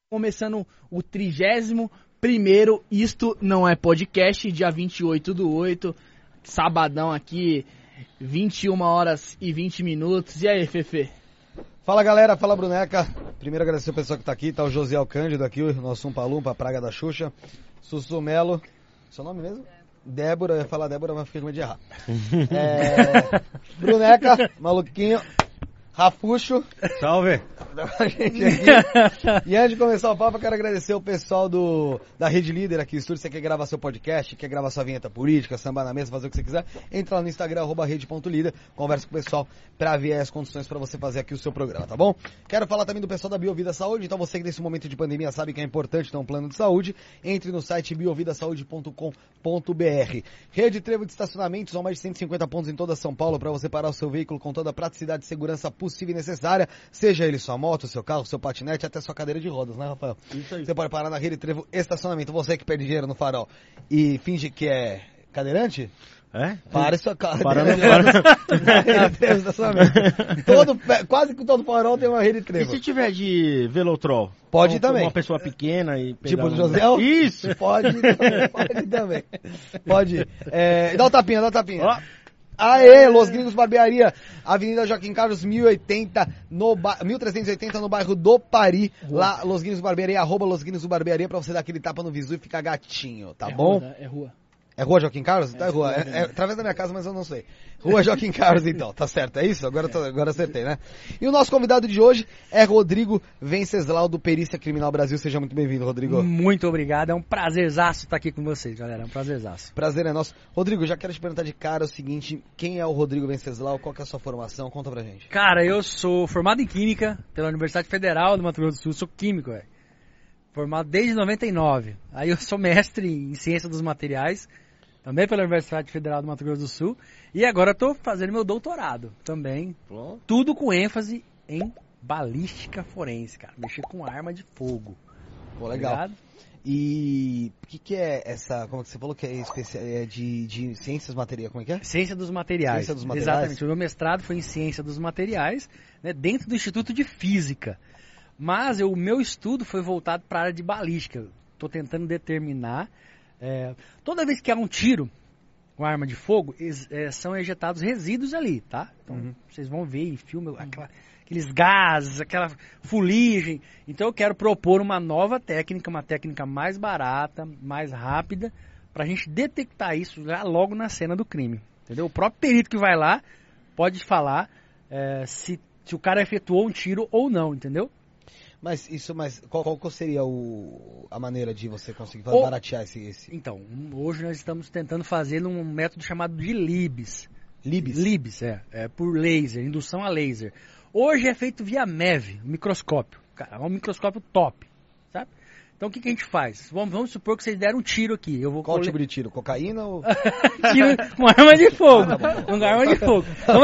Começando o 31º Isto Não É Podcast, dia 28/8, sabadão aqui, 21h20. E aí, Fefe? Fala galera, fala Bruneca. Primeiro agradecer o pessoal que tá aqui, tá o Josiel Cândido aqui, o nosso Umpa-Lumpa, Praga da Xuxa, Sussu Melo, seu nome mesmo? Débora, eu ia falar Débora, mas fiquei com medo de errar. Bruneca, Maluquinho, Rafuxo. Salve! E antes de começar o papo, eu quero agradecer o pessoal da Rede Líder aqui no estúdio. Você quer gravar seu podcast, quer gravar sua vinheta política, sambar na mesa, fazer o que você quiser, entra lá no Instagram, @rede.líder, conversa com o pessoal pra ver as condições pra você fazer aqui o seu programa, tá bom? Quero falar também do pessoal da Biovida Saúde, então você que nesse momento de pandemia sabe que é importante ter um plano de saúde, entre no site biovidasaude.com.br. Rede Trevo de estacionamentos, são mais de 150 pontos em toda São Paulo pra você parar o seu veículo com toda a praticidade e segurança possível e necessária, seja ele sua moto, seu carro, seu patinete, até sua cadeira de rodas, né, Rafael? Isso aí. Você pode parar na Rede Trevo Estacionamento. Você que perde dinheiro no farol e finge que é cadeirante, para sua carro. Rede Trevo Estacionamento. Quase que todo farol tem uma Rede Trevo. E se tiver de Velotrol? Pode também. Uma pessoa pequena e pegar tipo do José? Isso! Pode também. Pode. Dá o tapinha. Ó. Aê, Los Gringos Barbearia, Avenida Joaquim Carlos, 1380, no bairro do Pari. Lá, Los Gringos Barbearia, @Los Gringos Barbearia, pra você dar aquele tapa no visu e ficar gatinho, tá bom? É rua. É Rua Joaquim Carlos? Então é rua. É através da minha casa, mas eu não sei. Rua Joaquim Carlos, então. Tá certo, é isso? Agora acertei, né? E o nosso convidado de hoje é Rodrigo Venceslau, do Perícia Criminal Brasil. Seja muito bem-vindo, Rodrigo. Muito obrigado. É um prazerzaço estar aqui com vocês, galera. É um prazerzaço. Prazer é nosso. Rodrigo, já quero te perguntar de cara o seguinte: quem é o Rodrigo Venceslau? Qual que é a sua formação? Conta pra gente. Cara, eu sou formado em Química pela Universidade Federal do Mato Grosso do Sul. Sou químico, velho. Formado desde 99. Aí eu sou mestre em Ciência dos Materiais, também pela Universidade Federal do Mato Grosso do Sul. E agora estou fazendo meu doutorado também. Bom. Tudo com ênfase em balística forense, cara. Mexer com arma de fogo. Pô, legal. Obrigado. E o que é essa, como que você falou que é de ciências materiais, como é que é? Ciência dos Materiais. Ciência dos Materiais. Exatamente. O meu mestrado foi em Ciência dos Materiais, né, dentro do Instituto de Física. Mas o meu estudo foi voltado para a área de balística. Estou tentando determinar... toda vez que há um tiro com arma de fogo, são ejetados resíduos ali, tá? Então, vocês vão ver em filme aqueles gases, aquela fuligem. Então eu quero propor uma nova técnica, uma técnica mais barata, mais rápida, pra gente detectar isso já logo na cena do crime, entendeu? O próprio perito que vai lá pode falar se o cara efetuou um tiro ou não, entendeu? Mas qual seria a maneira de você conseguir baratear esse... Então, hoje nós estamos tentando fazer um método chamado de LIBS. LIBS, por laser, indução a laser. Hoje é feito via MEV, microscópio. Cara, é um microscópio top, sabe? Então o que a gente faz? Vamos supor que vocês deram um tiro aqui. Qual tipo de tiro? Cocaína ou... Tiro com arma de fogo. Com arma de fogo. Então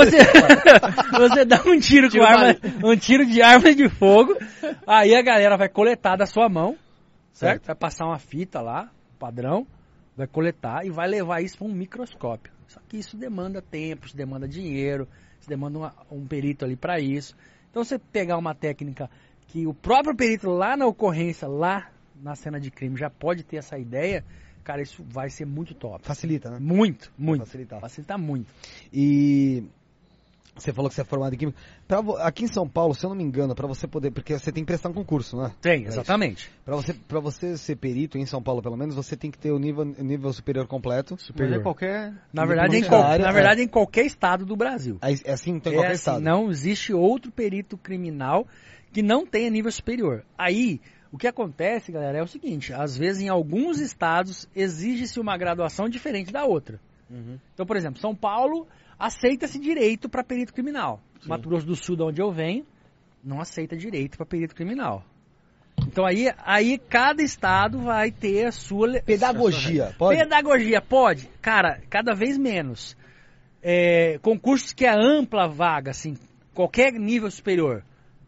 você dá um tiro com um tiro de arma de fogo, aí a galera vai coletar da sua mão, certo? Vai passar uma fita lá, padrão, vai coletar e vai levar isso para um microscópio. Só que isso demanda tempo, isso demanda dinheiro, isso demanda um perito ali para isso. Então você pegar uma técnica que o próprio perito lá na ocorrência, lá na cena de crime, já pode ter essa ideia, cara, isso vai ser muito top. Facilita, né? Muito. Facilita muito. E você falou que você é formado em Química. Aqui em São Paulo, se eu não me engano, pra você poder... Porque você tem que prestar um concurso, né? Tem, exatamente. Pra você ser perito, em São Paulo pelo menos, você tem que ter o nível superior completo. Superior. Mas qualquer... Na verdade, em qualquer estado do Brasil. É assim, então em qualquer estado. Não existe outro perito criminal que não tenha nível superior. Aí... O que acontece, galera, é o seguinte, às vezes em alguns estados exige-se uma graduação diferente da outra. Então, por exemplo, São Paulo aceita esse direito para perito criminal. Sim. Mato Grosso do Sul, de onde eu venho, não aceita direito para perito criminal. Então aí cada estado vai ter a sua... Pedagogia, pode? Pedagogia, pode. Cara, cada vez menos. Concursos que é ampla vaga, assim, qualquer nível superior.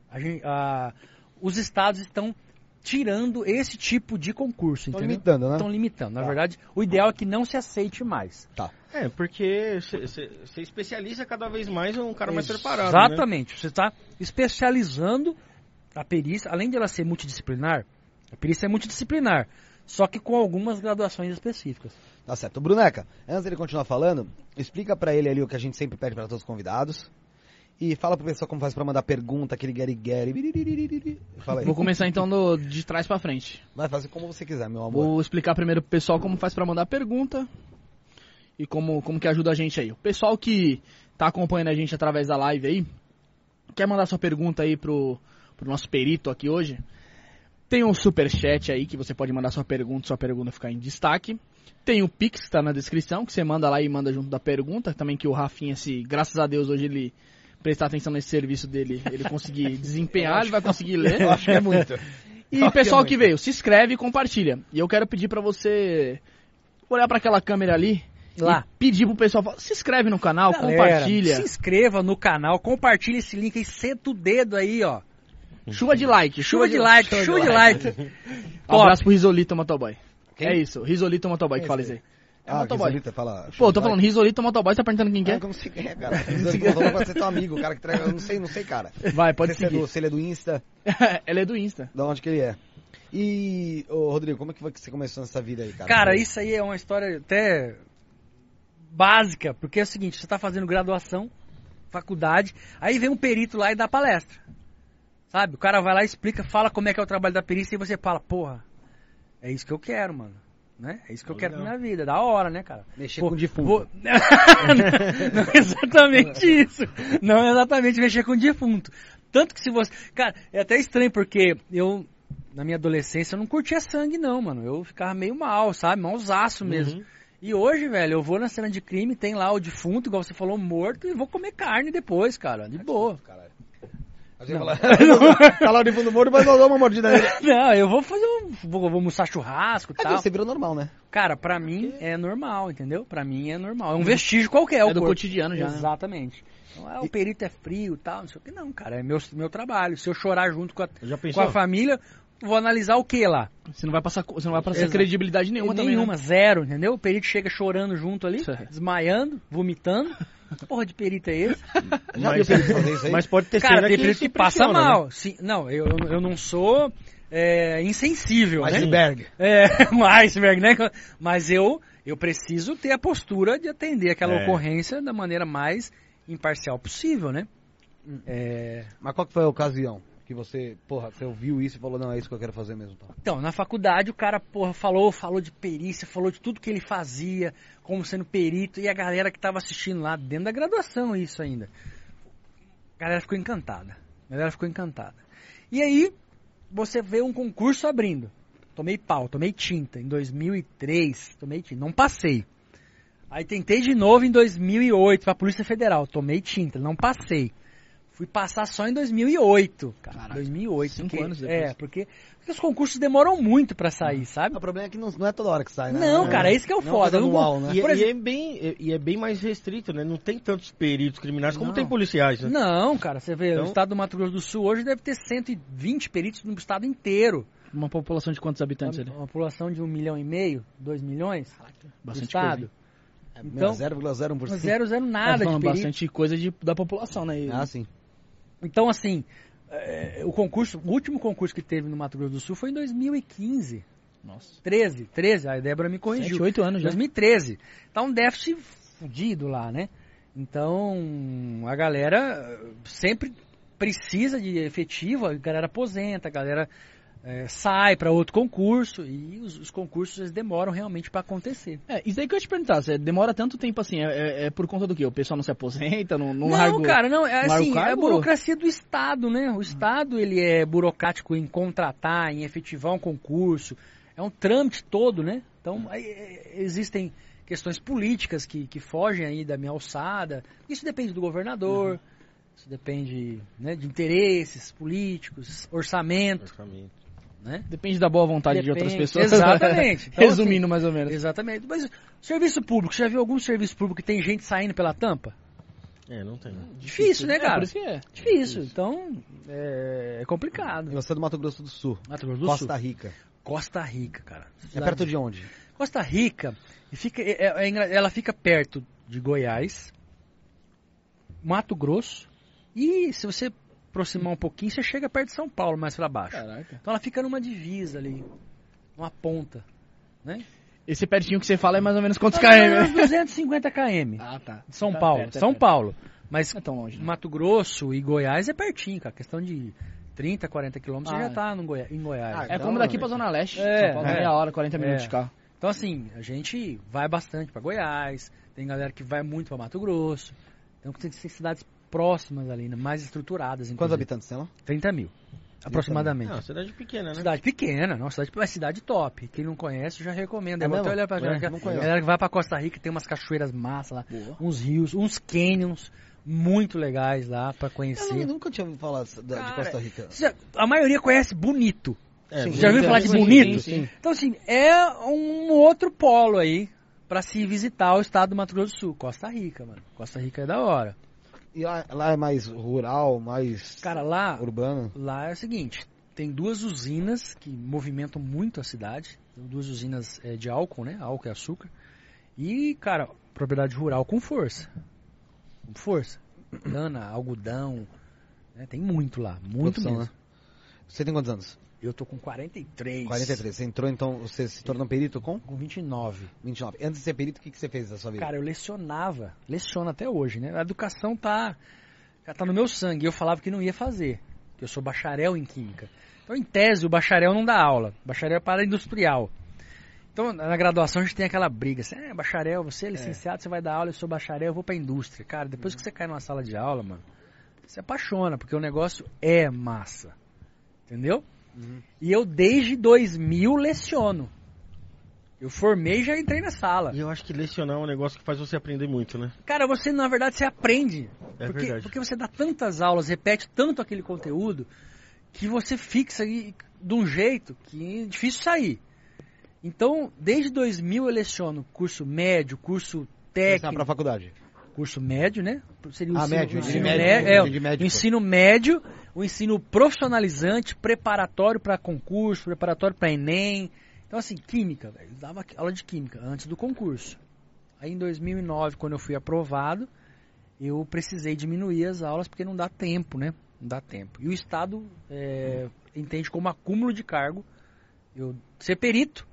Os estados estão tirando esse tipo de concurso, entendeu? Estão limitando, né? Estão limitando. Na verdade, o ideal é que não se aceite mais. Tá. Porque você especializa cada vez mais um cara mais preparado, exatamente. Né? Você está especializando a perícia, além de ela ser multidisciplinar, A perícia é multidisciplinar, só que com algumas graduações específicas. Tá certo. Bruneca, antes dele continuar falando, explica pra ele ali o que a gente sempre pede pra todos os convidados. E fala pro pessoal como faz pra mandar pergunta, aquele gueri-gueri. Fala aí. Vou começar então de trás pra frente. Vai fazer como você quiser, meu amor. Vou explicar primeiro pro pessoal como faz pra mandar pergunta e como que ajuda a gente aí. O pessoal que tá acompanhando a gente através da live aí, quer mandar sua pergunta aí pro nosso perito aqui hoje, tem um superchat aí que você pode mandar sua pergunta ficar em destaque. Tem o Pix, que tá na descrição, que você manda lá e manda junto da pergunta. Também que o Rafinha, graças a Deus, hoje ele prestar atenção nesse serviço dele, ele conseguir desempenhar, ele vai conseguir ler. Eu acho que é muito. E pessoal que veio, se inscreve e compartilha. E eu quero pedir pra você olhar pra aquela câmera ali Lá. e pedir pro pessoal, se inscreve no canal, Galera, compartilha. se inscreva no canal, compartilha esse link aí, senta o dedo aí, ó. Chuva de like, Chuva de like. Um abraço pro Risolito Motoboy. Quem? É isso, Risolito Motoboy que Quem fala é isso aí. É Ah, Motoboy. Risolito, fala. Pô, tô falando Risolito Motoboy, você tá perguntando quem que é? Eu não sei quem é, cara. Risolito pode ser teu amigo, o cara que entrega. Eu não sei, cara. Vai, pode Se seguir. se ele é do Insta, Ela é do Insta. da onde que ele é. E, ô Rodrigo, como é que foi que você começou nessa vida aí, cara? Cara, isso aí é uma história até básica, porque é o seguinte, você tá fazendo graduação, faculdade, aí vem um perito lá e dá palestra. Sabe? O cara vai lá e explica, fala como é que é o trabalho da perícia e você fala, porra, é isso que eu quero, mano. Né? É isso que eu quero pra minha vida, da hora, né, cara? Mexer Pô, com defunto. não é exatamente isso. Não é exatamente mexer com defunto. Tanto que se você... Cara, é até estranho porque eu, na minha adolescência, eu não curtia sangue não, mano. Eu ficava meio mal, sabe? Malzaço mesmo. E hoje, velho, eu vou na cena de crime, tem lá o defunto, igual você falou, morto, e vou comer carne depois, cara. De boa. Caralho. A gente tá lá o defunto morto, mas não dá uma mordida nele. Não, eu vou fazer vou almoçar churrasco e tal. Você virou normal, né? Cara, pra mim é normal, entendeu? Pra mim é normal. É um vestígio qualquer. É o do corpo. cotidiano já, né? Exatamente. Então, o perito é frio e tal, não sei o que. Não, cara, é meu trabalho. Se eu chorar junto com Já a pensou? família, vou analisar o que lá? Você não vai passar Exato. credibilidade nenhuma também, Nenhuma, né? zero, entendeu? O perito chega chorando junto ali, Certo. desmaiando, vomitando. Que porra de perito é esse? Já viu perito fazer isso aí? Mas pode ter Cara, cena tem perito que passa impressiona, mal. né? Sim, não, eu não sou insensível, né? Iceberg. Um iceberg, né? Mas eu preciso ter a postura de atender aquela ocorrência da maneira mais imparcial possível, né? Mas qual que foi a ocasião que você ouviu isso e falou, não, é isso que eu quero fazer mesmo? Então. Então, na faculdade o cara, falou de perícia, falou de tudo que ele fazia, como sendo perito, e a galera que tava assistindo lá, dentro da graduação isso ainda. A galera ficou encantada. E aí, você vê um concurso abrindo. Tomei tinta. Em 2003, não passei. Aí tentei de novo em 2008 pra Polícia Federal, tomei tinta, não passei. Fui passar só em 2008, cara. Caraca, 2008. 5 anos depois. Porque os concursos demoram muito pra sair, sabe? O problema é que não é toda hora que sai, né? Não, cara, esse que é o Não foda. é Eu não anual, vou- né? E, Por exemplo- é bem mais restrito, né? Não tem tantos peritos criminais como Não. tem policiais, né? Não, cara, você vê, Então- o estado do Mato Grosso do Sul hoje deve ter 120 peritos no estado inteiro. Uma população de quantos habitantes ali? Uma população de 1,5 milhão, 2 milhões do Bastante estado. coisa, Então, 0,01%. zero hein? nada de falando perito. bastante coisa da população, né? E- Ah, sim. Então, assim, o último concurso que teve no Mato Grosso do Sul foi em 2015. Nossa. 13, a Débora me corrigiu. 7, 8 anos já. 2013. Tá um déficit fudido lá, né? Então, a galera sempre precisa de efetivo, a galera aposenta, a galera sai para outro concurso e os concursos eles demoram realmente para acontecer. Isso aí que eu ia te perguntar, você demora tanto tempo assim, é por conta do quê? O pessoal não se aposenta, não Não, larga o- cara, não, é larga o assim, é a cargo? burocracia do Estado, né? O Estado, ele é burocrático em contratar, em efetivar um concurso, é um trâmite todo, né? Então, existem questões políticas que fogem aí da minha alçada, isso depende do governador, isso depende, né, de interesses políticos, orçamento, né? Depende da boa vontade de outras Depende, pessoas. exatamente. Então, Resumindo mais ou menos. Exatamente. Mas serviço público, você já viu algum serviço público que tem gente saindo pela tampa? Não tem. Difícil, né, cara? Por isso que é. Difícil. Então, é complicado. E você é do Mato Grosso do Sul. Mato Grosso do Costa Sul. Rica. Costa Rica, cara. É perto de onde? Costa Rica, ela fica perto de Goiás, Mato Grosso, e se você aproximar um pouquinho, você chega perto de São Paulo, mais pra baixo. Caraca. Então ela fica numa divisa ali, numa ponta, né? Esse pertinho que você fala é mais ou menos quantos Mais ou km? menos 250 km. Ah, tá. São Tá Paulo, perto, é São perto. Paulo. Mas Não é tão longe, não. Mato Grosso e Goiás é pertinho, cara. Questão de 30, 40 quilômetros, você Ah, já tá em Goiás. Ah, É como daqui pra Zona Leste. É, São Paulo, é. meia hora, 40 minutos de carro. Então, assim, a gente vai bastante pra Goiás, tem galera que vai muito pra Mato Grosso. Então, tem cidades próximas ali, né, mais estruturadas. Quantos inclusive. habitantes tem lá? 30 mil, aproximadamente. Não, cidade pequena, né? Cidade pequena, não, cidade top. Quem não conhece, eu já recomendo. É Eu vou mesmo? até olhar pra É, galera, não conheço. galera que vai pra Costa Rica, tem umas cachoeiras massas lá, Boa. uns rios, uns canyons muito legais lá pra Eu conhecer. nunca tinha ouvido falar de Cara, Costa Rica. A maioria conhece Bonito. É, Sim, Já ouviu falar de sim, Bonito? sim. Então, assim, é um outro polo aí pra se visitar o estado do Mato Grosso do Sul. Costa Rica, mano. Costa Rica é da hora. E lá é mais rural, mais Cara, lá urbano? é o seguinte, tem 2 usinas que movimentam muito a cidade. 2 usinas de álcool, né? Álcool e açúcar. E, cara, propriedade rural com força. Com força. Cana, algodão, né? Tem muito lá, muito Profissão, mesmo. né? Você tem quantos anos? Eu tô com 43. 43. Você entrou, então, você se tornou perito com Com 29. 29. Antes de ser perito, o que você fez da sua vida? Cara, eu leciono até hoje, né? A educação tá no meu sangue. Eu falava que não ia fazer, que eu sou bacharel em química. Então, em tese, o bacharel não dá aula. Bacharel é para área industrial. Então, na graduação, a gente tem aquela briga. Assim, bacharel, você é licenciado, você vai dar aula, eu sou bacharel, eu vou pra indústria. Cara, depois que você cai numa sala de aula, mano, você apaixona, porque o negócio é massa. Entendeu? E eu, desde 2000, leciono. Eu formei e já entrei na sala. E eu acho que lecionar é um negócio que faz você aprender muito, né? Cara, você, na verdade, você aprende. É verdade. Porque você dá tantas aulas, repete tanto aquele conteúdo, que você fixa de um jeito que é difícil sair. Então, desde 2000 eu leciono curso médio, curso técnico. Pra faculdade. Curso médio, né? Seria o médio, o ensino médio, médio, de médico. o ensino médio, o ensino profissionalizante, preparatório para concurso, preparatório para Enem. Então, assim, química, velho. Eu dava aula de química antes do concurso. Aí, em 2009, quando eu fui aprovado, eu precisei diminuir as aulas porque não dá tempo, né? Não dá tempo. E o Estado entende como acúmulo de cargo eu ser perito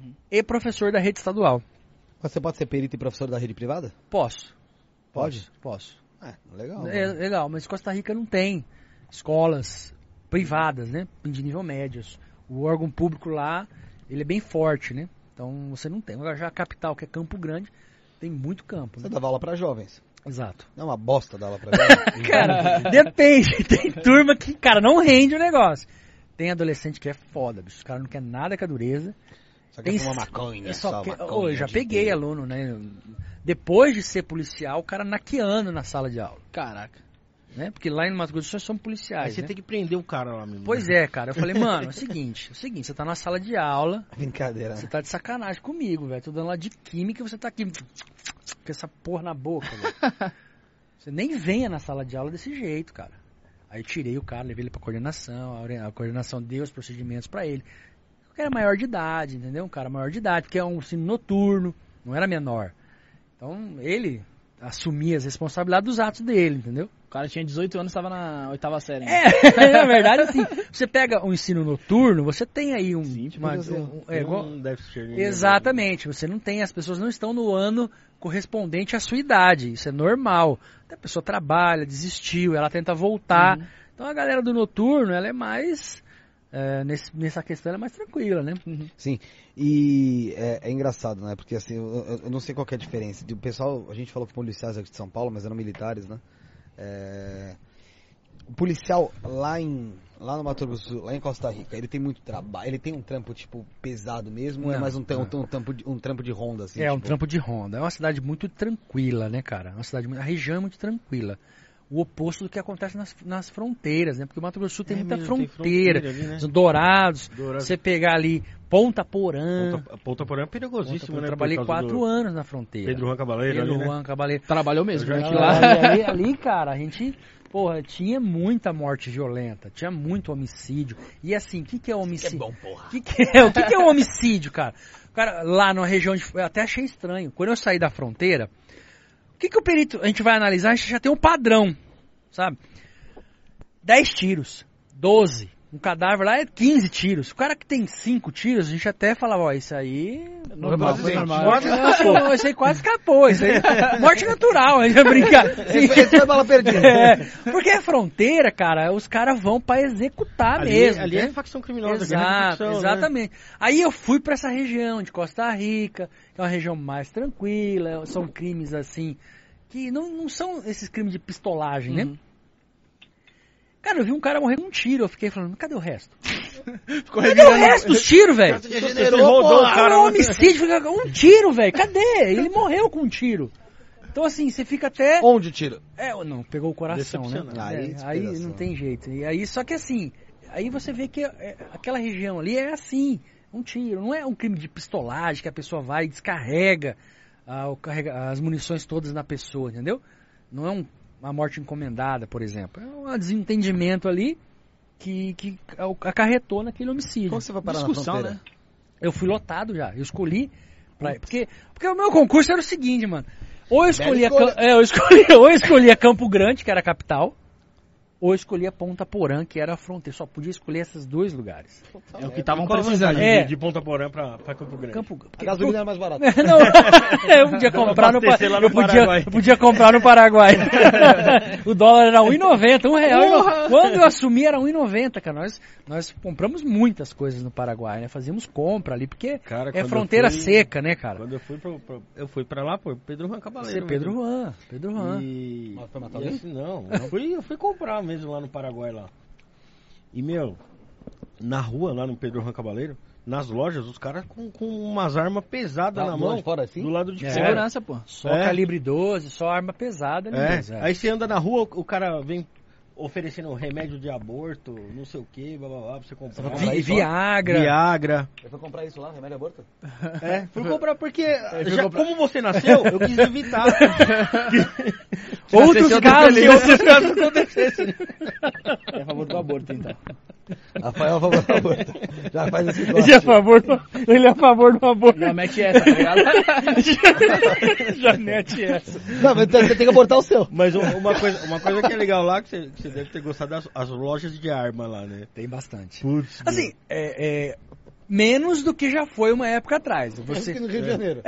e professor da rede estadual. Você pode ser perito e professor da rede privada? Posso. Pode? Posso. Legal. É legal, mas Costa Rica não tem escolas privadas, né? De nível médio. O órgão público lá, ele é bem forte, né? Então você não tem. Agora já a capital, que é Campo Grande, tem muito campo. Você Né? dava aula pra jovens. Exato. Não é uma bosta dar aula pra jovens. Cara, depende. Tem turma que, cara, não rende o negócio. Tem adolescente que é foda, bicho. Os caras não querem nada com a dureza. Só Tem quer fumar maconha, só maconha eu já o dia peguei inteiro. aluno, né? Depois de ser policial, o cara naqueando na sala de aula. Caraca. Né? Porque lá em Mato Grosso do Sul somos Aí policiais. você né? tem que prender o cara lá mesmo. Pois é, cara. Eu falei, mano, é o seguinte, você tá na sala de aula, Brincadeira, você né? tá de sacanagem comigo, velho. Tô dando lá de química e você tá aqui com essa porra na boca, velho. Você nem venha na sala de aula desse jeito, cara. Aí eu tirei o cara, levei ele pra coordenação, a coordenação deu os procedimentos pra ele. O cara era maior de idade, entendeu? Um cara maior de idade, porque é um ensino noturno, não era menor. Então, ele assumia as responsabilidades dos atos dele, entendeu? O cara tinha 18 anos e estava na 8ª série. Né? Na verdade, assim, você pega um ensino noturno, você tem aí um... Sim, tipo, igual- Não deve ser Exatamente, você não tem, as pessoas não estão no ano correspondente à sua idade, isso é normal. A pessoa trabalha, desistiu, ela tenta voltar. Então a galera do noturno, ela é mais, nessa questão, ela é mais tranquila, né? Sim, e é engraçado, né? Porque assim, eu não sei qual que é a diferença. O pessoal, a gente falou que policiais aqui de São Paulo, mas eram militares, né? O policial lá no Mato Grosso do Sul, lá em Costa Rica, ele tem muito trabalho, ele tem um trampo, tipo, pesado mesmo, ou é Não, mais um trampo de ronda, assim? Um tipo? trampo de ronda. É uma cidade muito tranquila, né, cara? A região é muito tranquila. O oposto do que acontece nas fronteiras, né? Porque o Mato Grosso do Sul tem muita mesmo, tem fronteira. fronteira ali, né? Os Dourados, Dourados. você pegar ali Ponta Porã. Ponta Porã é perigosíssimo, né? Eu trabalhei por causa 4 anos na fronteira. Pedro Juan Cabaleiro Pedro ali, né? Juan Cabaleiro. Trabalhou mesmo, Eu já né? tive Que lá. Ali, cara, a gente, porra, tinha muita morte violenta, tinha muito homicídio. E assim, o que é homicídio? bom, porra. O que é um homicídio, cara? Cara, lá na região de... Eu até achei estranho. Quando eu saí da fronteira, o que o perito... A gente vai analisar, a gente já tem um padrão, sabe? 10 tiros, 12. Um cadáver lá é 15 tiros. O cara que tem 5 tiros, a gente até falava, ó, isso aí... Normal, Morte não, isso aí quase escapou. Isso aí, morte natural, a gente vai brincar. Esse foi bala perdida. Porque a fronteira, cara, os caras vão pra executar mesmo. Ali né? é facção criminosa. Exato, facção, exatamente. Né? Aí eu fui pra essa região de Costa Rica, que é uma região mais tranquila, são crimes assim, que não são esses crimes de pistolagem, né? Cara, eu vi um cara morrer com um tiro, eu fiquei falando, cadê o resto? Cadê o resto dos tiros, velho? Você rodou o cara. Um homicídio, um tiro, velho, cadê? Ele morreu com um tiro. Então assim, você fica até... Onde o tiro? Não, pegou o coração, né? Aí não tem jeito. E aí, só que assim, aí você vê que aquela região ali é assim, um tiro, não é um crime de pistolagem que a pessoa vai e descarrega as munições todas na pessoa, entendeu? Não é uma morte encomendada, por exemplo. É um desentendimento ali que acarretou naquele homicídio. Como você vai parar Discussão, na fronteira? né? Eu fui lotado já, eu escolhi... Porque o meu concurso era o seguinte, mano. Ou eu escolhia Campo Grande, que era a capital, ou eu escolhia Ponta Porã, que era a fronteira. Só podia escolher esses 2 lugares. É o que estavam Qual a precisando. vantagem de Ponta Porã pra Campo Grande? A gasolina era mais barata. Não, eu podia comprar eu podia comprar no Paraguai. O dólar era R$1,90, R$1. Quando eu assumi era R$1,90, cara. Nós compramos muitas coisas no Paraguai, né? Fazíamos compra ali, porque Cara, é fronteira seca, né, cara? Quando eu fui pra lá, pô, Pedro Juan Cabaleiro. Pedro Juan. E Foi matar e alguém? assim, não, eu fui comprar mesmo lá no Paraguai lá. E, meu, na rua lá no Pedro Juan Cabaleiro, nas lojas, os caras com umas armas pesadas na Do mão. lado de fora, assim? Do lado de fora. Segurança, pô. Só calibre 12, só arma pesada ali mesmo. Aí você anda na rua, o cara vem oferecendo remédio de aborto, não sei o que, blá blá blá, pra você comprar. Viagra. Você foi comprar isso lá, remédio aborto? Fui comprar porque, como você nasceu, eu quis evitar. Outros casos acontecessem. É a favor do aborto, então. Rafael, a favor do aborto. Já faz esse corte. Ele é a favor do aborto. Já mete essa, tá ligado? Já mete essa. Não, mas você tem que abortar o seu. Mas uma coisa que é legal lá, que você deve ter gostado das lojas de arma lá, né? Tem bastante. Putz, assim, menos do que já foi uma época atrás. Você... no Rio de Janeiro.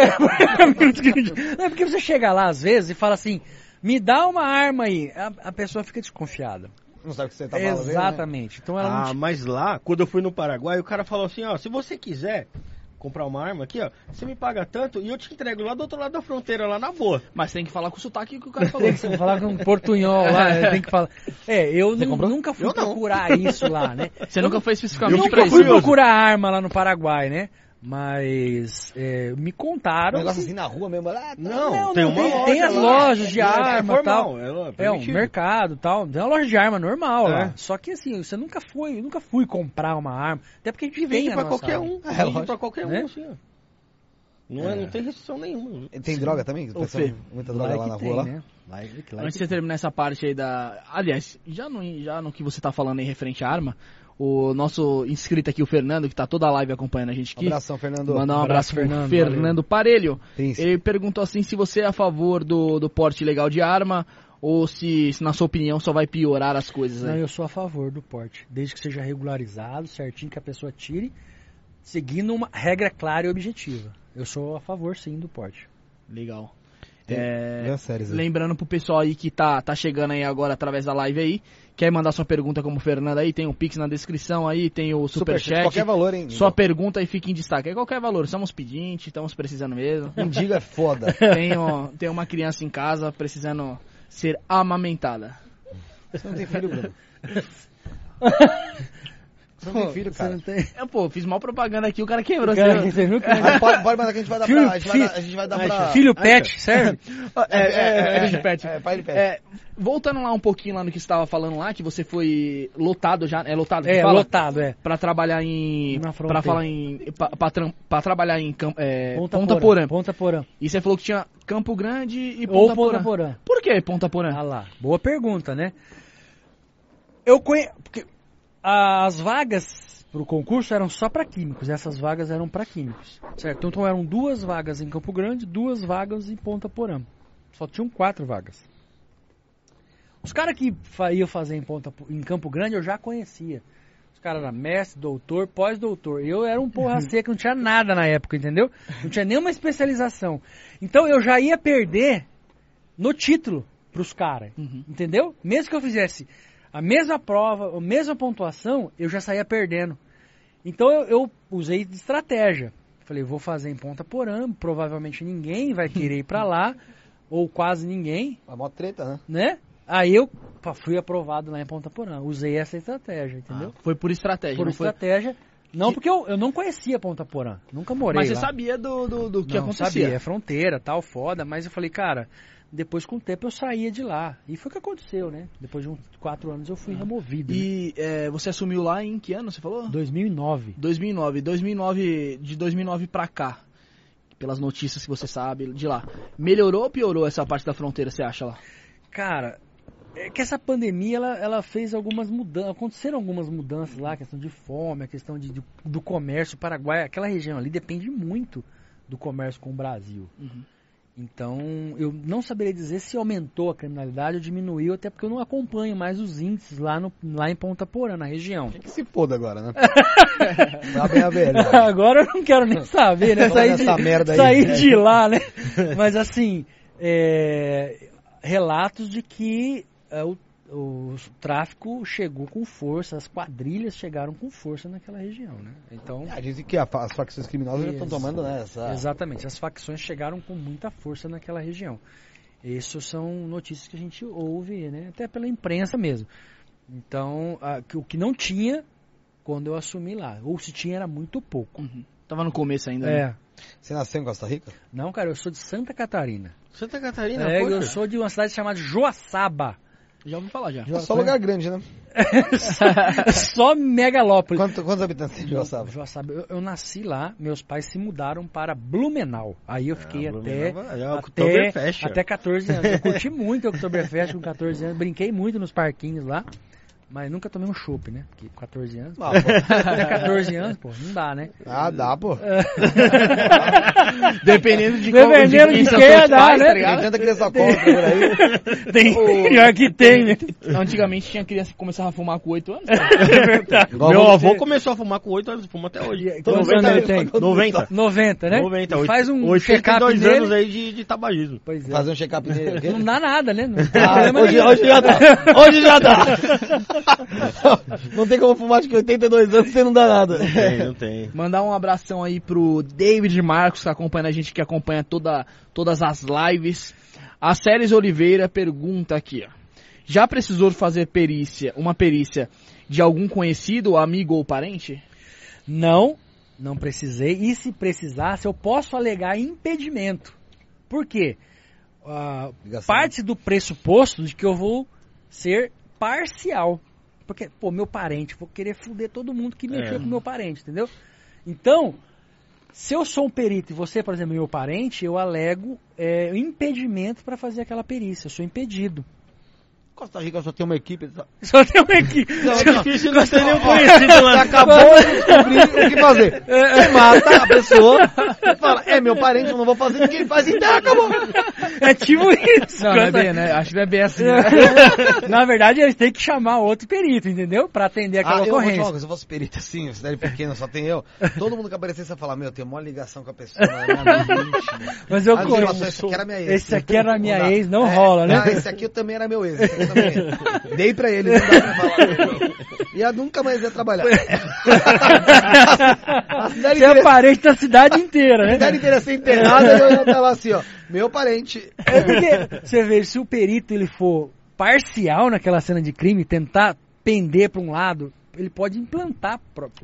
Porque você chega lá às vezes e fala assim, me dá uma arma aí. A pessoa fica desconfiada. Não sabe o que você tá falando. Exatamente. Então ela mas lá, quando eu fui no Paraguai, o cara falou assim, ó, se você quiser comprar uma arma aqui, ó, você me paga tanto e eu te entrego lá do outro lado da fronteira, lá na boa. Mas tem que falar com o sotaque que o cara falou. Tem que falar com um portunhol lá, tem que falar. Eu nunca fui procurar isso lá, né? Você nunca foi especificamente Eu nunca fui procurar arma lá no Paraguai, né? Mas me contaram. Um negócio assim na rua mesmo. Tem as lojas de arma e tal. É um mercado e tal. Tem uma loja de arma normal lá. É. Só que assim, você nunca fui comprar uma arma. Até porque a gente Vende vende pra qualquer um. Vende pra qualquer né? um, assim, ó. Não tem restrição nenhuma. Tem droga também? Muita droga lá na rua lá? Né? Antes de você terminar essa parte aí da... Aliás, já no que você tá falando aí referente à arma, o nosso inscrito aqui, o Fernando, que tá toda a live acompanhando a gente aqui. Abração, Fernando. Mandar um abraço pro Fernando Parelho. Isso. Ele perguntou assim se você é a favor do porte legal de arma ou se na sua opinião só vai piorar as coisas aí. Não, eu sou a favor do porte. Desde que seja regularizado, certinho, que a pessoa tire, seguindo uma regra clara e objetiva. Eu sou a favor, sim, do porte. Legal. Lembrando pro pessoal aí que tá chegando aí agora através da live aí, quer mandar sua pergunta como o Fernando aí, tem o Pix na descrição aí, tem o Superchat. Qualquer valor, hein? Sua pergunta aí fica em destaque. É qualquer valor, somos pedintes, estamos precisando mesmo. Mendigo é foda. Tem uma criança em casa precisando ser amamentada. Você não tem filho, Bruno? Você não tem filho, cara. Você não tem... Fiz mal propaganda aqui, o cara quebrou. Você viu que... Pode mandar que a gente vai dar pra... A gente vai dar pra... Filho pet, serve? Filho pet. Pai de pet. Voltando lá um pouquinho lá no que você estava falando lá, que você foi lotado já, lotado? Lotado, Pra trabalhar em... Na fronteira. Pra falar em... Pra trabalhar em Ponta Porã. Ponta Porã. E você falou que tinha Campo Grande e Ponta Porã. Por que Ponta Porã? Ah lá, boa pergunta, né? Porque as vagas pro concurso eram só para químicos, essas vagas eram para químicos, certo? Então eram 2 vagas em Campo Grande, 2 vagas em Ponta Porã. Só tinham 4 vagas. Os caras que iam fazer em Campo Grande eu já conhecia. Os caras eram mestre, doutor, pós-doutor. Eu era um porra seca, não tinha nada na época, entendeu? Não tinha nenhuma especialização. Então eu já ia perder no título pros caras, entendeu? Mesmo que eu fizesse a mesma prova, a mesma pontuação, eu já saía perdendo. Então eu usei de estratégia. Falei, vou fazer em Ponta Porã, provavelmente ninguém vai querer ir pra lá, ou quase ninguém. A mó treta, né? Aí eu fui aprovado lá em Ponta Porã. Usei essa estratégia, entendeu? Foi por estratégia. Por estratégia. Não, porque eu não conhecia Ponta Porã. Nunca morei Mas lá. você sabia do que não, acontecia. Sabia, é fronteira, tal, foda. Mas eu falei, cara, depois com o tempo eu saía de lá. E foi o que aconteceu, né? Depois de uns 4 anos eu fui removido. E você assumiu lá em que ano, você falou? 2009. 2009. De 2009 pra cá, pelas notícias que você sabe de lá, melhorou ou piorou essa parte da fronteira, você acha lá? Cara, é que essa pandemia, ela fez algumas mudanças, aconteceram algumas mudanças lá, a questão de fome, a questão do comércio. O Paraguai, aquela região ali depende muito do comércio com o Brasil. Então, eu não saberia dizer se aumentou a criminalidade ou diminuiu, até porque eu não acompanho mais os índices lá em Ponta Porã, na região. Que se foda agora, né? Tá bem a verdade. Agora eu não quero nem saber, né? Sair de lá, né? Mas assim, relatos de que o tráfico chegou com força, as quadrilhas chegaram com força naquela região, né? Então, dizem que as facções criminosas já estão tomando, né? Exatamente, as facções chegaram com muita força naquela região. Essas são notícias que a gente ouve, né? Até pela imprensa mesmo. Então, o que não tinha quando eu assumi lá, ou se tinha era muito pouco. Tava no começo ainda, né? Você nasceu em Costa Rica? Não, cara, eu sou de Santa Catarina. Santa Catarina? Eu sou de uma cidade chamada Joaçaba. Já ouvi falar já. É só lugar grande, né? Só megalópole. Quantos habitantes tem de Joaçaba? Joaçaba, eu nasci lá, meus pais se mudaram para Blumenau. Aí eu fiquei até 14 anos. Eu curti muito o Oktoberfest com 14 anos, brinquei muito nos parquinhos lá. Mas nunca tomei um chopp, né? Porque 14 anos. Até 14 anos, pô, não dá, né? Dá, pô. Dependendo de quem dá, né? Tá ligado? Tenta criança contra por aí. Pior que tem, né? Antigamente tinha criança que começava a fumar com 8 anos. É verdade. Meu avô começou a fumar com 8 anos, fuma até hoje. Quantos anos ele tem? 90, né? 90. Faz um 82 anos aí de tabagismo. Pois é. Fazer um check-up nele. Não dá nada, né? Hoje já dá. Hoje já dá. Não tem como fumar de 82 anos sem não dar nada. Não tem. Mandar um abração aí pro David Marcos, que acompanha a gente, que acompanha todas as lives. A Ceres Oliveira pergunta aqui, ó. Já precisou fazer uma perícia de algum conhecido, amigo ou parente? Não precisei. E se precisasse, eu posso alegar impedimento. Por quê? Parte do pressuposto de que eu vou ser parcial. Porque, pô, meu parente, vou querer foder todo mundo que mexeu com meu parente, entendeu? Então, se eu sou um perito e você, por exemplo, é meu parente, eu alego impedimento para fazer aquela perícia. Eu sou impedido. Costa Rica só tem uma equipe. Só tem uma equipe. Não tem nenhum conhecido lá. Você acabou de descobrir o que fazer. Você mata a pessoa e fala, é meu parente, eu não vou fazer, ninguém faz, então acabou. É tipo isso. Não é bem, né? Acho que não é bem assim. Né? Na verdade, eles têm que chamar outro perito, entendeu? Pra atender aquela ocorrência. Se eu fosse perito assim, cidade pequena, só tem eu, todo mundo que aparecesse ia falar, meu, tem uma ligação com a pessoa, não é minha mente. Mas eu conheço. Esse aqui era minha ex. Esse aqui era minha ex, não rola, né? Esse aqui também era meu ex. Dei pra ele, não dá pra falar. E eu nunca mais ia trabalhar. Você é parente da cidade inteira, né? A cidade inteira ser enterrada e eu ia estar lá assim, ó. Meu parente. É porque, você vê, se o perito ele for parcial naquela cena de crime, tentar pender pra um lado, ele pode implantar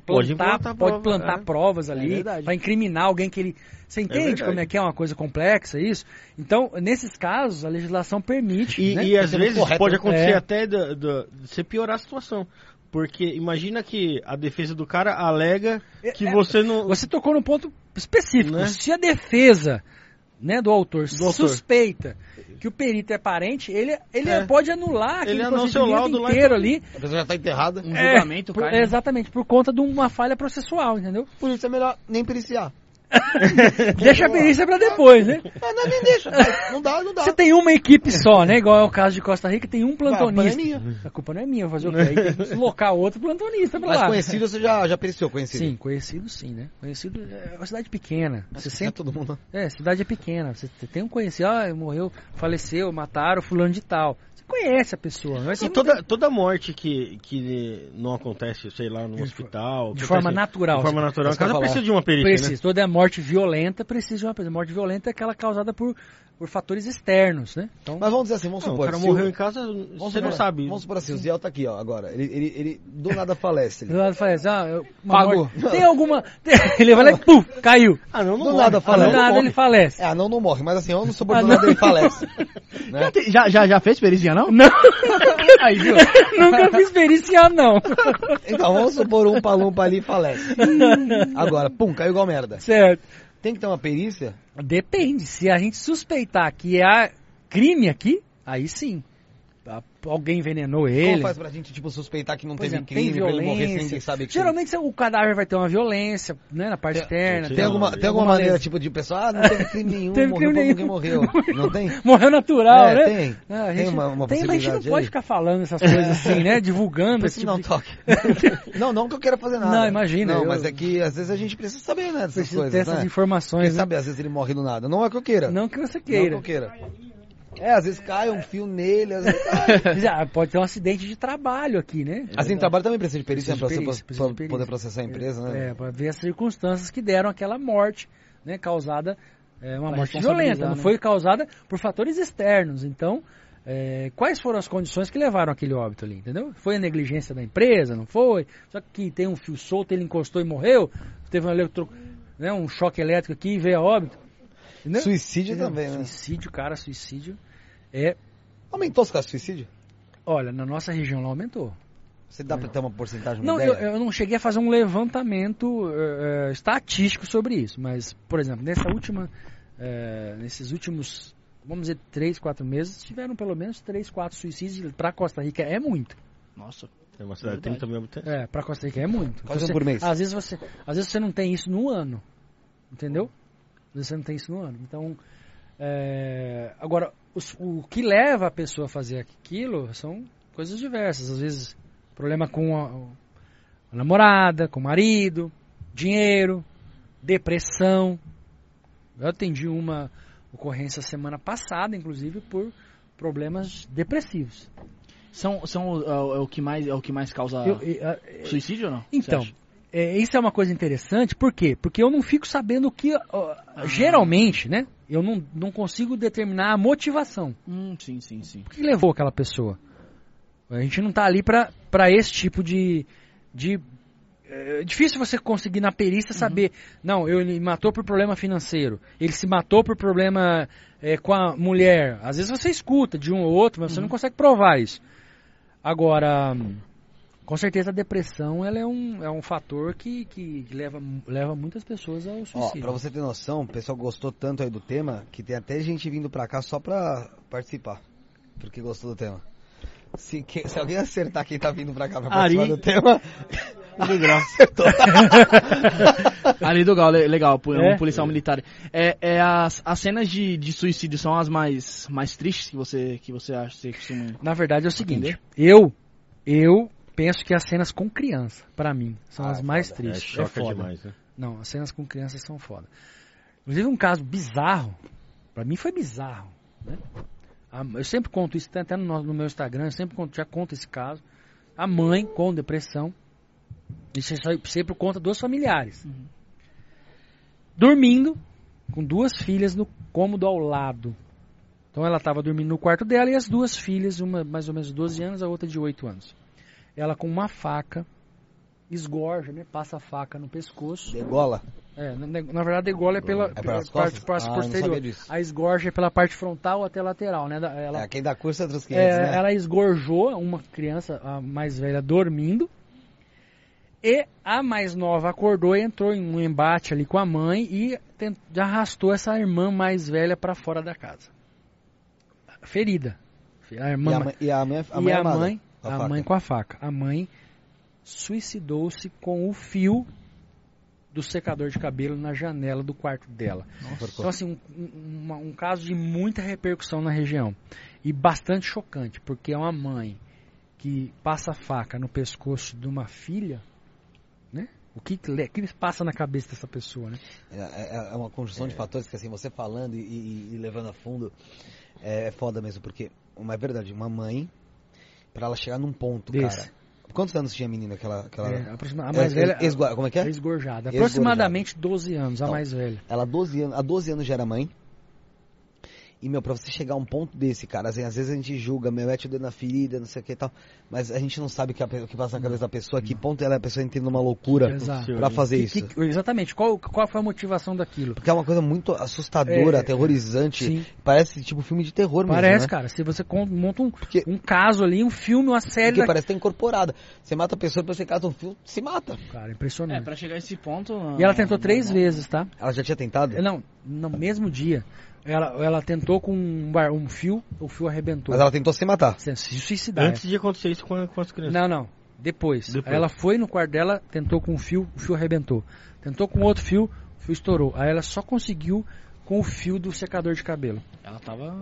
provas ali, pra incriminar alguém que ele... Você entende como é que é uma coisa complexa isso? Então, nesses casos, a legislação permite... E às vezes pode acontecer até de você piorar a situação. Porque imagina que a defesa do cara alega que você não... Você tocou num ponto específico. Né? Se a defesa, né, do autor suspeita que o perito é parente, ele pode anular aquele procedimento inteiro ali. A pessoa já está enterrada. Um julgamento, cara. Exatamente, por conta de uma falha processual, entendeu? Por isso é melhor nem periciar. Deixa a perícia pra depois, né? Não, nem deixa. Não dá. Você tem uma equipe só, né? Igual é o caso de Costa Rica, tem um plantonista. A culpa não é minha. A culpa não é minha, fazer o quê? Aí tem que deslocar outro plantonista pra Mas lá. conhecido você já periciou, conhecido? Sim, conhecido sim, né? Conhecido é uma cidade pequena. Você É sempre... todo mundo. cidade é pequena. Você tem um conhecido, morreu, faleceu, mataram fulano de tal. Você conhece a pessoa. Mas você E não tem- toda morte que não acontece, sei lá, no hospital... de forma natural. De forma natural. Isso que eu ia Cada falar. precisa de uma perícia, Precisa. né? Toda morte violenta precisa de uma perícia. Morte violenta é aquela causada por fatores externos, né? Então, Mas vamos dizer assim, vamos Não, o supor. cara se morreu em casa, vamos você supor- não sabe. Vamos supor assim, o Ziel tá aqui, ó, agora. Ele do nada falece. do lado fala assim, uma Pagou. morte- Tem alguma... Ele vai lá e pum, caiu. Ah, não Do morre. nada Do falece. nada ele falece. Ah, não morre, mas assim, vamos supor que do nada ele falece. Né? Já fez perícia, não? Não, Aí, viu? nunca fiz perícia, não. Então, vamos supor um palumpa ali e falece. Agora, pum, caiu igual merda. Certo. Tem que ter uma perícia? Depende. Se a gente suspeitar que há crime aqui, aí sim. Alguém envenenou Como ele. faz pra gente, tipo, suspeitar que não Por teve exemplo, tem crime, pra ele morrer sem violência. ninguém saber que Geralmente o cadáver vai ter uma violência, né, na parte externa. tem Tem alguma maneira, lesa. tipo, de pessoa, não teve crime nenhum, Teve morreu crime porque morreu. Não tem? Morreu natural, É, né? tem. Ah, a Tem gente, uma tem, mas a gente não possibilidade pode aí? ficar falando essas coisas assim, né? Divulgando esse Precisa tipo dar um de... toque. Não que eu queira fazer nada. Não, imagina, Não, eu- mas é que às vezes a gente precisa saber, né, dessas Precisa coisas, ter essas né? informações, Quem né? sabe, às vezes ele morre do nada. Não é que eu queira. Não que você Não queira. que eu queira. É, às vezes cai um fio nele, às vezes... Já pode ter um acidente de trabalho aqui, né? Assim, trabalho também precisa de perícia Precisa de pra perícia, você precisa de poder perícia. processar a empresa, né? É, para ver as circunstâncias que deram aquela morte, né? Causada, uma Pra morte responsabilizar, violenta, não né? foi causada por fatores externos. Então, quais foram as condições que levaram aquele óbito ali, entendeu? Foi a negligência da empresa, não foi? Só que tem um fio solto, ele encostou e morreu? Teve um choque elétrico aqui e veio a óbito? Entendeu? Suicídio também, né? Suicídio, cara, suicídio Aumentou os casos de suicídio? Olha, na nossa região lá aumentou. Você dá pra ter uma porcentagem, uma Não, ideia? eu não cheguei a fazer um levantamento estatístico sobre isso, mas, por exemplo, nesses últimos, vamos dizer, 3, 4 meses, tiveram pelo menos 3, 4 suicídios. Para Costa Rica é muito. Nossa. É uma cidade de 30 mil habitantes. Para Costa Rica é muito. Quase um por mês. Às vezes você não tem isso no ano, entendeu? Às vezes você não tem isso no ano. Então, agora, o que leva a pessoa a fazer aquilo são coisas diversas. Às vezes, problema com a namorada, com o marido, dinheiro, depressão. Eu atendi uma ocorrência semana passada, inclusive, por problemas depressivos. É o que mais causa suicídio ou não? Então, Você acha? isso é uma coisa interessante, por quê? Porque eu não fico sabendo o que, geralmente, né? Eu não consigo determinar a motivação. Sim. O que levou aquela pessoa? A gente não está ali para esse tipo de é difícil você conseguir na perícia saber, não, ele matou por problema financeiro, ele se matou por problema com a mulher. Às vezes você escuta de um ou outro, mas você não consegue provar isso. Agora, com certeza a depressão ela é um fator que leva muitas pessoas ao Ó, suicídio. pra você ter noção, o pessoal gostou tanto aí do tema que tem até gente vindo pra cá só pra participar. Porque gostou do tema. Se alguém acertar quem tá vindo pra cá pra participar Ari. do tema, acertou. Ali do Gal, legal, um É? policial militar. As cenas de suicídio são as mais tristes que você acha, você costuma... Na verdade é o seguinte, Entender? eu penso que as cenas com criança, pra mim, são as mais foda. tristes. Choca foda. demais, né? Não, as cenas com crianças são foda. Inclusive um caso bizarro, pra mim foi bizarro, né? Eu sempre conto isso, até no meu Instagram, eu já conto esse caso. A mãe com depressão, isso é sempre conta dos familiares. Dormindo com 2 filhas no cômodo ao lado. Então ela estava dormindo no quarto dela e as 2 filhas, uma mais ou menos 12 anos, a outra de 8 anos. Ela com uma faca, esgorja, né? Passa a faca no pescoço. Degola. Na verdade, a degola é pela pelas parte costas? Eu não posterior. sabia disso. A esgorja é pela parte frontal até lateral, né? Quem dá curso é outros 500, né? Ela esgorjou uma criança, a mais velha, dormindo. E a mais nova acordou e entrou em um embate ali com a mãe e arrastou essa irmã mais velha para fora da casa. Ferida. A mãe com a faca. A mãe suicidou-se com o fio do secador de cabelo na janela do quarto dela. Então, assim, um caso de muita repercussão na região. E bastante chocante, porque é uma mãe que passa a faca no pescoço de uma filha, né? O que passa na cabeça dessa pessoa, né? É uma conjunção de fatores que, assim, você falando e levando a fundo, é foda mesmo, porque, é verdade, uma mãe, pra ela chegar num ponto, cara... Quantos anos tinha a menina a mais velha, como é que é? Esgorjada. Aproximadamente 12 anos, a mais velha. Ela há 12 anos já era mãe. E, pra você chegar a um ponto desse, cara, assim, às vezes a gente julga, mete o dedo na ferida, não sei o que e tal, mas a gente não sabe o que passa na cabeça da pessoa, que ponto a pessoa entra numa loucura pra fazer isso. Exatamente. Qual foi a motivação daquilo? Porque é uma coisa muito assustadora, aterrorizante. Sim. Parece tipo filme de terror mesmo, Parece, né? Cara. Se você monta um caso ali, um filme, uma série... Porque parece que tá incorporada. Você mata a pessoa, depois você cata um fio, se mata. Cara, impressionante. Pra chegar a esse ponto... E ela tentou 3 vezes, tá? Ela já tinha tentado? Não, no mesmo dia. Ela tentou com um fio, o fio arrebentou. Mas ela tentou se matar. Se suicidar. Antes de acontecer isso com as crianças. Não. Depois. Aí ela foi no quarto dela, tentou com um fio, o fio arrebentou. Tentou com outro fio, o fio estourou. Aí ela só conseguiu com o fio do secador de cabelo. Ela tava...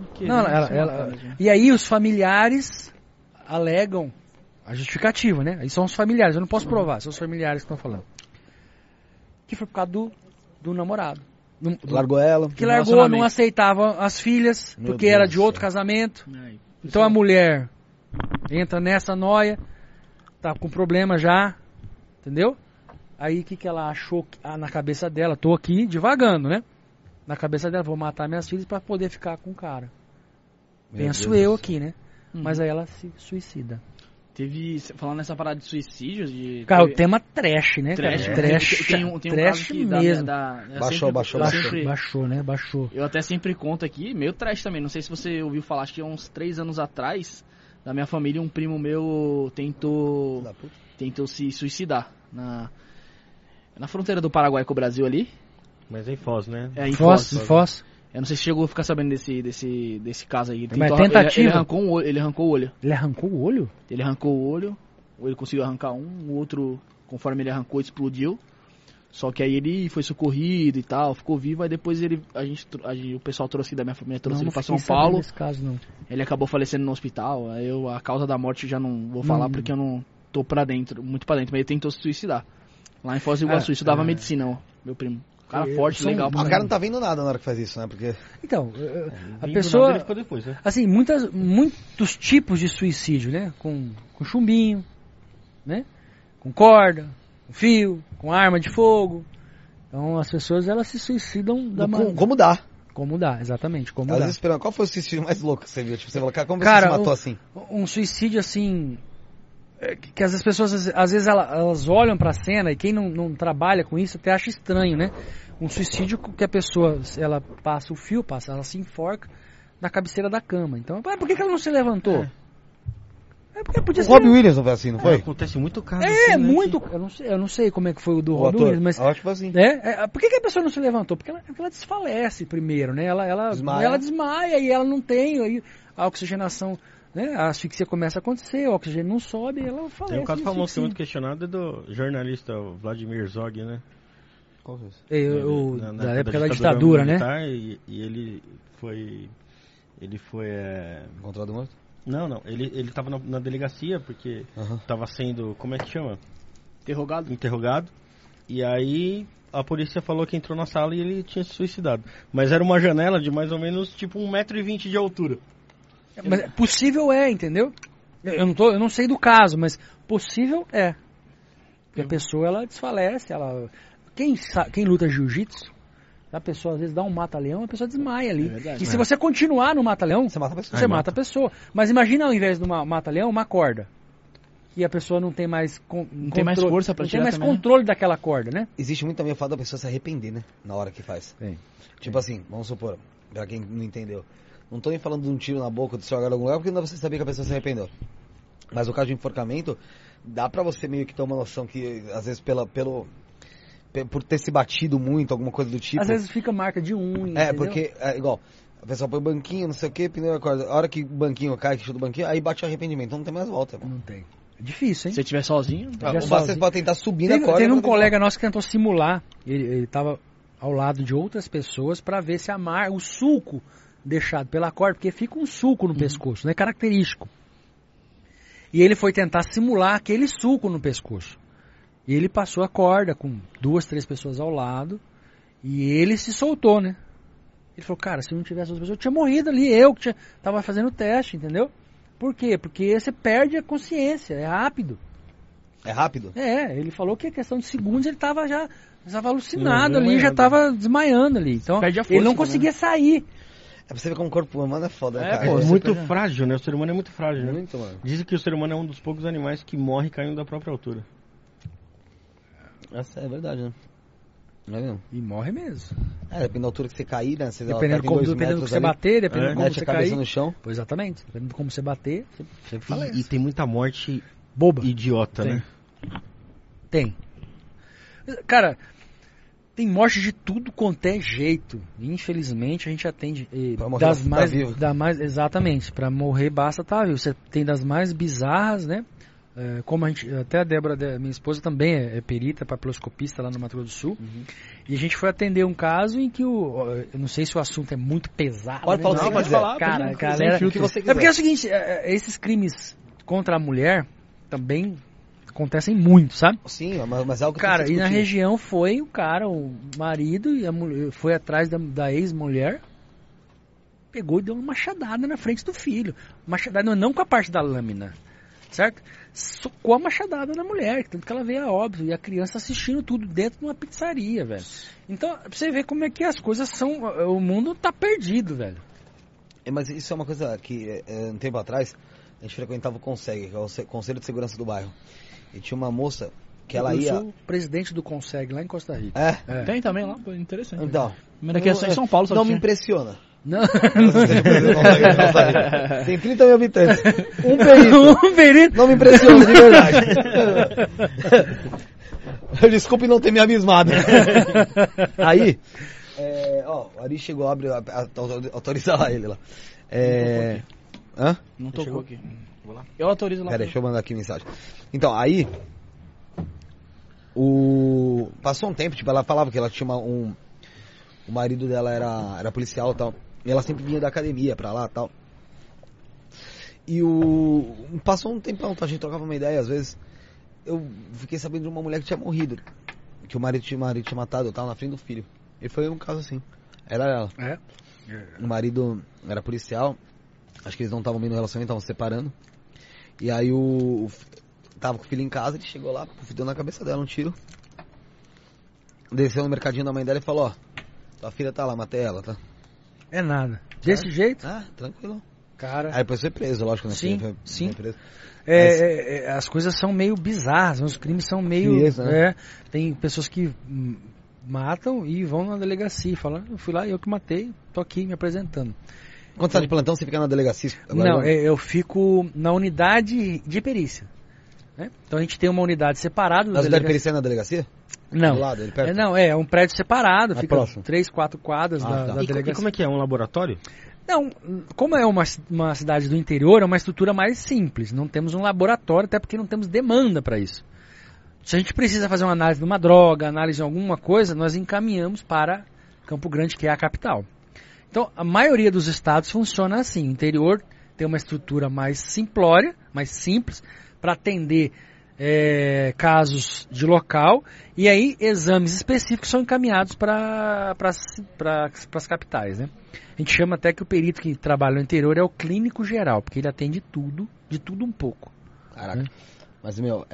E aí os familiares alegam a justificativa, né? Aí são os familiares, eu não posso provar, são os familiares que estão falando. Que foi por causa do namorado. Largou ela. Que largou, não aceitava as filhas, porque era de outro casamento. Então a mulher entra nessa noia, tá com problema já, entendeu? Aí o que ela achou na cabeça dela? Tô aqui divagando, né? Na cabeça dela, vou matar minhas filhas pra poder ficar com o cara. Penso eu aqui, né? Mas aí ela se suicida. Falando nessa parada de suicídios... Cara, o tema trash, né? Trash, cara? Trash, tem um trash caso que mesmo. Baixou. Eu até sempre conto aqui, meio trash também. Não sei se você ouviu falar, acho que uns 3 anos atrás, da minha família, um primo meu tentou se suicidar na fronteira do Paraguai com o Brasil ali. Mas é em Foz, né? Em Foz. Eu não sei se chegou a ficar sabendo desse caso aí. Mas tentativa? Ele arrancou o olho. Ele arrancou o olho? Ele arrancou o olho, ou ele conseguiu arrancar o outro, conforme ele arrancou, explodiu. Só que aí ele foi socorrido e tal, ficou vivo, aí depois o pessoal trouxe da minha família, trouxe ele pra São Paulo. Nesse caso, não. Ele acabou falecendo no hospital, aí a causa da morte eu já não vou falar porque eu não tô muito pra dentro, mas ele tentou se suicidar. Lá em Foz do Iguaçu, estudava medicina, ó, meu primo. Cara forte, legal. O cara não tá vendo nada na hora que faz isso, né? Porque... Então, a pessoa... Ficou depois, né? Assim, muitos tipos de suicídio, né? Com chumbinho, né? Com corda, com fio, com arma de fogo. Então, as pessoas, elas se suicidam da maneira... Como dá. Como dá, exatamente. Como Às dá. vezes, qual foi o suicídio mais louco que você viu? Tipo, você falou, cara, como você se matou assim? Um suicídio, assim... Que as pessoas, às vezes, elas olham pra cena e quem não trabalha com isso até acha estranho, né? Um suicídio que a pessoa, ela passa o fio, ela se enforca na cabeceira da cama. Então, por que ela não se levantou? Porque podia ser... O Robbie Williams não foi assim, não foi? Acontece muito caso assim, muito. Eu não sei como é que foi o do Robbie Williams, mas... Eu acho que foi assim. Por que a pessoa não se levantou? Porque ela desfalece primeiro, né? Ela desmaia e ela não tem aí a oxigenação... Né? A asfixia começa a acontecer, o oxigênio não sobe, ela falece. Tem um caso famoso que é muito questionado do jornalista Vladimir Zog, né? Qual é esse? Da época da ditadura, né? E ele foi encontrado morto? Não, ele tava na delegacia porque tava sendo, como é que chama? Interrogado. E aí a polícia falou que entrou na sala e ele tinha se suicidado. Mas era uma janela de mais ou menos tipo 1,20 m de altura. Mas possível entendeu? Eu não sei do caso, mas possível é. Porque a pessoa, ela desfalece, quem luta jiu-jitsu, a pessoa às vezes dá um mata-leão, a pessoa desmaia ali. E se você continuar no mata-leão, você mata a pessoa. Mas imagina ao invés de uma mata-leão, uma corda. E a pessoa não tem mais não tem mais força pra tirar, não tem mais controle daquela corda, né? Existe muito também o fato da pessoa se arrepender, né? Na hora que faz. Tipo assim, vamos supor, pra quem não entendeu. Não tô nem falando de um tiro na boca, de se jogar em algum lugar, porque não dá pra você saber que a pessoa se arrependeu. Mas o caso de enforcamento, dá pra você meio que ter uma noção que, às vezes, por ter se batido muito, alguma coisa do tipo... Às vezes fica marca de unha, porque, igual, a pessoa põe o banquinho, não sei o que, pneu acorda. A hora que o banquinho cai, que chuta o banquinho, aí bate o arrependimento, então não tem mais volta. Não tem. Difícil, hein? Se você estiver sozinho... Você pode tentar subir na corda. Teve um colega nosso que tentou simular. Ele tava ao lado de outras pessoas para ver se o sulco deixado pela corda, porque fica um sulco no pescoço, né? Característico. E ele foi tentar simular aquele sulco no pescoço. E ele passou a corda com 2, 3 pessoas ao lado e ele se soltou, né? Ele falou, cara, se não tivesse outras pessoas, eu tinha morrido ali, eu que tava fazendo o teste, entendeu? Por quê? Porque você perde a consciência, é rápido. É rápido? Ele falou que a questão de segundos ele tava alucinado ali, já tava desmaiando ali. Então, ele não conseguia sair. É pra você ver como o corpo humano é foda, cara. Pô, muito frágil, né? O ser humano é muito frágil, né? Muito, mano. Dizem que o ser humano é um dos poucos animais que morre caindo da própria altura. Essa é verdade, né? Não é mesmo? E morre mesmo. Depende da altura que você cair, né? Dependendo do que você bater, dependendo de como você a cabeça cair. no chão. Pois exatamente. Dependendo de como você bater, você falece. E tem muita morte boba. Idiota, né? Tem. Cara, tem morte de tudo quanto é jeito. Infelizmente, a gente atende das mais exatamente, para morrer basta estar vivo. Você tem das mais bizarras, né? Como até a Débora, minha esposa, também é perita, papiloscopista lá no Mato Grosso do Sul. E a gente foi atender um caso em que eu não sei se o assunto é muito pesado. Pode falar, cara, o que você quiser. É porque é o seguinte, esses crimes contra a mulher também acontecem muito, sabe? Sim, mas é algo que cara, e na região foi o marido e a mulher foi atrás da ex-mulher, pegou e deu uma machadada na frente do filho. Machadada não com a parte da lâmina, certo? Socou a machadada na mulher, tanto que ela veio a óbito, e a criança assistindo tudo dentro de uma pizzaria, velho. Então, pra você ver como é que as coisas são, o mundo tá perdido, velho. Mas isso é uma coisa que, um tempo atrás, a gente frequentava o CONSEG, que é o Conselho de Segurança do Bairro. E tinha uma moça que ela ia... Eu sou presidente do CONSEG lá em Costa Rica. Tem também lá, pô, interessante. Então. Mas aqui é só em São Paulo. Não me impressiona. Não. Tem 30 mil habitantes. Um perito. Não me impressiona, de verdade. Desculpe não ter me abismado. Aí, o Ari chegou a autorizar lá ele lá. Não tocou aqui. Vou lá. Eu autorizo lá. Pera, deixa eu mandar aqui mensagem. Então, aí, passou um tempo, tipo, ela falava que ela tinha o marido dela era policial e tal. E ela sempre vinha da academia pra lá e tal. E passou um tempão, a gente trocava uma ideia, às vezes. Eu fiquei sabendo de uma mulher que tinha morrido. Que o marido tinha matado, eu tava na frente do filho. E foi um caso assim. Era ela. O marido era policial. Acho que eles não estavam bem no relacionamento, estavam separando. E aí tava com o filho em casa, ele chegou lá, deu na cabeça dela um tiro. Desceu no mercadinho da mãe dela e falou, tua filha tá lá, matei ela, tá? É nada. Desse jeito? Tranquilo. Cara. Aí depois foi preso, lógico, né? Sim. Foi preso. As coisas são meio bizarras, os crimes são meio... né? Tem pessoas que matam e vão na delegacia e falam, eu fui lá e eu que matei, tô aqui me apresentando. Quando você tá de plantão, você fica na delegacia? Não, eu fico na unidade de perícia. Né? Então a gente tem uma unidade separada. A unidade de perícia é na delegacia? Não. Do lado, perto? É um prédio separado, fica próximo. 3, 4 quadras da delegacia. E como é que é? Um laboratório? Não, como é uma cidade do interior, é uma estrutura mais simples. Não temos um laboratório, até porque não temos demanda para isso. Se a gente precisa fazer uma análise de uma droga, análise de alguma coisa, nós encaminhamos para Campo Grande, que é a capital. Então, a maioria dos estados funciona assim. O interior tem uma estrutura mais simplória, mais simples, para atender casos de local. E aí, exames específicos são encaminhados para as capitais, né? A gente chama até que o perito que trabalha no interior é o clínico geral, porque ele atende de tudo um pouco. Caraca. Mas,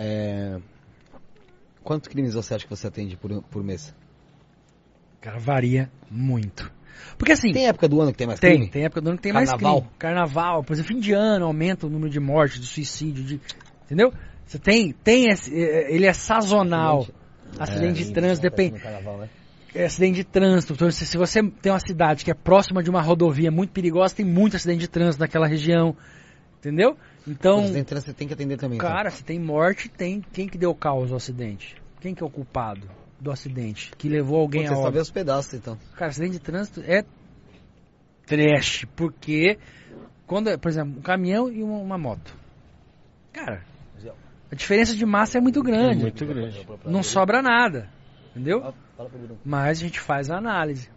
quantos crimes você acha que você atende por mês? Cara, varia muito. Porque assim... Tem época do ano que tem mais crime? Tem época do ano que tem mais crime. Carnaval, por exemplo, fim de ano, aumenta o número de mortes, de suicídio, entendeu? Você ele é sazonal. Acidente de trânsito, depende... Carnaval, né? Acidente de trânsito. Então, se você tem uma cidade que é próxima de uma rodovia muito perigosa, tem muito acidente de trânsito naquela região. Entendeu? Então... Acidente de trânsito você tem que atender também. Cara, se tem morte, tem quem que deu causa ao acidente? Quem que é o culpado do acidente? Que levou alguém a óbito? Você só vê os pedaços, então. Cara, acidente de trânsito é trash, porque quando, por exemplo, um caminhão e uma moto. Cara, A diferença de massa é muito grande. É muito grande. Não sobra nada, entendeu? Mas a gente faz a análise.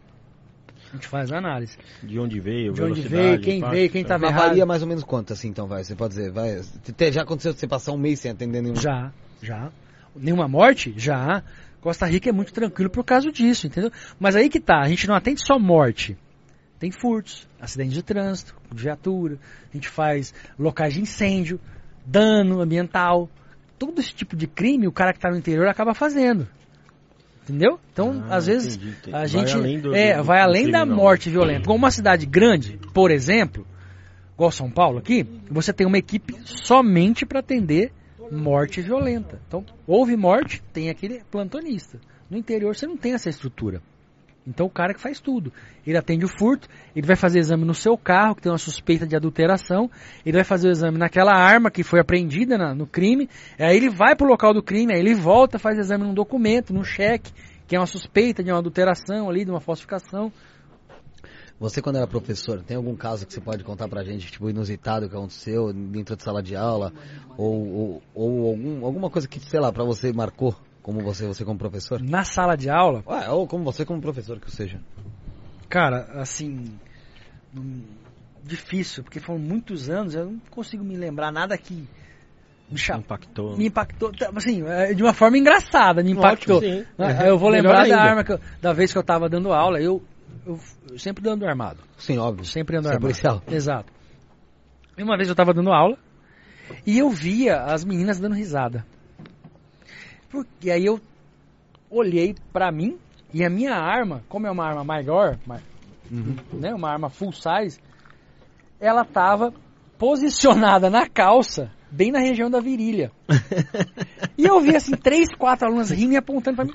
De onde veio, de onde veio, quem estava Mas errado. varia mais ou menos quanto, assim, então, vai? Você pode dizer, vai... Já aconteceu de você passar um mês sem atender nenhum? Já. Nenhuma morte? Já. Costa Rica é muito tranquilo por causa disso, entendeu? Mas aí que tá, a gente não atende só morte. Tem furtos, acidentes de trânsito, de viatura, a gente faz locais de incêndio, dano ambiental. Todo esse tipo de crime o cara que tá no interior acaba fazendo. Entendeu? Então, às vezes, entendi. a gente Vai além vai além da morte violenta. Como uma cidade grande, por exemplo, igual São Paulo aqui, você tem uma equipe somente para atender morte violenta. Então, houve morte, tem aquele plantonista. No interior você não tem essa estrutura. Então o cara que faz tudo. Ele atende o furto, ele vai fazer exame no seu carro, que tem uma suspeita de adulteração, ele vai fazer o exame naquela arma que foi apreendida no crime, aí ele vai pro local do crime, aí ele volta, faz exame num documento, num cheque, que é uma suspeita de uma adulteração ali, de uma falsificação. Você, quando era professor, tem algum caso que você pode contar pra gente, tipo, inusitado que aconteceu dentro de sala de aula? Ou alguma coisa que, sei lá, pra você marcou? Como você como professor? Na sala de aula? Ou como você como professor, que seja. Cara, assim... Difícil, porque foram muitos anos, eu não consigo me lembrar nada que... Me impactou, assim, de uma forma engraçada, me impactou. Ótimo, sim. Eu vou lembrar da arma, da vez que eu tava dando aula, eu sempre ando armado. Sim, óbvio. Sempre ando Você armado. é policial. Exato. E uma vez eu tava dando aula, e eu via as meninas dando risada. E aí eu olhei pra mim, e a minha arma, como é uma arma maior, né, uma arma full size, ela tava posicionada na calça, bem na região da virilha. E eu vi assim, 3, 4 alunas rindo e apontando pra mim.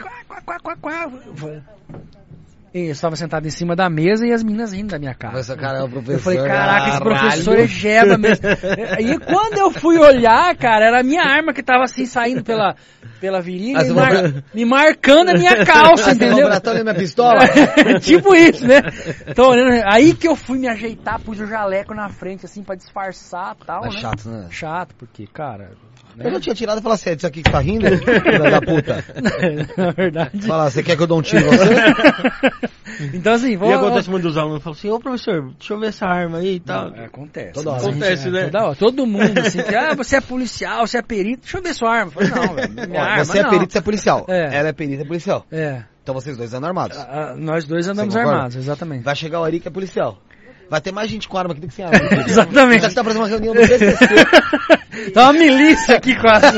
Eu estava sentado em cima da mesa e as meninas rindo da minha cara. Mas esse cara é o professor. Eu falei, caraca, esse professor é jeba mesmo. E quando eu fui olhar, cara, era a minha arma que tava assim, saindo pela virilha e me marcando a minha calça, entendeu? Tá olhando minha pistola? Tipo isso, né? Tô olhando, aí que eu fui me ajeitar, pus o jaleco na frente, assim, pra disfarçar e tal, Mas né? chato, né? Chato, porque, cara... Eu já tinha tirado e falado assim, isso aqui que tá rindo, filha da puta. Na verdade... Fala, você quer que eu dê um tiro em você? Então, assim, E acontece muito dos alunos, falam assim, ô professor, deixa eu ver essa arma aí e tal. Não, acontece. Toda hora. Acontece, né? Toda hora. Todo mundo, assim, que, você é policial, você é perito, deixa eu ver sua arma. Eu falei, não, velho, minha arma Você é não. perito, você é policial. É. Ela é perita, é policial. É. Então vocês dois andam armados. Nós dois andamos Você concorda? armados, exatamente. Vai chegar o Ari, que é policial. Vai ter mais gente com arma aqui do que sem arma. Exatamente. Você tá fazendo uma reunião do PCC. Tá uma milícia aqui quase.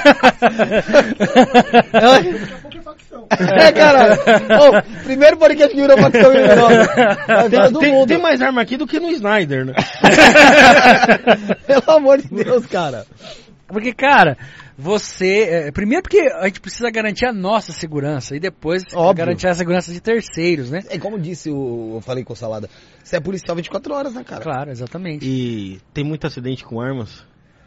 Cara. Primeiro podcast que virou facção em Tem mais arma aqui do que no Snyder, né? Pelo amor de Deus, cara. Porque, cara, você... primeiro porque a gente precisa garantir a nossa segurança e depois garantir a segurança de terceiros, né? É como disse, eu falei com o Salada, você é policial 24 horas, né, cara? Claro, exatamente. E tem muito acidente com armas?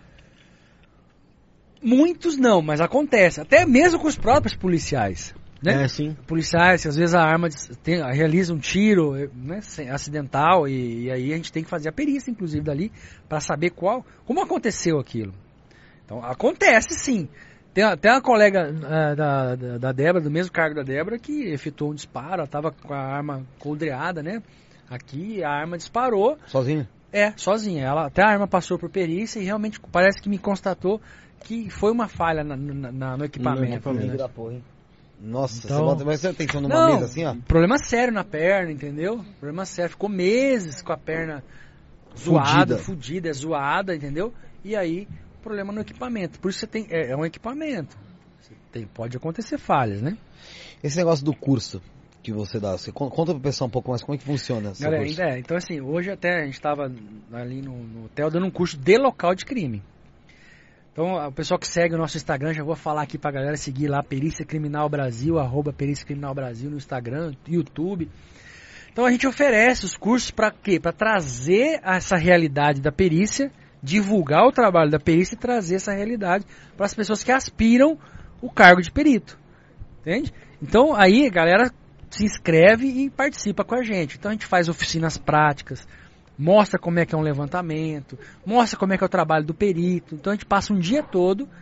Muitos não, mas acontece. Até mesmo com os próprios policiais. Né? É, sim. Policiais, às vezes a arma realiza um tiro, né, acidental e aí a gente tem que fazer a perícia, inclusive, dali, para saber como aconteceu aquilo. Então, acontece sim. Tem até uma colega da Débora, do mesmo cargo da Débora, que efetuou um disparo, ela estava com a arma coldreada, né? Aqui, a arma disparou. Sozinha? Sozinha. Até a arma passou por perícia e realmente parece que me constatou que foi uma falha no equipamento. Né? Da porra, hein? Nossa, então, mas você atenção numa mesa assim, ó? Problema sério na perna, entendeu? Problema sério. Ficou meses com a perna zoada, fudida, zoada, entendeu? E aí, problema no equipamento. Por isso você tem. É um equipamento. Pode acontecer falhas, né? Esse negócio do curso que você dá, você conta pro pessoal um pouco mais como é que funciona esse curso. Então assim, hoje até a gente estava ali no hotel dando um curso de local de crime. Então, o pessoal que segue o nosso Instagram, já vou falar aqui pra galera seguir lá, Perícia Criminal Brasil, @Perícia Criminal Brasil no Instagram, YouTube. Então, a gente oferece os cursos para quê? Para trazer essa realidade da perícia, divulgar o trabalho da perícia e trazer essa realidade para as pessoas que aspiram o cargo de perito. Entende? Então, aí, a galera se inscreve e participa com a gente. Então, a gente faz oficinas práticas, mostra como é que é um levantamento, mostra como é que é o trabalho do perito. Então a gente passa um dia todo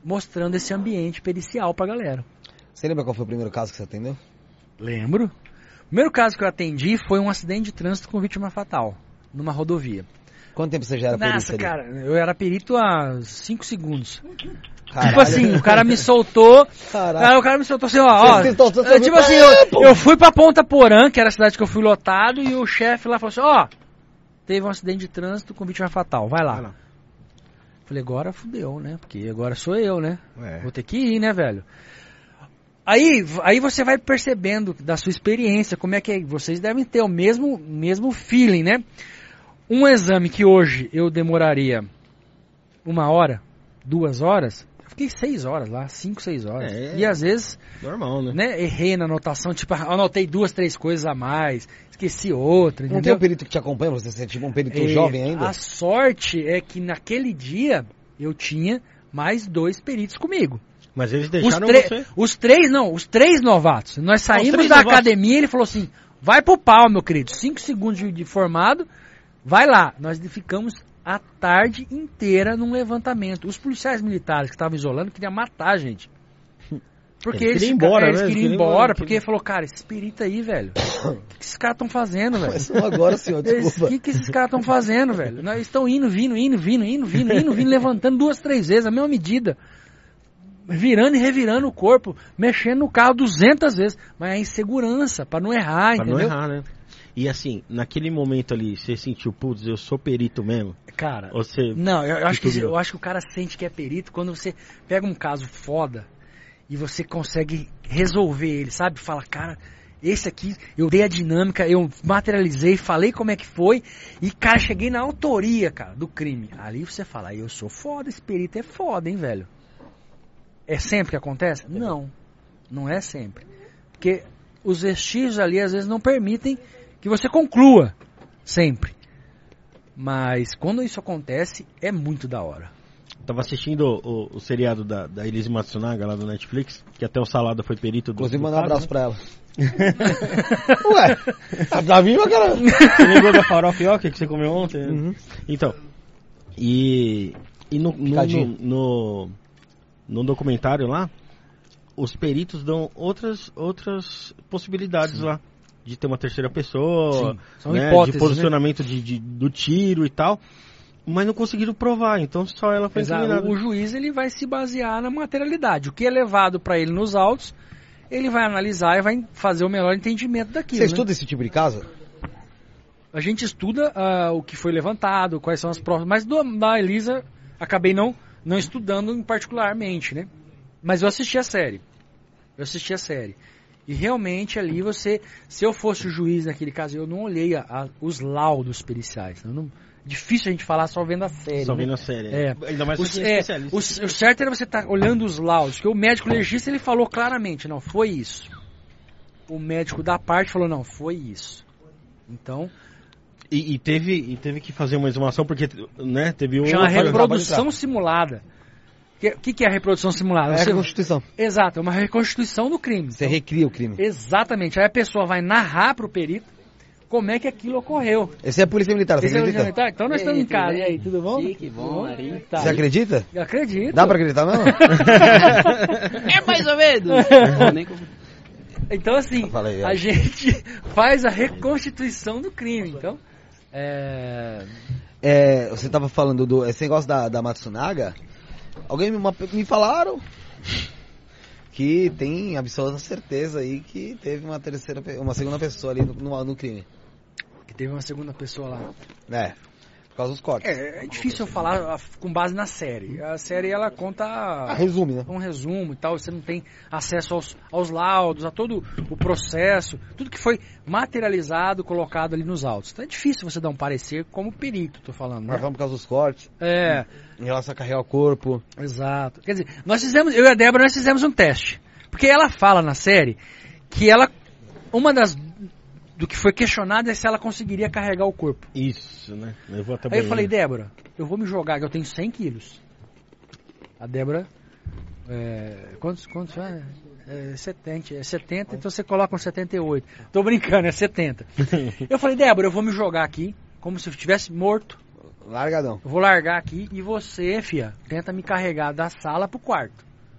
mostrando esse ambiente pericial pra galera. Você lembra qual foi o primeiro caso que você atendeu? Lembro. O primeiro caso que eu atendi foi um acidente de trânsito com vítima fatal, numa rodovia. Quanto tempo você já era perito? Nossa, cara, eu era perito há 5 segundos. Caralho. Tipo assim, o cara me soltou. Caralho. O cara me soltou assim, ó. Você Tipo assim, eu fui pra Ponta Porã, que era a cidade que eu fui lotado, e o chefe lá falou assim, ó, teve um acidente de trânsito com vítima fatal, vai lá. Falei, agora fudeu, né? Porque agora sou eu, né? Vou ter que ir, né, velho? Aí você vai percebendo da sua experiência, como é que é. Vocês devem ter o mesmo feeling, né? Um exame que hoje eu demoraria 1 hora, 2 horas, eu fiquei 6 horas lá, 5, 6 horas. E às vezes, normal, né? Errei na anotação, tipo, anotei 2, 3 coisas a mais, esqueci outra, entendeu? Não tem um perito que te acompanha, você é tipo um perito jovem ainda? A sorte é que naquele dia eu tinha mais 2 peritos comigo. Mas eles deixaram você? Os 3 novatos. Nós saímos da academia e ele falou assim, vai pro pau, meu querido, 5 segundos de formado, vai lá. Nós ficamos a tarde inteira num levantamento. Os policiais militares que estavam isolando queriam matar a gente. Porque eles queriam ir embora, porque ele falou, cara, esses peritos aí, velho, o que esses caras estão fazendo, velho? Mas agora, senhor, desculpa. O que esses caras estão fazendo, velho? Nós estão indo, levantando 2, 3 vezes, a mesma medida. Virando e revirando o corpo, mexendo no carro 200 vezes. Mas é insegurança, pra não errar, entendeu? Pra não errar, né? E assim, naquele momento ali, você sentiu, putz, eu sou perito mesmo? Cara, você não, eu acho que o cara sente que é perito quando você pega um caso foda e você consegue resolver ele, sabe? Fala, cara, esse aqui, eu dei a dinâmica, eu materializei, falei como é que foi e, cara, cheguei na autoria, cara, do crime. Ali você fala, eu sou foda, esse perito é foda, hein, velho? É sempre que acontece? Não é sempre. Porque os vestígios ali às vezes não permitem que você conclua sempre. Mas quando isso acontece, é muito da hora. Tava assistindo o seriado da Elise Matsunaga lá do Netflix, que até o Salada foi perito do. Inclusive mandar um abraço pra ela. Ué, tá viva, cara? Você lembrou da farofioca que você comeu ontem? Uhum. Então, e no documentário lá, os peritos dão outras possibilidades lá. De ter uma terceira pessoa, né, de posicionamento, né? do tiro e tal. Mas não conseguiram provar, então só ela foi incriminada. O juiz ele vai se basear na materialidade. O que é levado para ele nos autos, ele vai analisar e vai fazer o melhor entendimento daquilo. Você estuda esse tipo de caso? A gente estuda o que foi levantado, quais são as provas. Mas da Elisa, acabei não estudando particularmente, né? Mas eu assisti a série. E realmente ali se eu fosse o juiz naquele caso, eu não olhei os laudos periciais. Difícil a gente falar só vendo a série. Só vendo a série. Ainda mais você é especialista. O certo era você estar olhando os laudos, porque o médico legista ele falou claramente, não, foi isso. O médico da parte falou, não, foi isso. Então... E teve que fazer uma exumação, porque né, teve uma... Chama reprodução simulada. O que é a reprodução simulada? É a reconstituição. Exato, é uma reconstituição do crime. Você recria o crime. Exatamente. Aí a pessoa vai narrar pro perito como é que aquilo ocorreu. Esse é a Polícia Militar, você acredita? Militar? Então nós estamos em casa. E aí, tudo bom? Que bom, Ari. Tá. Você acredita? Eu acredito. Dá pra acreditar mesmo? É mais ou menos. Então assim, a gente faz a reconstituição do crime. Então, você tava falando esse negócio da Matsunaga. Alguém me falaram que tem absoluta certeza aí que teve uma segunda pessoa ali no crime. Que teve uma segunda pessoa lá. Por causa dos cortes. É difícil eu falar com base na série. A série ela conta... resume, né? Um resumo e tal. Você não tem acesso aos laudos, a todo o processo. Tudo que foi materializado, colocado ali nos autos. Então é difícil você dar um parecer como perito, tô falando. Né? Mas vamos por causa dos cortes. Em relação a carregar o corpo. Exato. Quer dizer, eu e a Débora, nós fizemos um teste. Porque ela fala na série que do que foi questionado é se ela conseguiria carregar o corpo. Isso, né? Aí eu falei, Débora, eu vou me jogar, que eu tenho 100 quilos. A Débora, quantos é? 70, então você coloca um 78. Tô brincando, é 70. Eu falei, Débora, eu vou me jogar aqui, como se eu estivesse morto, Largadão. Eu vou largar aqui e você, fia, tenta me carregar da sala pro quarto.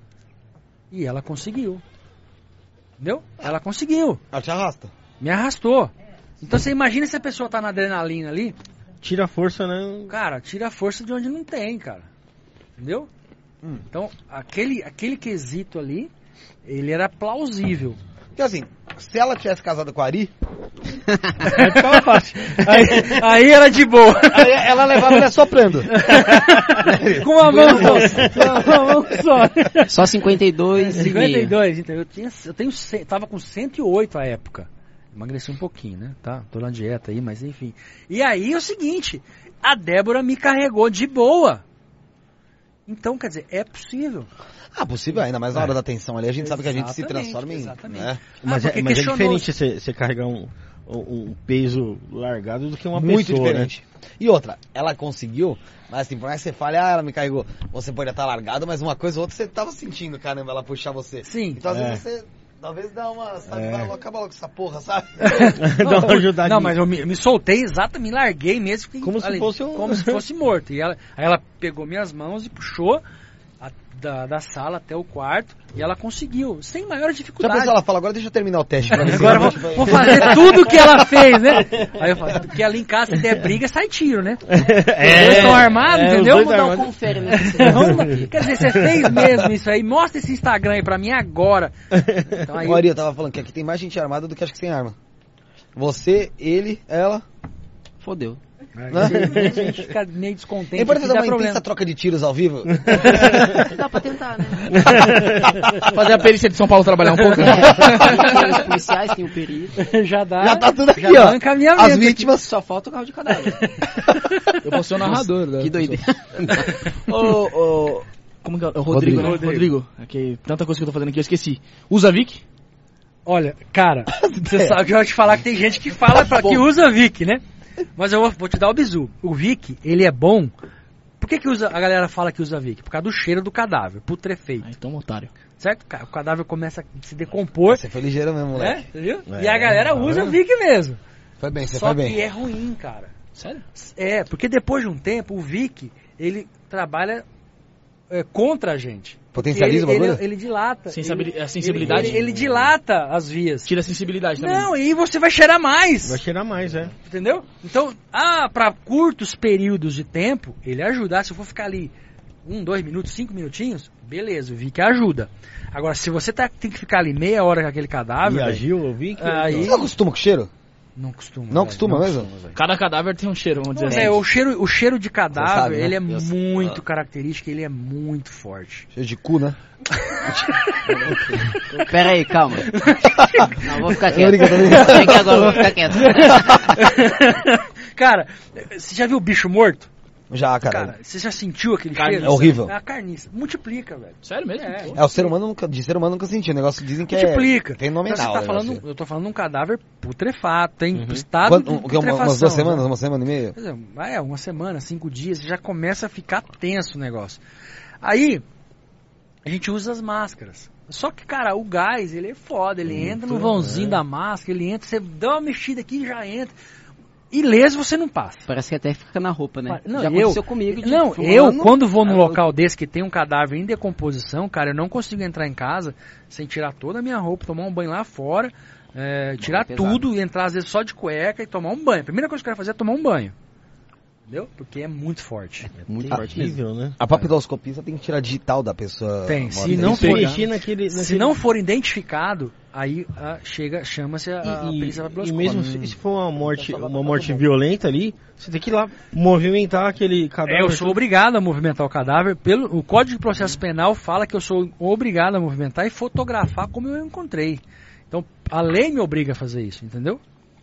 E ela conseguiu. Entendeu? Ela conseguiu. Ela te arrasta. Me arrastou. Então você imagina se a pessoa tá na adrenalina ali. Tira a força, né? Cara, tira a força de onde não tem, cara. Entendeu? Então, aquele quesito ali, ele era plausível. Porque assim, se ela tivesse casado com a Ari, Ficava fácil. Aí era de boa. aí ela levava ele assoprando. Com uma mão só. Com uma mão só. Só 52 e meio. 52, então eu tava com 108 à época. Emagreci um pouquinho, né? Tá, tô na dieta aí, mas enfim. E aí é o seguinte, a Débora me carregou de boa. Então, quer dizer, é possível. Possível, ainda mais na hora da tensão ali, a gente sabe que a gente se transforma em... Exatamente. Né? Mas é diferente você carregar um peso largado do que uma Muito pessoa, diferente. Né? E outra, ela conseguiu, mas assim, por mais que você fale, ela me carregou, você pode estar largado, mas uma coisa ou outra você tava sentindo, caramba, ela puxar você. Sim. Então às vezes você... Talvez dá uma... Sabe, acaba logo com essa porra, sabe? Dá uma ajudadinha. Não, mas eu me soltei me larguei mesmo. Como se fosse Como se fosse morto. E aí ela pegou minhas mãos e puxou da sala até o quarto e ela conseguiu, sem maior Já dificuldade. pensou, ela fala, agora deixa eu terminar o teste. Pra ver se Agora realmente vai- vou fazer tudo o que ela fez, né? Aí eu falo, porque ali em casa se der briga, sai tiro, né? Os dois estão armados, entendeu? Vamos dar um confere nesse Vamos- Quer dizer, você fez mesmo isso aí? Mostra esse Instagram aí pra mim agora. Então, aí, Ó, Ari, eu tava falando que aqui tem mais gente armada do que acho que sem arma. Você, ele, ela... Fodeu. a gente fica meio descontente. É importante aqui, dar dá uma problema. intensa troca de tiros ao vivo. Dá pra tentar, né? Fazer a perícia de São Paulo trabalhar um pouco. Tem os policiais, tem o perito. Já dá. Já tá tudo aqui, já dá ó. um encaminhamento As aqui. vítimas... Só falta o carro de cadáver. Eu posso ser o narrador. Que doideira. Como que é? O Rodrigo, né? Rodrigo. Aqui, tanta coisa que eu tô fazendo aqui, eu esqueci. Usa Vic? Olha, cara, você sabe que eu vou te falar que tem gente que fala que usa Vic, né? Mas eu vou te dar o bizu. O Vic, ele é bom. Por que a galera fala que usa Vic? Por causa do cheiro do cadáver, putrefeito. Ah, então, otário. Certo? O cadáver começa a se decompor. Você foi ligeiro mesmo, moleque. Entendeu? E a galera usa Vic mesmo. Foi bem, você Só foi que bem. é ruim, cara. Sério? É, porque depois de um tempo, o Vic, ele trabalha contra a gente. Potencializa o Ele- bagulho? ele dilata. A sensibilidade? Ele dilata as vias. Tira a sensibilidade também. Não, e você vai cheirar mais. Vai cheirar mais, Entendeu? Então, pra curtos períodos de tempo, ele ajuda. Se eu for ficar ali 1, 2 minutos, 5 minutinhos, beleza, eu vi que ajuda. Agora, se você tem que ficar ali meia hora com aquele cadáver, E velho, agiu, eu vi que... Aí- Você não acostuma com cheiro? não costuma. Não velho, costuma mesmo? velho. Cada cadáver tem um cheiro, vamos dizer assim. O cheiro de cadáver, Você sabe, né? ele é Eu sei. muito característico, ele é muito forte. Cheiro de cu, né? Pera aí, calma. Não, vou ficar Tô quieto. brincando, tô brincando. Vem aqui agora, vou ficar quieto. Cara, você já viu bicho morto? Já, cara. Cara, você já sentiu aquele Carniça. cheiro? É horrível. É a carniça. Multiplica, velho. Sério mesmo? É. É, o ser humano nunca sentiu. O negócio dizem que Multiplica. é fenomenal. Então, você tá né, falando, negócio. eu tô falando de um cadáver putrefato, em estado de Umas 2 putrefação. semanas, né? uma semana e meia? Quer dizer, uma semana, 5 dias, já começa a ficar tenso o negócio. Aí, a gente usa as máscaras. Só que, cara, o gás, ele é foda, ele entra no vãozinho da máscara, ele entra, você dá uma mexida aqui e já entra. Ileso você não passa. Parece que até fica na roupa, né? Não, Já aconteceu comigo. de Não, fulano. quando vou num local desse que tem um cadáver em decomposição, cara, eu não consigo entrar em casa sem tirar toda a minha roupa, tomar um banho lá fora, tirar pesado. tudo e entrar às vezes só de cueca e tomar um banho. A primeira coisa que eu quero fazer é tomar um banho. Entendeu? Porque é muito forte. Muito forte mesmo. Terrível, né? A papiloscopia tem que tirar digital da pessoa. Tem, morta. se não Se for- mexer naquele... Se não for identificado, aí chama-se a perícia E papiloscópica. mesmo se for uma morte violenta ali, você tem que ir lá movimentar aquele cadáver. Eu sou obrigado a movimentar o cadáver. O Código de Processo Penal fala que eu sou obrigado a movimentar e fotografar como eu encontrei. Então, a lei me obriga a fazer isso, entendeu?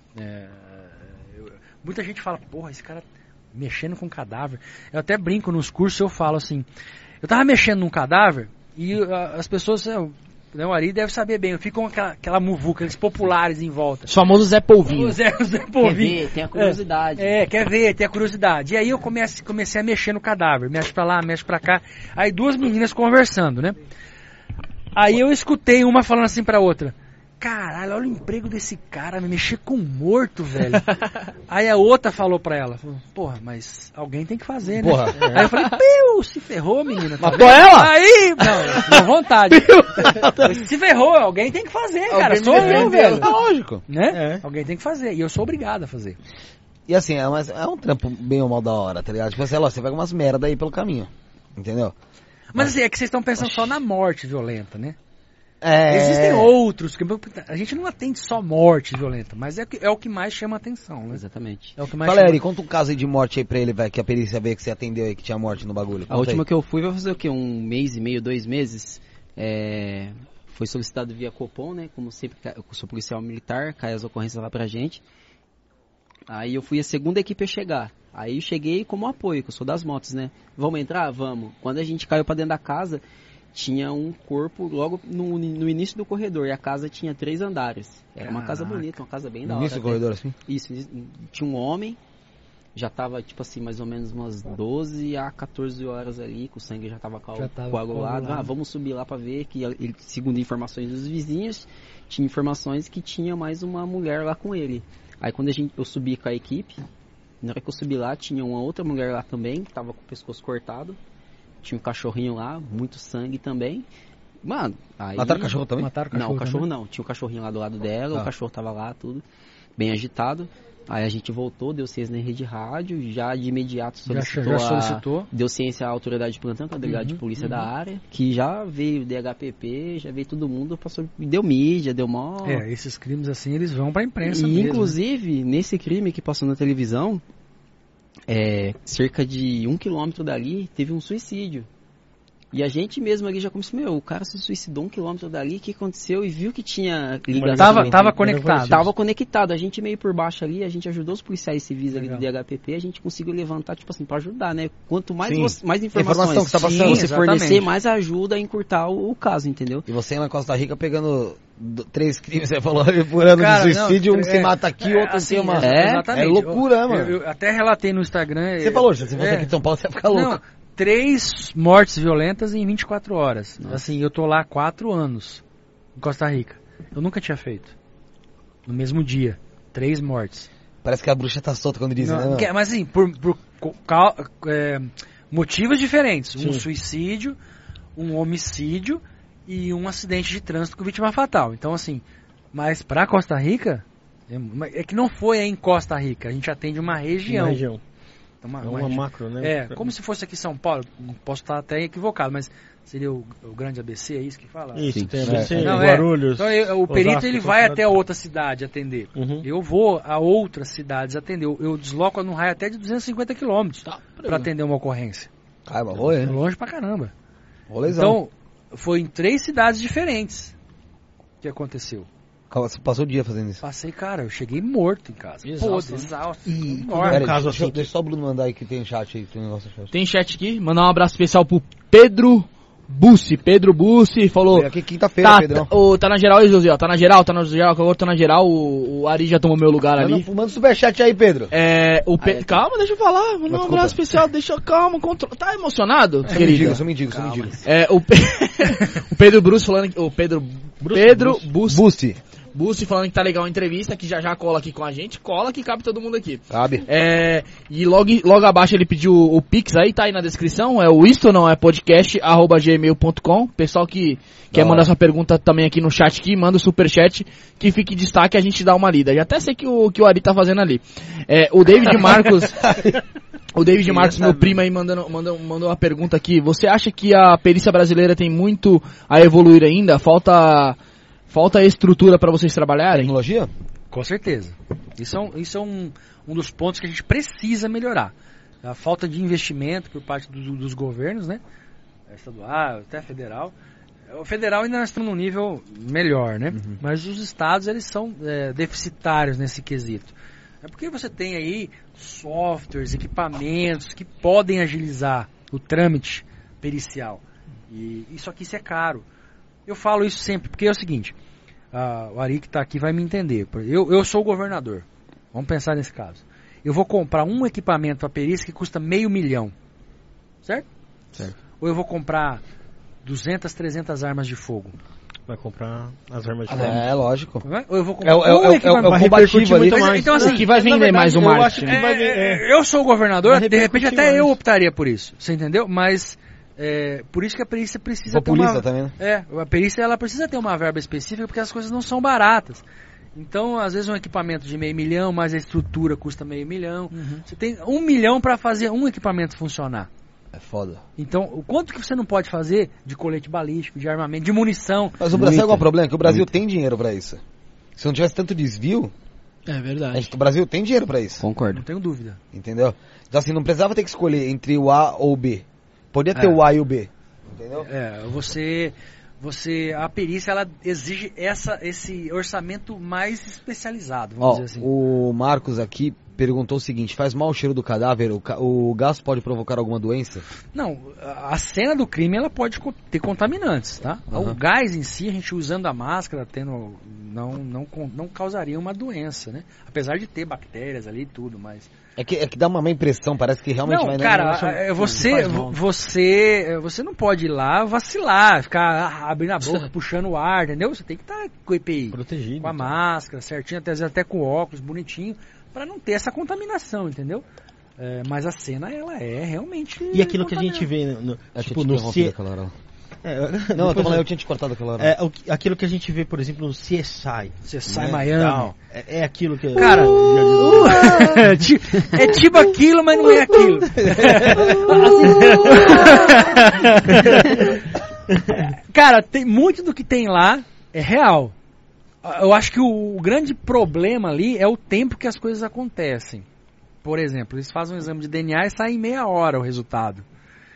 Muita gente fala, porra, esse cara mexendo com cadáver. Eu até brinco nos cursos, eu falo assim, eu tava mexendo num cadáver e as pessoas, o Ari deve saber bem, ficam aquela muvuca, aqueles populares em volta. O famoso Zé Polvinho. O Zé Quer Polvinho. ver, tem a curiosidade. Quer ver, tem a curiosidade. E aí eu comecei a mexer no cadáver, mexe pra lá, mexe pra cá. Aí 2 meninas conversando, né? Aí eu escutei uma falando assim pra outra, caralho, olha o emprego desse cara, me mexer com morto, velho. Aí a outra falou pra ela, porra, mas alguém tem que fazer, né? Porra. Aí eu falei, piu, se ferrou, menina. Tá Matou vendo? ela? Aí, não, deu vontade. Se ferrou, alguém tem que fazer, cara. Alguém Sou me eu, defendeu. velho. É lógico. Né? Alguém tem que fazer. E eu sou obrigado a fazer. E assim, é um trampo bem ou mal da hora, tá ligado? Tipo assim, você pega umas merda aí pelo caminho. Entendeu? Mas assim, é que vocês estão pensando só na morte violenta, né? É. Existem outros. A gente não atende só morte violenta, mas é o que mais chama atenção, né? Exatamente. É o que mais Fala, chama... Eri, conta um caso aí de morte aí pra ele, velho, que a perícia veio que você atendeu aí, que tinha morte no bagulho. A última que eu fui vai fazer o quê? 1 mês e meio, 2 meses. Foi solicitado via Copom, né? Como sempre, eu sou policial militar, cai as ocorrências lá pra gente. Aí eu fui a segunda equipe a chegar. Aí eu cheguei como apoio, que eu sou das motos, né? Vamos entrar? Vamos. Quando a gente caiu pra dentro da casa, tinha um corpo logo no início do corredor. E a casa tinha 3 andares. Era uma casa bonita, uma casa bem da hora. No início do corredor, assim? Isso, tinha um homem, já tava, tipo assim, mais ou menos umas 12 a 14 horas ali, que o sangue já tava coagulado. Vamos subir lá pra ver, que ele, segundo informações dos vizinhos, tinha informações que tinha mais uma mulher lá com ele. Aí quando eu subi com a equipe, na hora que eu subi lá, tinha uma outra mulher lá também, que tava com o pescoço cortado. Tinha um cachorrinho lá, muito sangue também. Mano, aí... Mataram o cachorro também? Não, o cachorro não. Tinha o cachorrinho lá do lado dela, o cachorro tava lá, tudo bem agitado. Aí a gente voltou, deu ciência na rede rádio, já de imediato solicitou. Deu ciência à autoridade de plantão, que é a delegada de polícia da área, que já veio DHPP, já veio todo mundo, passou, deu mídia, deu mó... esses crimes assim, eles vão pra imprensa e mesmo. Inclusive, nesse crime que passou na televisão, cerca de 1 quilômetro dali, teve um suicídio. E a gente mesmo ali já começou, o cara se suicidou 1 quilômetro dali, o que aconteceu? E viu que tinha ligação. Tava conectado. Tava conectado. A gente meio por baixo ali, a gente ajudou os policiais civis ali do DHPP, a gente conseguiu levantar, tipo assim, pra ajudar, né? Quanto mais, mais informações que tá passando. você fornecer, mais ajuda a encurtar o caso, entendeu? E você na Costa Rica pegando 3 crimes, você falou, por ano de suicídio, um se mata aqui, outro assim, tem uma... Exatamente. É loucura, mano. Eu até relatei no Instagram... Você falou, se você aqui de São Paulo, você ia ficar louco. Não, 3 mortes violentas em 24 horas. Nossa. Assim, eu tô lá há 4 anos, em Costa Rica. Eu nunca tinha feito. No mesmo dia. 3 mortes. Parece que a bruxa tá solta quando dizem, né? Mas assim, por motivos diferentes. Sim. Um suicídio, um homicídio e um acidente de trânsito com vítima fatal. Então, assim, mas pra Costa Rica, é que não foi em Costa Rica. A gente atende uma região. Uma macro, né? Como se fosse aqui em São Paulo. Posso estar até equivocado, mas seria o grande ABC, é isso que fala? Isso, sim. Tem ABC, não, Guarulhos. Então, o perito ele vai até outra cidade atender. Uhum. Eu vou a outras cidades atender. Eu desloco num raio até de 250 quilômetros para atender uma ocorrência. Caramba, rolê. Longe pra caramba. Rolezão. Então, foi em 3 cidades diferentes que aconteceu. Você passou o dia fazendo isso? Passei, cara, eu cheguei morto em casa. Exausto. Deixa só o Bruno mandar aí que tem chat aí, tem um negócio no chat. Tem chat aqui, mandar um abraço especial pro Pedro Bussi. Pedro Bussi falou... Foi aqui quinta-feira, Pedrão. Tá na geral aí, José, ó. Tá na geral, que agora tá na geral. O Ari já tomou meu lugar ali. Manda um superchat aí, Pedro. Calma, deixa eu falar. Mandar um abraço especial, calma, tá emocionado, querido? Só me diga. O Pedro Bussi falando que... O Pedro Bussi. Bussi falando que tá legal a entrevista, que já cola aqui com a gente. Cola que cabe todo mundo aqui. Cabe. E logo abaixo ele pediu o Pix aí, tá aí na descrição. É o isto ou não, é podcast@gmail.com. Pessoal que quer mandar sua pergunta também aqui no chat aqui, manda o superchat que fique em destaque, a gente dá uma lida. Já até sei que o Ari tá fazendo ali. O David Marcos... O David Marcos, meu primo aí, mandou uma pergunta aqui. Você acha que a perícia brasileira tem muito a evoluir ainda? Falta estrutura para vocês trabalharem? Tecnologia? Com certeza. Isso é um dos pontos que a gente precisa melhorar. A falta de investimento por parte dos governos, né? Estadual, até federal. O federal ainda nós estamos num nível melhor, né? Uhum. Mas os estados, eles são deficitários nesse quesito. É porque você tem aí softwares, equipamentos que podem agilizar o trâmite pericial. E isso é caro. Eu falo isso sempre, porque é o seguinte, o Ari que está aqui vai me entender. Eu sou o governador, vamos pensar nesse caso. Eu vou comprar um equipamento para perícia que custa R$500 mil, certo? Certo. Ou eu vou comprar 200, 300 armas de fogo. Vai comprar as armas de fogo. É, lógico. Eu vou comprar o combativo ali. Então, assim, o que vai vender mais o marketing. Eu sou o governador, de repente até eu optaria por isso. Você entendeu? Mas... por isso que a perícia precisa ter uma... também, né? A perícia ela precisa ter uma verba específica porque as coisas não são baratas. Então, às vezes um equipamento de $500 mil, mas a estrutura custa $500 mil. Você tem $1 milhão para fazer um equipamento funcionar. É foda. Então, o quanto que você não pode fazer de colete balístico, de armamento, de munição? Mas o Brasil é algum problema? Que o Brasil tem dinheiro para isso. Se não tivesse tanto desvio... É verdade. O Brasil tem dinheiro para isso. Concordo. Não tenho dúvida. Entendeu? Então, assim, não precisava ter que escolher entre o A ou o B. Podia ter o A e o B, entendeu? A perícia, ela exige esse orçamento mais especializado, vamos dizer assim. O Marcos aqui perguntou o seguinte, faz mal o cheiro do cadáver, o gás pode provocar alguma doença? Não, a cena do crime, ela pode ter contaminantes, tá? O gás em si, a gente usando a máscara, não causaria uma doença, né? Apesar de ter bactérias ali e tudo, mas... É que dá uma má impressão, parece que realmente vai... Você não pode ir lá vacilar, ficar abrindo a boca, puxando o ar, entendeu? Você tem que estar com o EPI. Protegido. Com a máscara, certinho, até com óculos, bonitinho, para não ter essa contaminação, entendeu? Mas a cena, ela é realmente... E aquilo que a gente vê no Não, eu tô falando, eu tinha te cortado aquela hora. Aquilo que a gente vê, por exemplo, no CSI. CSI Miami. É aquilo que... Cara, é tipo aquilo, mas não é aquilo. Cara, tem muito do que tem lá é real. Eu acho que o grande problema ali é o tempo que as coisas acontecem. Por exemplo, eles fazem um exame de DNA e sai em meia hora o resultado.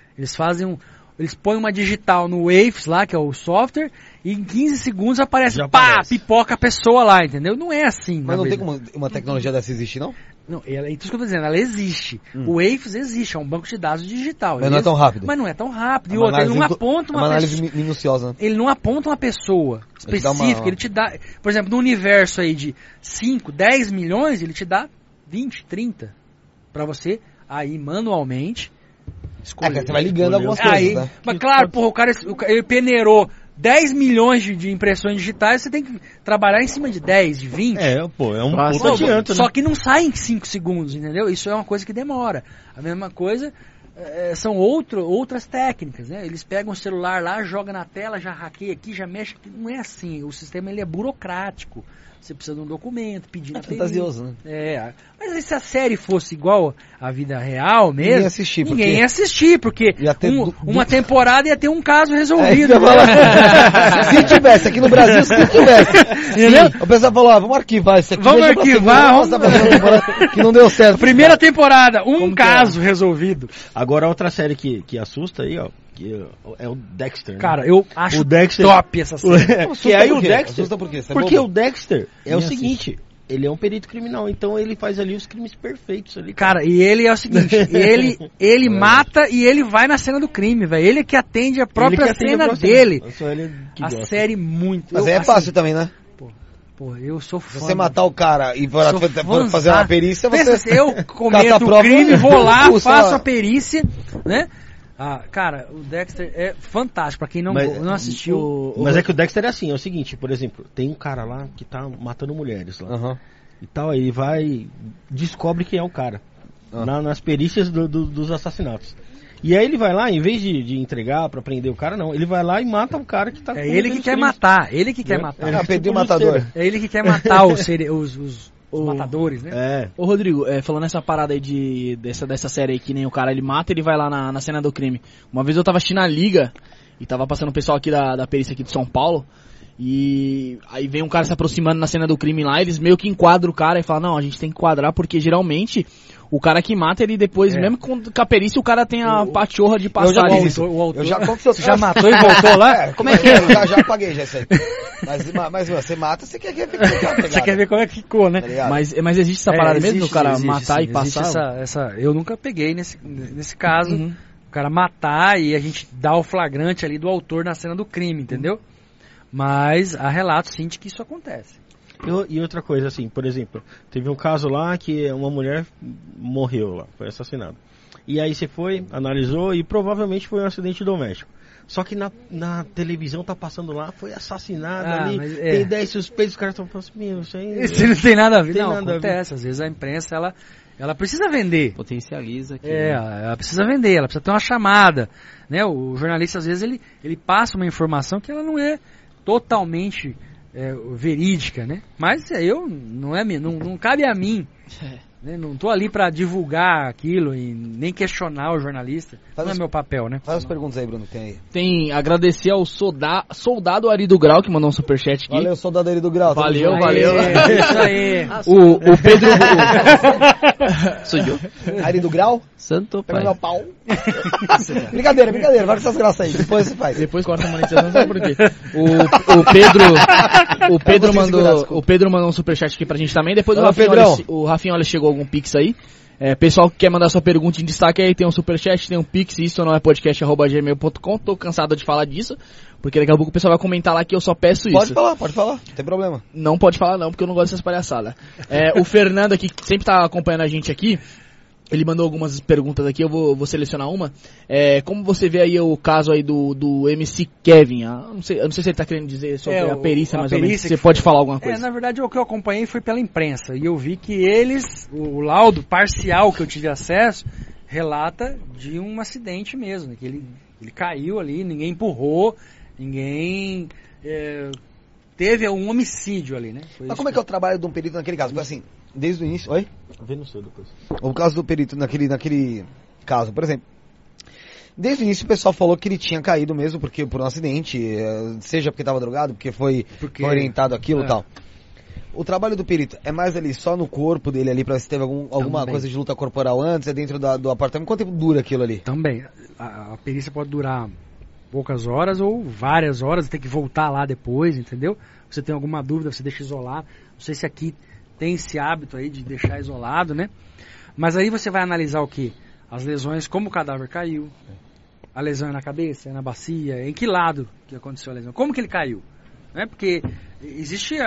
Eles põem uma digital no Waves lá, que é o software, e em 15 segundos aparece, pipoca a pessoa lá, entendeu? Não é assim. Mas não tem como uma tecnologia dessa existir, não? Não, é isso que eu tô dizendo, ela existe. O Waves existe, é um banco de dados digital. Mas não é tão rápido. Mas não é tão rápido. E outra, ele não aponta uma análise minuciosa. Ele não aponta uma pessoa específica, ele te dá... Por exemplo, no universo aí de 5, 10 milhões, ele te dá 20, 30 pra você aí manualmente escolher. Você vai ligando algumas coisas, né? Mas claro, porra, o cara ele peneirou 10 milhões de impressões digitais, você tem que trabalhar em cima de 10, de 20. É um puta adianto, só que não sai em 5 segundos, entendeu? Isso é uma coisa que demora. A mesma coisa são outras técnicas, né? Eles pegam o celular lá, jogam na tela, já hackeia aqui, já mexe. Não é assim. O sistema ele é burocrático. Você precisa de um documento, pedindo... É fantasioso, né? Mas se a série fosse igual à vida real mesmo... Ninguém ia assistir, porque uma temporada ia ter um caso resolvido. Se tivesse aqui no Brasil, se tivesse. O pessoal falou, vamos arquivar isso aqui. Vamos arquivar. Que não deu certo. Primeira temporada, caso resolvido. Agora outra série que assusta aí, ó. É o Dexter, né? Cara, eu acho top essa série. Que aí o Dexter... Porque o Dexter é o seguinte, ele é um perito criminal, então ele faz ali os crimes perfeitos ali. Cara, e ele é o seguinte, ele mata e ele vai na cena do crime, velho. Ele é que atende a própria cena dele. A série muito... Mas é fácil também, né? Pô, eu sou fã. Se você matar o cara e for fazer uma perícia, você... Eu cometo o crime, vou lá, faço a perícia, né? Cara, o Dexter é fantástico, pra quem não assistiu. Mas é que o Dexter é assim, é o seguinte, por exemplo, tem um cara lá que tá matando mulheres lá. E tal, aí ele descobre quem é o cara. Nas perícias dos assassinatos. E aí ele vai lá, em vez de entregar pra prender o cara, não, ele vai lá e mata o cara que tá... É ele que quer matar, ele que quer matar. Perdeu o matador. É ele que quer matar os matadores, né? Ô Rodrigo, falando nessa parada aí dessa série aí que nem o cara ele mata, ele vai lá na cena do crime. Uma vez eu tava assistindo a Liga e tava passando o pessoal aqui da perícia aqui de São Paulo e aí vem um cara se aproximando na cena do crime lá, eles meio que enquadram o cara e falam, não, a gente tem que enquadrar porque geralmente o cara que mata, ele depois, mesmo com a perícia, o cara tem a pachorra de passar. Você já matou e voltou lá? Como é que é? Já apaguei já isso aí. Mas você mata, você quer ver Você quer ver como é que ficou, né? Tá mas existe essa parada mesmo do cara matar e passar? Eu nunca peguei nesse caso. O cara matar e a gente dá o flagrante ali do autor na cena do crime, entendeu? Mas há relatos sim de que isso acontece. E outra coisa, assim, por exemplo, teve um caso lá que uma mulher morreu lá, foi assassinada. E aí você foi, analisou e provavelmente foi um acidente doméstico. Só que na televisão tá passando lá, foi assassinado ali, tem 10 suspeitos, os caras estão falando assim, meu, isso aí... Isso não tem nada a ver. Não, acontece. Às vezes a imprensa, ela precisa vender. Potencializa aqui. Ela precisa vender, ela precisa ter uma chamada. Né? O jornalista, às vezes, ele passa uma informação que ela não é totalmente verídica, né? Mas não cabe a mim. Né? Não estou ali para divulgar aquilo e nem questionar o jornalista. Não é meu papel, né? Faz as perguntas aí, Bruno, tem aí. Tem agradecer ao soldado Ari do Grau, que mandou um superchat aqui. Valeu, soldado Ari do Grau. Valeu. Isso aí. O Pedro... Sou eu? Ari do Grau? Santo pai. Pega meu pau. Brincadeira. Vai com essas graças aí. Depois você faz. Depois corta a monetização, não sabe por quê. O Pedro mandou um superchat aqui pra gente também. Depois o Rafinha olha chegou algum pix aí. Pessoal que quer mandar sua pergunta em destaque aí, tem um superchat, tem um pix, isso não é podcast@gmail.com. Tô cansado de falar disso, porque daqui a pouco o pessoal vai comentar lá que eu só peço isso. Pode falar, não tem problema. Não pode falar não, porque eu não gosto dessas palhaçadas. O Fernando aqui, que sempre tá acompanhando a gente aqui, ele mandou algumas perguntas aqui, eu vou selecionar uma. Como você vê aí o caso aí do MC Kevin? Eu não sei se ele tá querendo dizer sobre a perícia, mais ou menos. Você pode falar alguma coisa? Na verdade, o que eu acompanhei foi pela imprensa. E eu vi que o laudo parcial que eu tive acesso, relata de um acidente mesmo. Que ele caiu ali, ninguém empurrou, ninguém... teve um homicídio ali, né? Mas como é que é o trabalho de um perito naquele caso? Porque assim, desde o início... Oi? Vê no seu depois. O caso do perito naquele caso, por exemplo. Desde o início o pessoal falou que ele tinha caído mesmo por um acidente, seja porque estava drogado, porque foi orientado aquilo e tal. O trabalho do perito é mais ali só no corpo dele ali, pra ver se teve alguma coisa de luta corporal antes, dentro do apartamento. Quanto tempo dura aquilo ali? Também. A perícia pode durar poucas horas ou várias horas, tem que voltar lá depois, entendeu? Você tem alguma dúvida, você deixa isolar. Não sei se aqui tem esse hábito aí de deixar isolado, né? Mas aí você vai analisar o quê? As lesões, como o cadáver caiu, a lesão é na cabeça, é na bacia, em que lado que aconteceu a lesão, como que ele caiu, né? Porque existe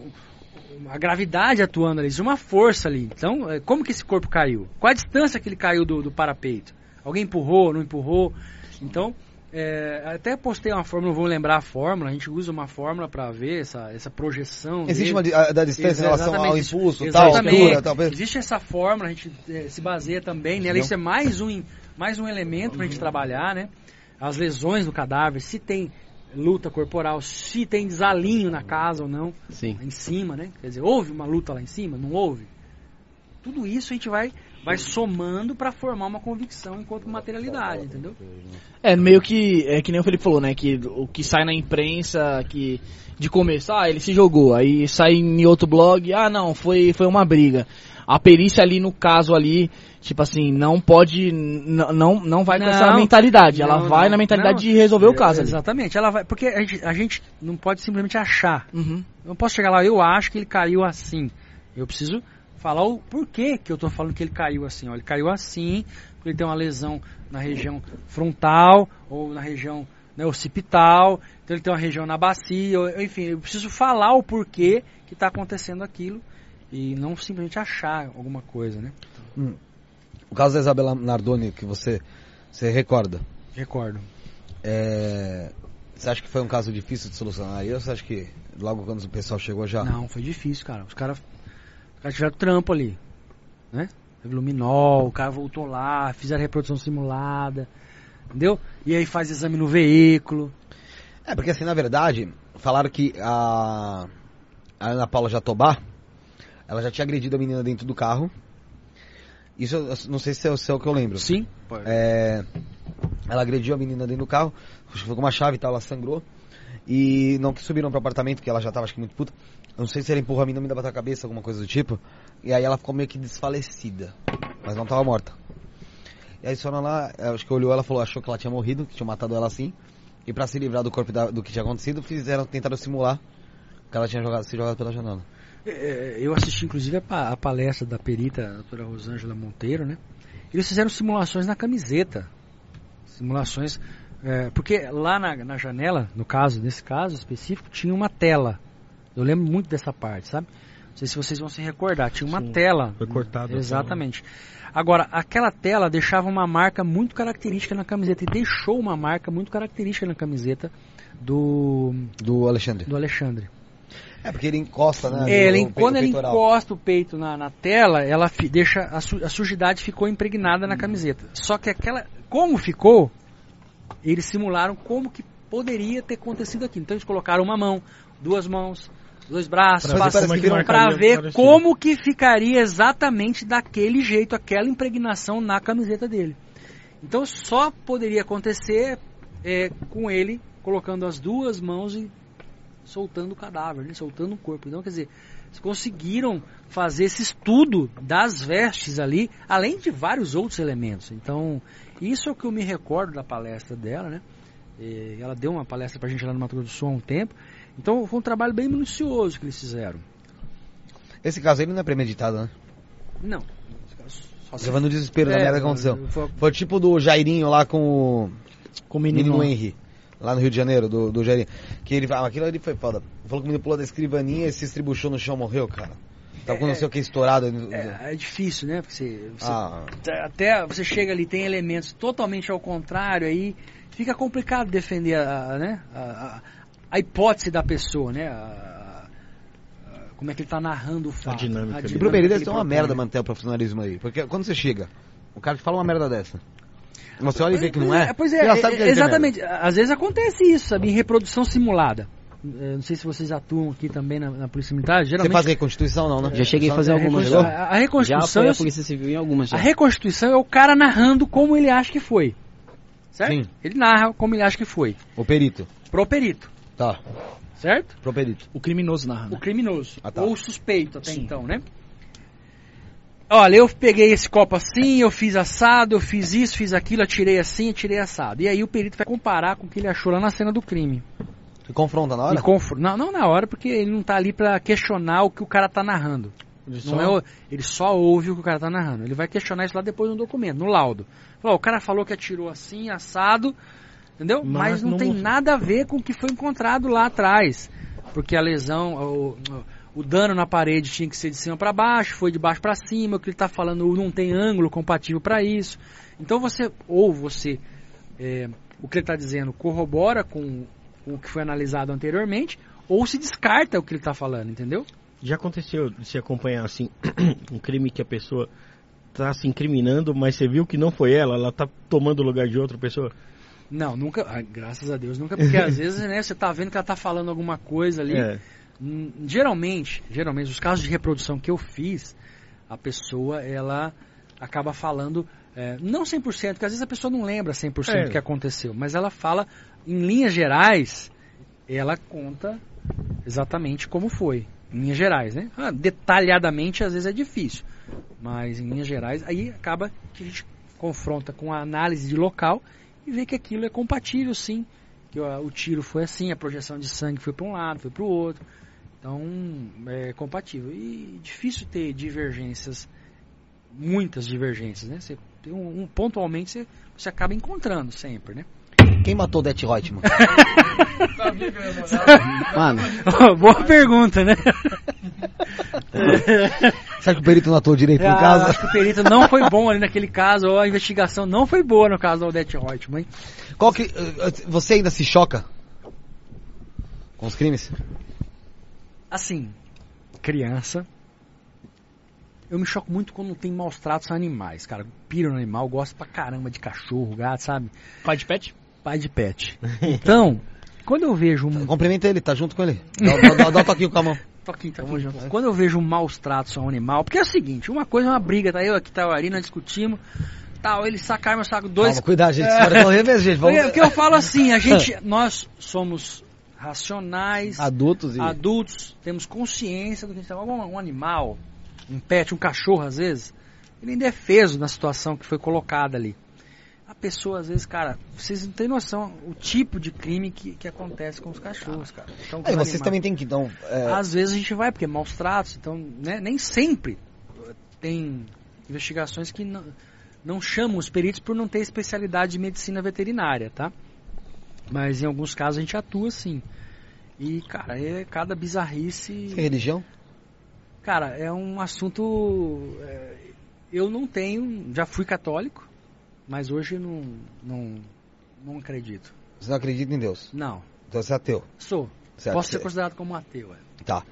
a gravidade atuando ali, existe uma força ali, então como que esse corpo caiu? Qual a distância que ele caiu do parapeito? Alguém empurrou, não empurrou? Então, até postei uma fórmula, não vou lembrar a fórmula, a gente usa uma fórmula para ver essa projeção. Existe uma da distância em relação ao impulso, altura, tal. Existe essa fórmula, a gente se baseia também nela, isso é mais um elemento pra gente trabalhar, né? As lesões do cadáver, se tem luta corporal, se tem desalinho na casa ou não. Sim. Em cima, né? Quer dizer, houve uma luta lá em cima? Não houve? Tudo isso a gente vai somando para formar uma convicção enquanto materialidade, entendeu? Meio que nem o Felipe falou, né? Que o que sai na imprensa, que de começo, ele se jogou, aí sai em outro blog, não, foi uma briga. A perícia ali no caso ali, tipo assim, não pode, não vai com essa mentalidade, ela vai na mentalidade de resolver o caso. Exatamente, ela vai, porque a gente não pode simplesmente achar. Uhum. Eu não posso chegar lá, eu acho que ele caiu assim. Eu preciso falar o porquê que eu tô falando que ele caiu assim. Ele caiu assim, porque ele tem uma lesão na região frontal ou na região occipital, então ele tem uma região na bacia, enfim, eu preciso falar o porquê que está acontecendo aquilo e não simplesmente achar alguma coisa, né? O caso da Isabela Nardoni, que você recorda? Recordo. Você acha que foi um caso difícil de solucionar aí, ou você acha que logo quando o pessoal chegou já... Não, foi difícil, cara. Os caras tiveram trampo ali, né? Luminol, o cara voltou lá, fizeram reprodução simulada, entendeu? E aí faz exame no veículo. Porque assim, na verdade, falaram que a Ana Paula Jatobá, ela já tinha agredido a menina dentro do carro. Isso eu não sei se é o que eu lembro. Sim. Ela agrediu a menina dentro do carro, foi com uma chave e tal, ela sangrou. E não que subiram pro apartamento, que ela já tava, acho que muito puta. Não sei se ela empurrou a menina, me bateu a cabeça, alguma coisa do tipo. E aí ela ficou meio que desfalecida, mas não tava morta. E aí foram lá, acho que olhou ela, achou que ela tinha morrido, que tinha matado ela assim. E pra se livrar do corpo do que tinha acontecido, tentaram simular que ela tinha se jogado pela janela. Eu assisti inclusive a palestra da perita, a doutora Rosângela Monteiro, né? Eles fizeram simulações na camiseta. Simulações... porque lá na janela, nesse caso específico, tinha uma tela. Eu lembro muito dessa parte, sabe? Não sei se vocês vão se recordar. Tinha uma tela. Foi cortada. Exatamente. Agora, aquela tela deixava uma marca muito característica na camiseta. E deixou uma marca muito característica na camiseta do Alexandre. É, porque ele encosta, né? Quando ele encosta o peito na tela, ela deixa a sujidade ficou impregnada na camiseta. Só que como ficou, eles simularam como que poderia ter acontecido aqui. Então eles colocaram uma mão, 2 mãos, 2 braços, para ver como que ficaria exatamente daquele jeito, aquela impregnação na camiseta dele. Então só poderia acontecer com ele colocando as 2 mãos e soltando o cadáver, né? Soltando o corpo. Então, quer dizer, eles conseguiram fazer esse estudo das vestes ali, além de vários outros elementos. Então, isso é o que eu me recordo da palestra dela, né? Ela deu uma palestra pra gente lá no Mato Grosso do Sul há um tempo. Então, foi um trabalho bem minucioso que eles fizeram. Esse caso aí não é premeditado, né? Não. Você vai no desespero da merda que aconteceu. Foi tipo do Jairinho lá com o menino Henry. Lá no Rio de Janeiro, do Jairinho. Que aquilo ali foi foda. Falou que o menino pulou da escrivaninha e se estribuchou no chão, morreu, cara. Tava com não sei o que estourado. É difícil, né? Porque até você chega ali, tem elementos totalmente ao contrário, aí fica complicado defender a hipótese da pessoa, né? Como é que ele tá narrando o fato. A dinâmica. E pro Pereira é uma merda manter o profissionalismo aí. Porque quando você chega, o cara te fala uma merda dessa. Você olha e vê que não é? Pois é, exatamente. Às vezes acontece isso, sabe? Em reprodução simulada. Não sei se vocês atuam aqui também na Polícia Militar. Geralmente... Você faz reconstituição, não, né? Já cheguei a fazer algumas. A reconstituição... Já foi a Polícia Civil em algumas. Já. A reconstituição é o cara narrando como ele acha que foi. Certo? Sim. Ele narra como ele acha que foi. O perito. Pro perito. Tá. Certo? Pro perito. O criminoso narra. O criminoso. Tá. Ou o suspeito até então, né? Olha, eu peguei esse copo assim, eu fiz assado, eu fiz isso, fiz aquilo, atirei assim, atirei assado. E aí o perito vai comparar com o que ele achou lá na cena do crime. E confronta na hora? Não na hora, porque ele não tá ali pra questionar o que o cara tá narrando. Ele só ouve o que o cara tá narrando. Ele vai questionar isso lá depois no documento, no laudo. O cara falou que atirou assim, assado, entendeu? Mas não tem nada a ver com o que foi encontrado lá atrás. Porque a lesão... O dano na parede tinha que ser de cima para baixo, foi de baixo para cima, o que ele está falando não tem ângulo compatível para isso. Então o que ele está dizendo corrobora com o que foi analisado anteriormente, ou se descarta o que ele está falando, entendeu? Já aconteceu de se acompanhar assim, um crime que a pessoa está se incriminando, mas você viu que não foi ela está tomando o lugar de outra pessoa? Não, nunca, graças a Deus, nunca, porque às vezes você está vendo que ela está falando alguma coisa ali... Geralmente, os casos de reprodução que eu fiz, a pessoa, ela acaba falando, não 100%, porque às vezes a pessoa não lembra 100% do que aconteceu, mas ela fala, em linhas gerais, ela conta exatamente como foi, em linhas gerais, né? Detalhadamente, às vezes é difícil, mas em linhas gerais, aí acaba que a gente confronta com a análise de local e vê que aquilo é compatível, sim, que o tiro foi assim, a projeção de sangue foi para um lado, foi para o outro. Então, é compatível. E difícil ter divergências, muitas divergências, né? Você tem pontualmente você acaba encontrando sempre, né? Quem matou o Det Reutemann? Mano. Boa pergunta, né? Será que o perito não atuou direito no caso? Acho que o perito não foi bom ali naquele caso, ou a investigação não foi boa no caso do Det Reutemann. Você ainda se choca com os crimes? Assim, criança, eu me choco muito quando tem maus tratos a animais, cara. Piro no animal, gosto pra caramba de cachorro, gato, sabe? Pai de pet? Pai de pet. Então, quando eu vejo Cumprimenta ele, tá junto com ele. Dá um toquinho com a mão. Tamo junto. Quando eu vejo maus tratos a um animal, porque é o seguinte, uma coisa é uma briga, tá? Eu aqui, tá o Ari, nós discutimos, tal, ele sacar meu saco, dois... Calma, cuidado, gente, espera morrer mesmo, gente. Vamos... Porque eu falo assim, nós somos... racionais, adultos, temos consciência do que a gente está falando. Um animal, um pet, um cachorro, às vezes, ele é indefeso na situação que foi colocada ali. A pessoa, às vezes, cara, vocês não têm noção o tipo de crime que acontece com os cachorros, cara. Então, vocês também têm que, então... Às vezes a gente vai, porque é maus tratos, então, né, nem sempre tem investigações que não chamam os peritos por não ter especialidade de medicina veterinária, tá? Mas em alguns casos a gente atua sim. E, cara, cada bizarrice... Você é religião? Cara, é um assunto... eu não tenho... Já fui católico, mas hoje não acredito. Você não acredita em Deus? Não. Então você é ateu? Sou. Posso ser considerado como ateu. Tá.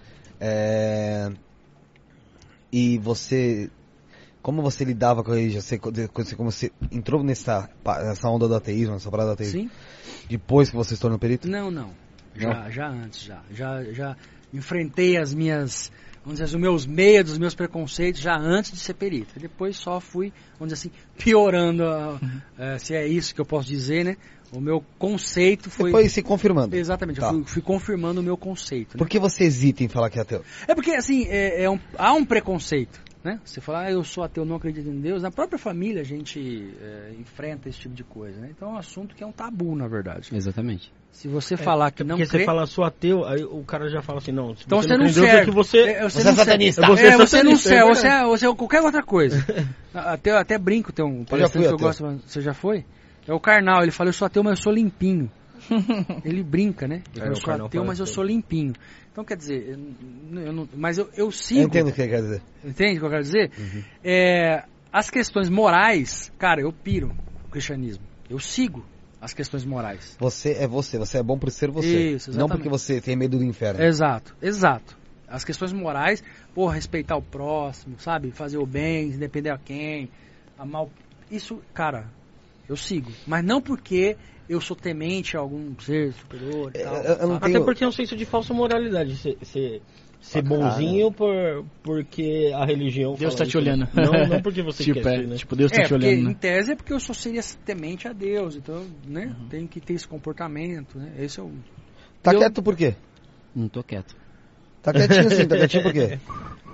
E você... Como você lidava com a religião? Como você entrou nessa onda do ateísmo, nessa parada do ateísmo? Sim. Depois que você se tornou perito? Não. Já antes, já enfrentei as minhas, vamos dizer, os meus medos, os meus preconceitos já antes de ser perito. Depois só fui, vamos dizer assim, piorando, se é isso que eu posso dizer, né? O meu conceito foi... Foi se confirmando. Exatamente, tá. Eu fui confirmando o meu conceito. Né? Por que você hesita em falar que é ateu? É porque, assim, há um preconceito. Né? Você fala, eu sou ateu, não acredito em Deus. Na própria família a gente enfrenta esse tipo de coisa. Né? Então é um assunto que é um tabu, na verdade. Exatamente. Se você falar que não crê... Porque você fala, sou ateu, aí o cara já fala assim, não. Então você não serve. Você é satanista. Você não serve, você é qualquer outra coisa. até brinco, tem um palestrante que eu gosto. Você já foi? É o Karnal, ele fala, eu sou ateu, mas eu sou limpinho. Ele brinca, né? Eu sou ateu, mas eu sou limpinho. Então, quer dizer, mas eu sigo... Eu entendo o que você quer dizer. Entende o que eu quero dizer? Uhum. As questões morais, cara, eu piro o cristianismo. Eu sigo as questões morais. Você é bom por ser você. Isso, exatamente. Não porque você tem medo do inferno. Exato. As questões morais, respeitar o próximo, sabe? Fazer o bem, independer a quem, amar isso, cara, eu sigo. Mas não porque... eu sou temente a algum ser superior e tal. Até porque é um senso de falsa moralidade. Ser bonzinho porque a religião... Deus está te olhando. Não porque você quer ser, né? Tipo, Deus está te olhando. Em tese é porque eu só seria temente a Deus. Então, né? Tenho que ter esse comportamento, né? Esse é o... Tá quieto por quê? Não tô quieto. Tá quietinho sim, tá quietinho por quê?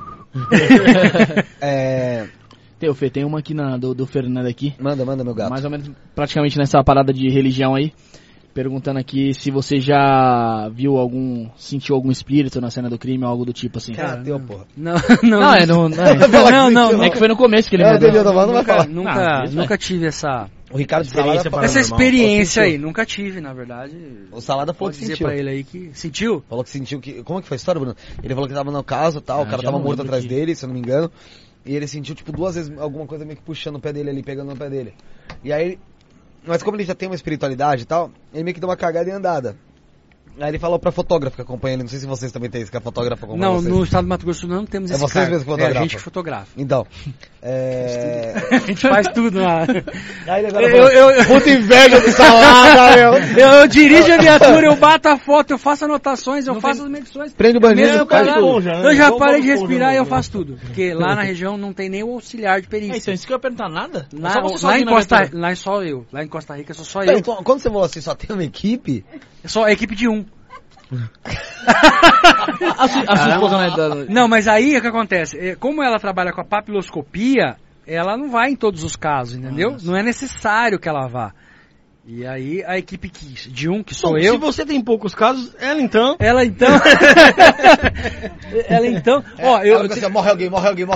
Fê, tem uma aqui do Fernando aqui. Manda, meu gato. Mais ou menos, praticamente nessa parada de religião aí. Perguntando aqui se você já sentiu algum espírito na cena do crime ou algo do tipo assim. Cara, ateu, porra. Não. É que foi no começo que ele mandou. Nunca tive essa... O Ricardo essa experiência aí, nunca tive, na verdade. O Salada falou que dizer sentiu. Pra ele aí que sentiu. Falou que sentiu que... Como é que foi a história, Bruno? Ele falou que tava no caso e tal, o cara tava morto atrás dele, se eu não me engano. E ele sentiu, 2 vezes alguma coisa meio que puxando o pé dele ali, pegando no pé dele. E aí... Mas como ele já tem uma espiritualidade e tal, ele meio que deu uma cagada e andada. Aí ele falou pra fotógrafa que acompanha ele, não sei se vocês também têm isso, que a fotógrafa acompanha vocês. No estado do Mato Grosso não temos esse vocês mesmos que fotografam? É a gente que fotografa. Então, a gente faz tudo lá. Aí ele agora puta inveja do Salada, meu. Eu dirijo a viatura, eu bato a foto, eu faço anotações, eu faço as medições. Prende o bandido, eu já parei de respirar e eu faço tudo. Porque lá na região não tem nem o auxiliar de perícia. Então, isso que eu ia perguntar, nada? Lá só eu. Lá em Costa Rica só eu. Quando você falou assim, só tem uma equipe? Só a equipe de 1. A sua esposa não, mas aí o que acontece? Como ela trabalha com a papiloscopia, ela não vai em todos os casos, entendeu? Não é necessário que ela vá. E aí a equipe de 1, que sou eu... Se você tem poucos casos, ela então... Ó, morre alguém.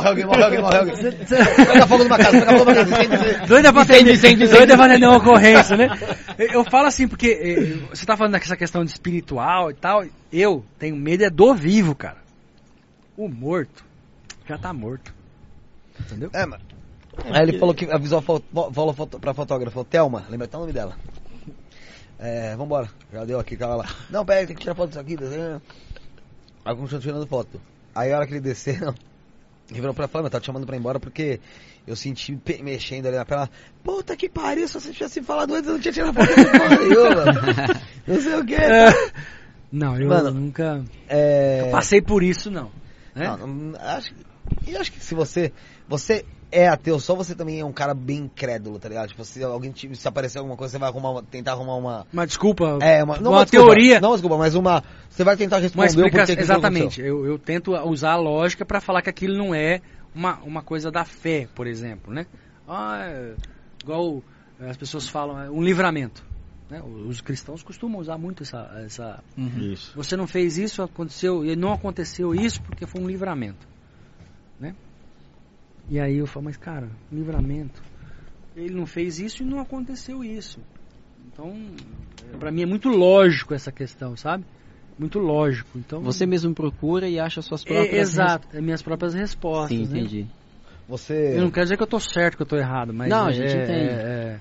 Pega fogo numa casa. Doida pra atender uma ocorrência, né? Eu falo assim, porque você tá falando dessa questão de espiritual e tal, eu tenho medo do vivo, cara. O morto já tá morto. Entendeu? Mano. Aí ele falou que avisou pra fotógrafa, Thelma, lembra até o nome dela. Vambora, já deu aqui, cara lá. Não, pega, tem que tirar foto disso aqui. Aí continuou tirando foto. Aí a hora que ele desceu, ele virou pra falar, eu tava te chamando pra ir embora porque eu senti mexendo ali na perna. Puta que pariu, se você tivesse falado antes eu não tinha tirado foto de mano. Não sei o que. Não, eu nunca passei por isso, não. Né? Não, acho que se você é ateu, só você também é um cara bem incrédulo, tá ligado? Tipo, se alguém se aparecer alguma coisa, você vai tentar arrumar uma... Uma desculpa, uma teoria... Não, desculpa, mas você vai tentar responder o porquê que exatamente, eu tento usar a lógica pra falar que aquilo não é uma coisa da fé, por exemplo, né? Igual as pessoas falam, um livramento. Né? Os cristãos costumam usar muito essa... Isso. Você não fez isso, aconteceu, e não aconteceu isso porque foi um livramento, né? E aí eu falo, mas cara, livramento, ele não fez isso e não aconteceu isso. Então, pra mim é muito lógico essa questão, sabe? muito lógico. Então, você mesmo procura e acha suas próprias... Exato, minhas próprias respostas. Sim, entendi. Né? Eu não quero dizer que eu tô certo, que eu tô errado, mas... Não, a gente entende.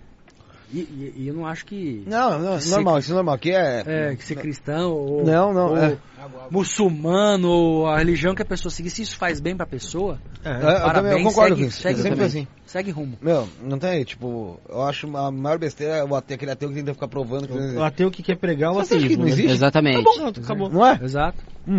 E eu não acho que... Não, normal, isso é normal. Que que ser cristão ou... Não. Muçulmano, ou a religião que a pessoa seguir, se isso faz bem pra pessoa... eu concordo com isso. Segue assim. Segue rumo. Não tem, tipo... Eu acho a maior besteira é aquele ateu que tenta ficar provando... O ateu que quer pregar o ateísmo, que não existe? Exatamente. Tá bom, acabou. Não é? Exato.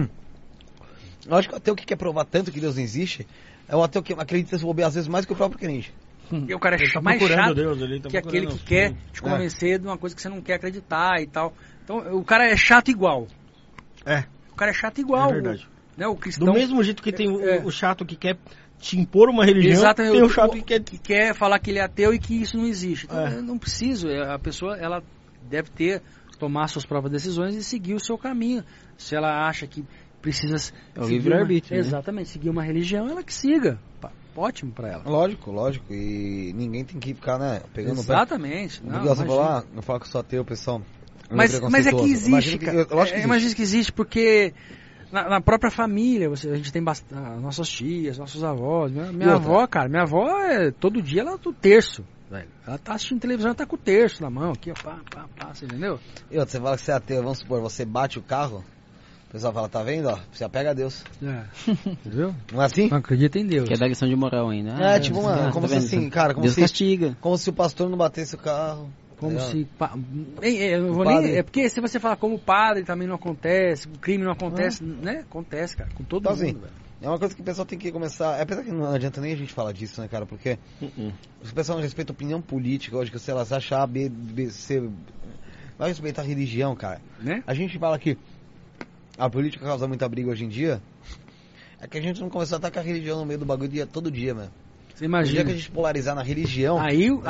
Eu acho que o ateu que quer provar tanto que Deus não existe... É o ateu que acredita se bobear às vezes mais que o próprio crente. E o cara é mais chato que aquele que quer te convencer de uma coisa que você não quer acreditar e tal. Então, o cara é chato igual. O cara é chato igual. É verdade. Né, o cristão, do mesmo jeito que tem o chato que quer te impor uma religião, exatamente, tem o chato que quer falar que ele é ateu e que isso não existe. Então, eu não preciso. A pessoa, ela deve tomar suas próprias decisões e seguir o seu caminho. Se ela acha que precisa... É o livre-arbítrio. Exatamente. Seguir uma religião, ela que siga. Ótimo pra ela. Lógico. E ninguém tem que ficar, né, pegando exatamente. o pé. Não, você falar, não fala que eu sou ateu, pessoal. Mas é que existe, cara. Imagina que existe, porque na própria família, a gente tem nossas tias, nossos avós. Minha avó, cara, todo dia ela tá o terço. Velho. Ela tá assistindo televisão, ela tá com o terço na mão, aqui, ó, pá, você entendeu? E outra, você fala que você é ateu, vamos supor, você bate o carro... O pessoal fala, tá vendo, ó, você apega a Deus. Entendeu? Não é assim? Não acredita em Deus. Que é da lição de moral ainda. Tipo, mano, como se assim, cara, como Deus se... castiga. Como se o pastor não batesse o carro. Como se... Eu vou nem... É porque se você falar como padre também não acontece, o crime não acontece, né? Acontece, cara, com todo mundo, assim, velho. É uma coisa que o pessoal tem que começar... Apesar que não adianta nem a gente falar disso, né, cara? Porque o pessoal não respeita a opinião política hoje, que se elas acham A, B, C... Vai respeitar a religião, cara. Né? A gente fala que a política causa muita briga hoje em dia. É que a gente não começou a atacar a religião no meio do bagulho todo dia, mano. Você imagina. O dia que a gente polarizar na religião... Aí o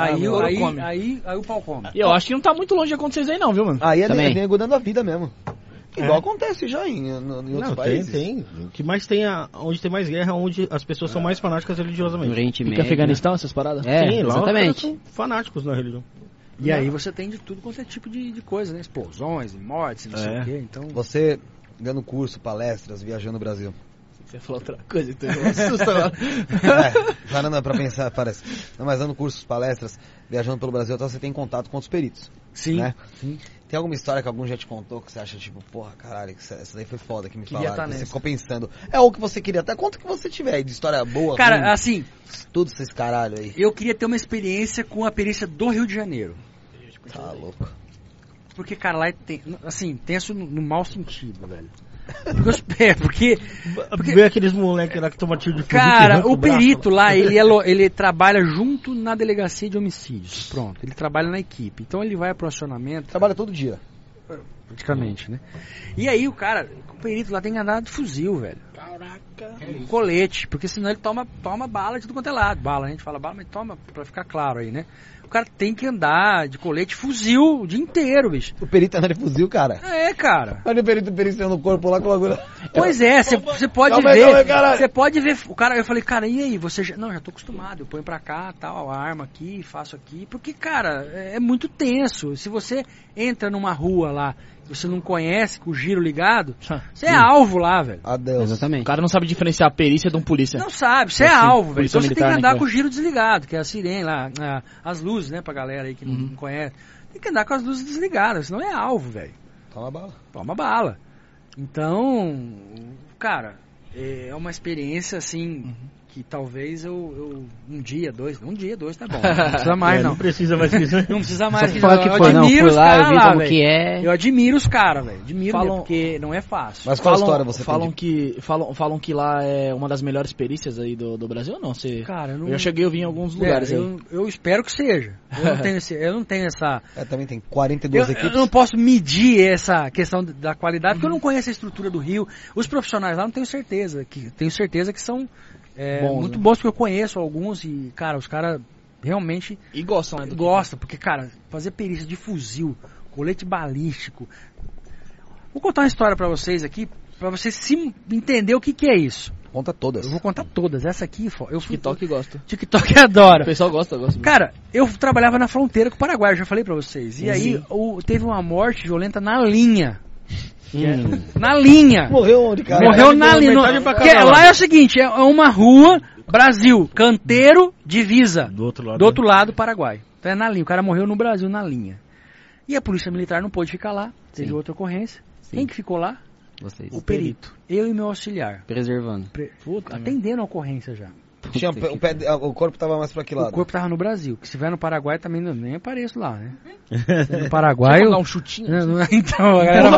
pau come. E eu acho que não tá muito longe de acontecer isso aí não, viu, mano? Aí é nego dando a vida mesmo. Igual acontece já em outros países. Tem. O que mais tem, onde tem mais guerra, onde as pessoas são mais fanáticas religiosamente. Oriente Médio. Afeganistão, essas paradas? Sim, lá exatamente. São fanáticos na religião. E aí você tem de tudo quanto é tipo de coisa, né? Explosões, mortes, não sei o quê. Então... Você dando curso, palestras, viajando no Brasil. Você falou outra coisa, então eu assusto agora. Parando pra pensar, parece. Não, mas dando cursos, palestras, viajando pelo Brasil, então você tem contato com os peritos. Sim, né? sim. Tem alguma história que algum já te contou que você acha, tipo, porra, caralho, essa daí foi foda que me falaram, que você ficou pensando. É o que você queria até, conta que você tiver aí de história boa. Cara, ruim, assim... Tudo esses caralho aí. Eu queria ter uma experiência com a perícia do Rio de Janeiro. Tá louco. Porque, cara, lá é tenso no mau sentido, velho. Porque vê aqueles moleques lá que tomam tiro de fuzil. Cara, o perito lá, ele trabalha junto na delegacia de homicídios. Pronto, ele trabalha na equipe. Então ele vai pro acionamento. Trabalha todo dia. Praticamente, né? E aí o perito lá tem que andar de fuzil, velho. Caraca. Colete, porque senão ele toma bala de tudo quanto é lado. Bala, a gente fala bala, mas toma pra ficar claro aí, né? O cara tem que andar de colete, fuzil o dia inteiro, bicho. O perito anda de fuzil, cara? É, cara. Olha o perito no corpo lá com o bagulho. Pois é, você pode ver. Você pode ver. O cara, eu falei, cara, e aí? Você já. Não, já tô acostumado. Eu ponho pra cá, tal, a arma aqui, faço aqui. Porque, cara, é muito tenso. Se você entra numa rua lá, você não conhece, com o giro ligado, você é alvo lá, velho. Adeus. Exatamente. O cara não sabe diferenciar a perícia de um polícia. Não sabe, você é alvo, velho. Então você tem que andar né, com o giro desligado, que é a sirene lá, as luzes, né, pra galera aí que não conhece. Tem que andar com as luzes desligadas, senão é alvo, velho. Toma bala. Então, cara, é uma experiência assim... que talvez eu um dia, dois tá bom. Não precisa mais, não. Não precisa mais disso. Não precisa mais. Só fala que foi, não, fui lá, eu vi como que é. Eu admiro os caras, velho. Admiro mesmo, porque não é fácil. Mas qual história você falam que lá é uma das melhores perícias aí do Brasil ou não? Cara, eu já cheguei a ouvir em alguns lugares aí. Eu espero que seja. Eu não tenho essa... também tem 42 equipes. Eu não posso medir essa questão da qualidade, porque eu não conheço a estrutura do Rio. Os profissionais lá não tenho certeza que são... bons, muito né? bons, porque eu conheço alguns e, cara, os caras realmente... E gostam, né? Gostam, porque, cara, fazer perícia de fuzil, colete balístico... Vou contar uma história pra vocês aqui, pra vocês entender o que é isso. Conta todas. Eu vou contar todas. Essa aqui, TikTok gosta. TikTok adora. O pessoal gosta. Cara, eu trabalhava na fronteira com o Paraguai, eu já falei pra vocês. E aí, teve uma morte violenta na linha. Na linha. Morreu onde, cara? Morreu na linha. Lá é o seguinte, é uma rua, Brasil, canteiro, divisa. Do outro lado, Paraguai. Então é na linha. O cara morreu no Brasil, na linha. E a polícia militar não pôde ficar lá. Teve outra ocorrência. Sim. Quem que ficou lá? Vocês. O perito. Eu e meu auxiliar. Preservando. Atendendo a ocorrência já. O corpo tava mais pra que lado? O corpo tava no Brasil. Que se tiver no Paraguai também nem apareço lá, né? No Paraguai. Você dar um chutinho? Então, a galera.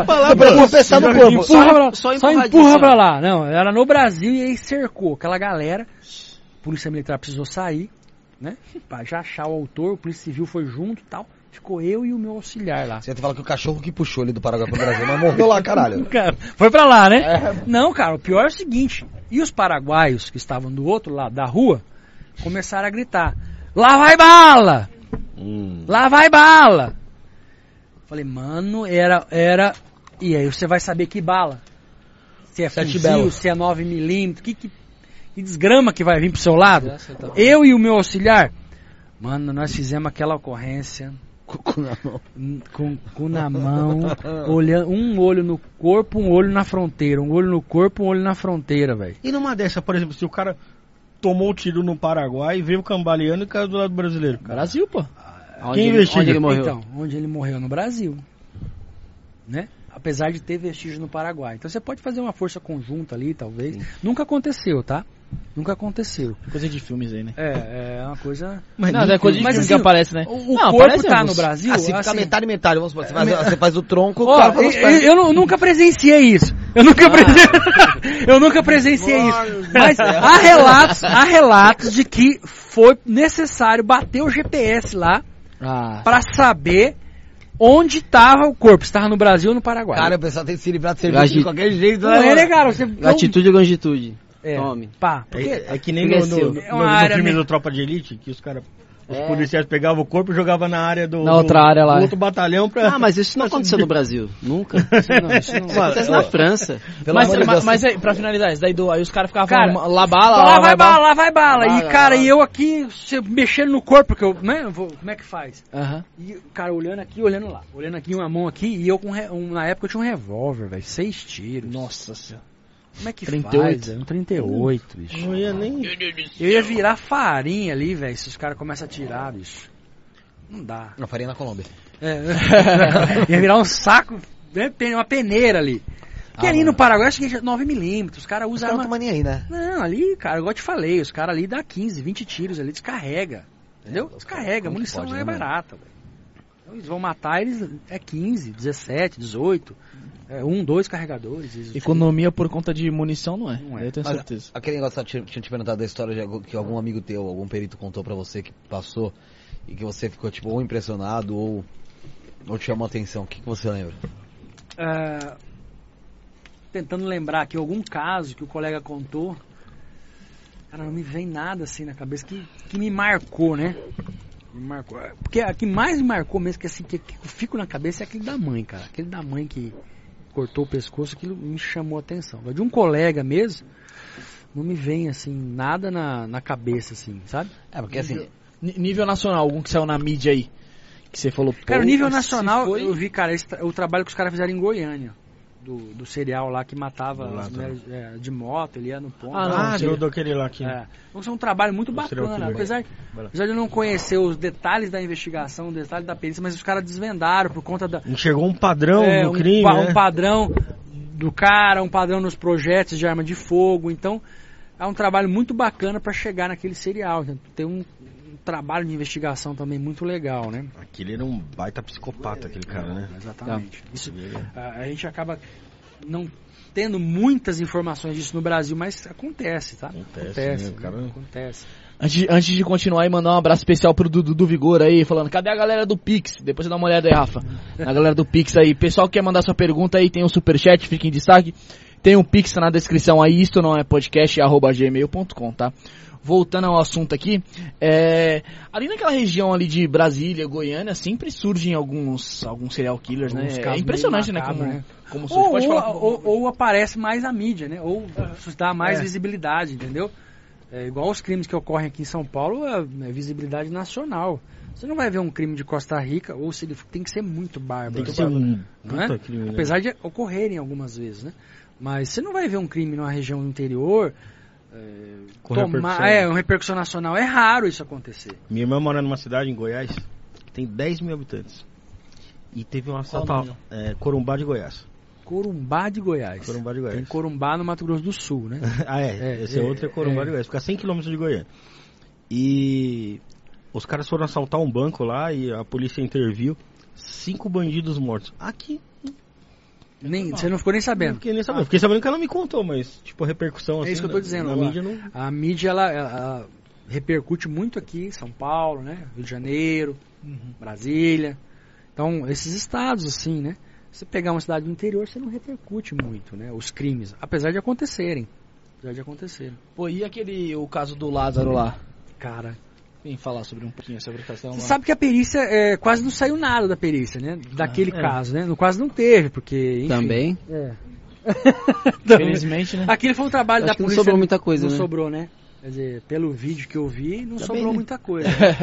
Só empurra pra lá. Não, era no Brasil e aí cercou aquela galera. A polícia militar precisou sair, né? Pra já achar o autor, o polícia civil foi junto e tal. Ficou eu e o meu auxiliar lá. Você ia falar que o cachorro que puxou ele do Paraguai pro Brasil, mas morreu lá, caralho. Foi pra lá, né? Não, cara, o pior é o seguinte. E os paraguaios que estavam do outro lado da rua começaram a gritar: lá vai bala! Lá vai bala! Falei, mano, era... E aí você vai saber que bala? Se é fuzil, se é 9mm, que desgrama que vai vir pro seu lado? Eu e o meu auxiliar, mano, nós fizemos aquela ocorrência... Com cu na mão, olhando, um olho no corpo, um olho na fronteira, um olho no corpo, um olho na fronteira, velho. E numa dessa, por exemplo, se o cara tomou o tiro no Paraguai, veio cambaleando e caiu do lado brasileiro. Brasil, pô. Quem investiga? Onde ele morreu? Então, onde ele morreu? No Brasil, né? Apesar de ter vestígio no Paraguai. Então você pode fazer uma força conjunta ali, talvez. Sim. Nunca aconteceu, tá? Nunca aconteceu. Coisa de filmes aí, né? É uma coisa... Mas não, é coisa de filme que aparece, né? O corpo tá no Brasil... Assim, fica metade, vamos supor. Você faz o tronco... Eu nunca presenciei isso. Eu nunca presenciei isso. Mas há relatos de que foi necessário bater o GPS lá pra saber... onde estava o corpo? Se estava no Brasil ou no Paraguai? Cara, o pessoal tem que se livrar de serviço de qualquer jeito. Não é, né, cara? Latitude e longitude. Tome. É que nem no filme do Tropa de Elite, que os caras... Os policiais pegavam o corpo e jogavam na área do... Na outra área lá. outro batalhão pra... mas isso não aconteceu no Brasil. Nunca. Isso não acontece na França. Mas aí, pra finalizar, aí os caras ficavam falando, lá vai bala. E eu aqui, mexendo no corpo, porque eu, né, como é que faz? E o cara olhando aqui, olhando lá. Olhando aqui, uma mão aqui, e eu na época eu tinha um revólver, velho, 6 tiros. Nossa senhora. Como é que 38. Faz? Um 38, bicho. Não ia nem... Eu ia virar farinha ali, velho, se os caras começam a atirar, bicho. Não dá. Uma farinha na Colômbia. Ia virar um saco, uma peneira ali. Porque ali no Paraguai, acho que é 9mm, os caras usam... Os caras não tomam nem aí, né? Não, ali, cara, igual eu te falei, os caras ali dá 15, 20 tiros ali, descarrega. Entendeu? Descarrega, a munição não é barata, velho. Então eles vão matar, eles 15, 17, 18... 2 carregadores. Economia por conta de munição não é. Eu tenho certeza. Aquele negócio que eu tinha te perguntado da história que algum amigo teu, algum perito contou pra você que passou e que você ficou tipo ou impressionado ou te chamou a atenção. O que você lembra? Tentando lembrar aqui algum caso que o colega contou. Cara, não me vem nada assim na cabeça que me marcou, né? Me marcou. Porque a que mais me marcou mesmo, que assim, que eu fico na cabeça é aquele da mãe, cara. Aquele da mãe que cortou o pescoço, aquilo me chamou a atenção. De um colega mesmo, não me vem assim, nada na cabeça, assim, sabe? Porque assim... Nível nacional, algum que saiu na mídia aí, que você falou... Cara, nível nacional, eu vi, cara, o trabalho que os caras fizeram em Goiânia. Do cereal lá que matava as mulheres de moto, ele ia no ponto. Daquele lá aqui. Então é um trabalho muito bacana, apesar de eu não conhecer os detalhes da investigação, os detalhes da perícia, mas os caras desvendaram por conta da... Chegou um padrão no crime, um padrão do cara, um padrão nos projetos de arma de fogo, então é um trabalho muito bacana para chegar naquele cereal, tem um trabalho de investigação também muito legal, né? Aquele era um baita psicopata, aquele cara, né? Exatamente. Isso, a gente acaba não tendo muitas informações disso no Brasil, mas acontece, tá? Acontece. Antes de continuar e mandar um abraço especial pro Dudu Vigor aí, falando, cadê a galera do Pix? Depois você dá uma olhada aí, Rafa. A galera do Pix aí. Pessoal que quer mandar sua pergunta aí, tem um superchat, fica em destaque. Tem um Pix na descrição aí, isto não é podcast, @gmail.com, tá? Voltando ao assunto aqui, ali naquela região ali de Brasília, Goiânia, sempre surgem alguns serial killers, né? É impressionante, né? Como surge. Ou aparece mais a mídia, né? Ou dá mais visibilidade, entendeu? igual os crimes que ocorrem aqui em São Paulo, é visibilidade nacional. Você não vai ver um crime de Costa Rica, ou se ele tem que ser muito bárbaro. Tem que ser não é? Crime, né? Apesar de ocorrerem algumas vezes, né? Mas você não vai ver um crime numa região do interior uma repercussão nacional. É raro isso acontecer. Minha irmã mora numa cidade em Goiás que tem 10 mil habitantes. E teve um assalto Corumbá de Goiás. Corumbá de Goiás. Corumbá de Goiás. Tem Corumbá no Mato Grosso do Sul, né? Esse outro é Corumbá de Goiás. Fica a 100 km de Goiânia. E os caras foram assaltar um banco lá e a polícia interviu. 5 bandidos mortos. Aqui... Você não ficou nem sabendo? Não fiquei nem sabendo. Fiquei sabendo que ela me contou, mas tipo a repercussão assim... É isso que eu tô dizendo. Mídia não... A mídia, ela repercute muito aqui em São Paulo, né? Rio de Janeiro, Brasília. Então, esses estados, assim, né? Se pegar uma cidade do interior, você não repercute muito, né? Os crimes, apesar de acontecerem. Pô, e o caso do Lázaro lá? Cara... Vem falar sobre um pouquinho sobre a questão. Você sabe que a perícia, quase não saiu nada da perícia, né? Daquele caso, né? No quase não teve, porque... Enfim, também? Infelizmente, né? Aquele foi um trabalho da polícia... Não sobrou muita coisa, não né? Não sobrou, né? Quer dizer, pelo vídeo que eu vi, não sobrou muita coisa.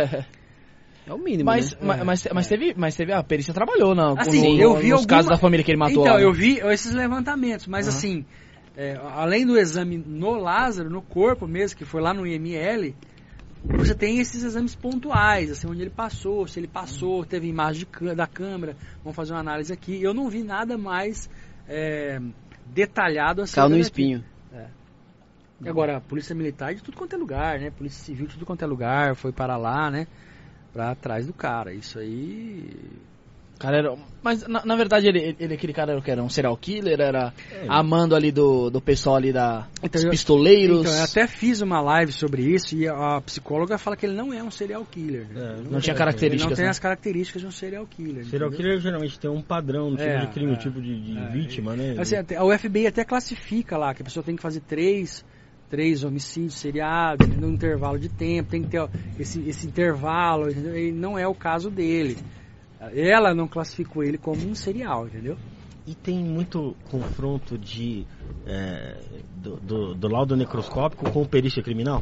É o mínimo, mas teve a perícia trabalhou assim, eu vi nos casos da família que ele matou. Então, lá, né? eu vi esses levantamentos, mas assim, além do exame no Lázaro, no corpo mesmo, que foi lá no IML, você tem esses exames pontuais, assim, onde ele passou, se ele passou, teve imagem da câmera, vamos fazer uma análise aqui. Eu não vi nada mais detalhado assim. Caiu no espinho. E agora, a polícia militar de tudo quanto é lugar, né? Polícia civil de tudo quanto é lugar, foi para lá, né? Pra trás do cara. Isso aí... Cara, mas na verdade ele aquele cara era um serial killer, era amando ali do pessoal ali dos pistoleiros. Então, eu até fiz uma live sobre isso e a psicóloga fala que ele não é um serial killer. Né? Não tinha características. Ele não tem as características de um serial killer. Serial killer geralmente tem um padrão, um tipo de crime, um tipo de vítima, né? Assim, a FBI até classifica lá que a pessoa tem que fazer 3 homicídios seriados no intervalo de tempo, tem que ter esse intervalo, entendeu? E não é o caso dele. Ela não classificou ele como um serial, entendeu? E tem muito confronto do laudo necroscópico com perícia criminal?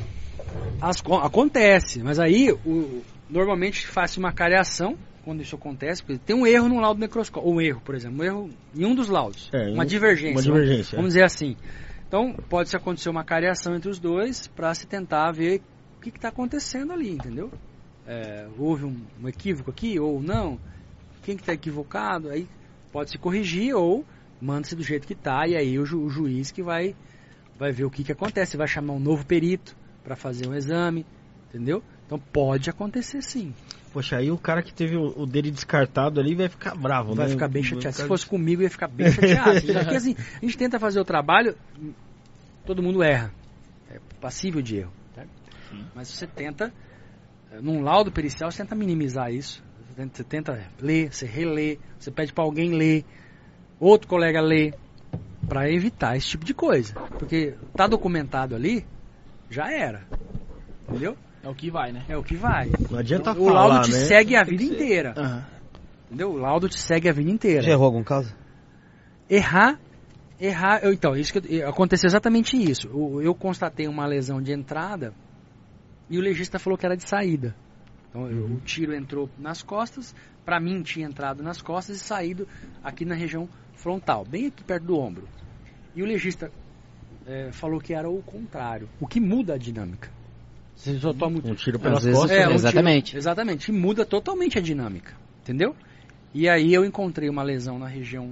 Acontece, mas aí normalmente faz uma cariação quando isso acontece, porque tem um erro no laudo necroscópico, ou um erro, por exemplo, um erro em um dos laudos, uma divergência. Vamos dizer assim. Então, pode-se acontecer uma cariação entre os dois para se tentar ver o que está acontecendo ali, entendeu? Houve um equívoco aqui ou não? Quem que está equivocado? Aí pode-se corrigir ou manda-se do jeito que está e aí o juiz que vai ver o que acontece. Vai chamar um novo perito para fazer um exame, entendeu? Então pode acontecer sim. Poxa, aí o cara que teve o dele descartado ali vai ficar bravo, né? Vai ficar bem chateado. Se fosse comigo, ia ficar bem chateado. Porque assim, a gente tenta fazer o trabalho, todo mundo erra. É passível de erro. Tá? Mas você tenta, num laudo pericial, você tenta minimizar isso. Você tenta ler, você relê, você pede para alguém ler, outro colega ler, para evitar esse tipo de coisa. Porque tá documentado ali, já era. Entendeu? É o que vai, né? É o que vai. Não adianta falar, o laudo te né? segue a vida inteira. Entendeu? O laudo te segue a vida inteira. Já errou algum caso? Errar, então, isso que aconteceu exatamente isso. Eu constatei uma lesão de entrada e o legista falou que era de saída. Então, o tiro entrou nas costas, para mim tinha entrado nas costas e saído aqui na região frontal, bem aqui perto do ombro. E o legista falou que era o contrário, o que muda a dinâmica. Você só toma um tiro pelas costas. Exatamente. Exatamente, e muda totalmente a dinâmica, entendeu? E aí eu encontrei uma lesão na região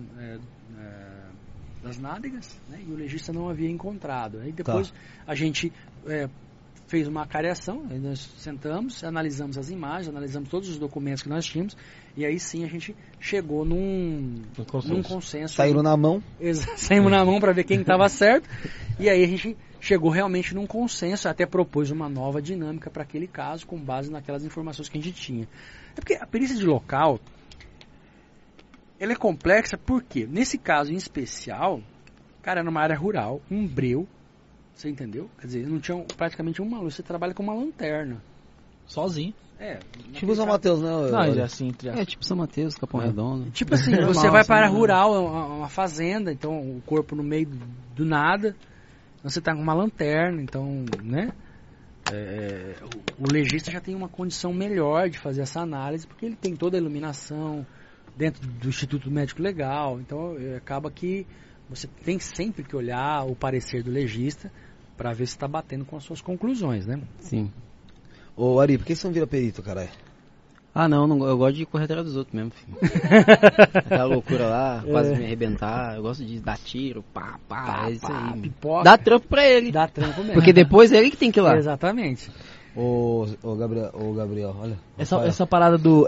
das nádegas, né, e o legista não havia encontrado. Aí depois a gente fez uma cariação, aí nós sentamos, analisamos as imagens, analisamos todos os documentos que nós tínhamos, e aí sim a gente chegou num consenso. Saíram na mão? Saímos na mão para ver quem estava certo, e aí a gente chegou realmente num consenso, até propôs uma nova dinâmica para aquele caso, com base naquelas informações que a gente tinha. É porque a perícia de local, ela é complexa porque, nesse caso em especial, cara, era numa área rural, um breu, você entendeu? Quer dizer, não tinha praticamente uma luz, você trabalha com uma lanterna. Sozinho. Tipo São Mateus, né? Não, assim, tipo São Mateus, Capão Redondo. Tipo assim, você vai para a área rural, uma fazenda, então o corpo no meio do nada, você tá com uma lanterna, então, né? O legista já tem uma condição melhor de fazer essa análise, porque ele tem toda a iluminação dentro do Instituto Médico Legal, então acaba que você tem sempre que olhar o parecer do legista para ver se está batendo com as suas conclusões, né? Sim. Ô, Ari, por que você não vira perito, caralho? Ah, não, eu gosto de correr atrás dos outros mesmo, filho. Aquela loucura lá, quase me arrebentar. Eu gosto de dar tiro, é isso aí. Pipoca. Dá trampo pra ele. Dá trampo mesmo. Porque depois é ele que tem que ir lá. Exatamente. Ô, Gabriel, olha. Essa parada do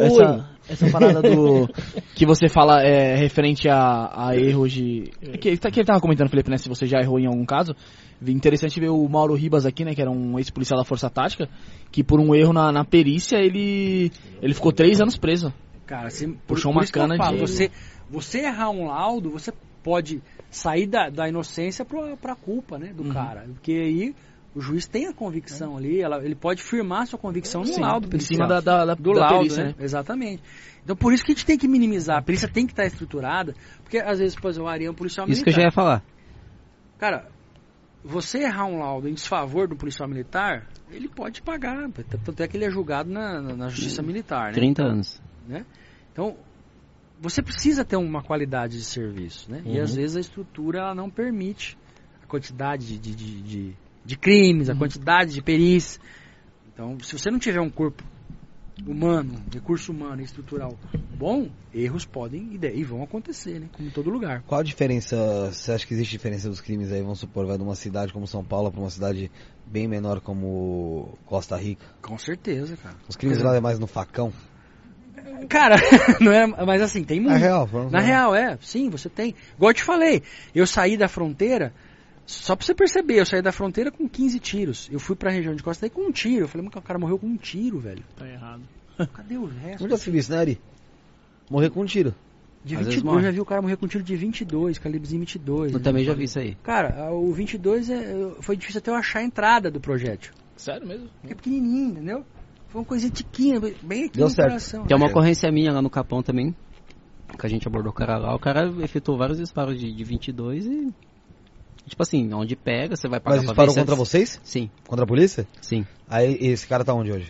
que você fala referente a erros de... Que ele tava comentando, Felipe, né, se você já errou em algum caso. Interessante ver o Mauro Ribas aqui, né, que era um ex-policial da Força Tática, que por um erro na perícia, ele ficou 3 anos preso. Cara, puxou uma cana de... Você errar um laudo, você pode sair da inocência pra culpa, né, do cara. Porque aí o juiz tem a convicção ali, ele pode firmar sua convicção no laudo pericial. Em cima do laudo, perícia, né? Exatamente. Então por isso que a gente tem que minimizar. A perícia tem que estar estruturada, porque às vezes, por exemplo, o Ari é um policial militar. Isso que eu já ia falar. Cara, você errar um laudo em desfavor do policial militar, ele pode pagar. Tanto é que ele é julgado na justiça militar, né? 30 anos. Né? Então, você precisa ter uma qualidade de serviço, né? E às vezes a estrutura ela não permite a quantidade de crimes, a quantidade de perícia. Então, se você não tiver um corpo humano, recurso humano e estrutural bom, erros podem e vão acontecer, né? Como em todo lugar. Qual a diferença, você acha que existe diferença dos crimes aí, vamos supor, vai de uma cidade como São Paulo para uma cidade bem menor como Costa Rica? Com certeza, cara. Os crimes lá é mais no facão? Cara, não é, mas assim, tem muito. Na real, sim, você tem. Igual eu te falei, eu saí da fronteira, só pra você perceber, eu saí da fronteira com 15 tiros. Eu fui pra região de Costa Rica com um tiro. Eu falei, mas o cara morreu com um tiro, velho. Tá errado. Cadê o resto? Nunca se viu isso, né, Ari? Morrer com um tiro. De 22, eu já vi o cara morrer com um tiro de 22, calibrezinho 22. Eu também já vi isso aí. Cara, o 22 foi difícil até eu achar a entrada do projétil. Sério mesmo? É pequenininho, entendeu? Foi uma coisinha tiquinha, bem aqui Deu no certo. coração. Tem uma ocorrência minha lá no Capão também, que a gente abordou o cara lá. O cara efetuou vários disparos de 22 e... Tipo assim, onde pega, você vai pagar. Mas disparou contra vocês? Sim. Contra a polícia? Sim. Aí esse cara tá onde hoje?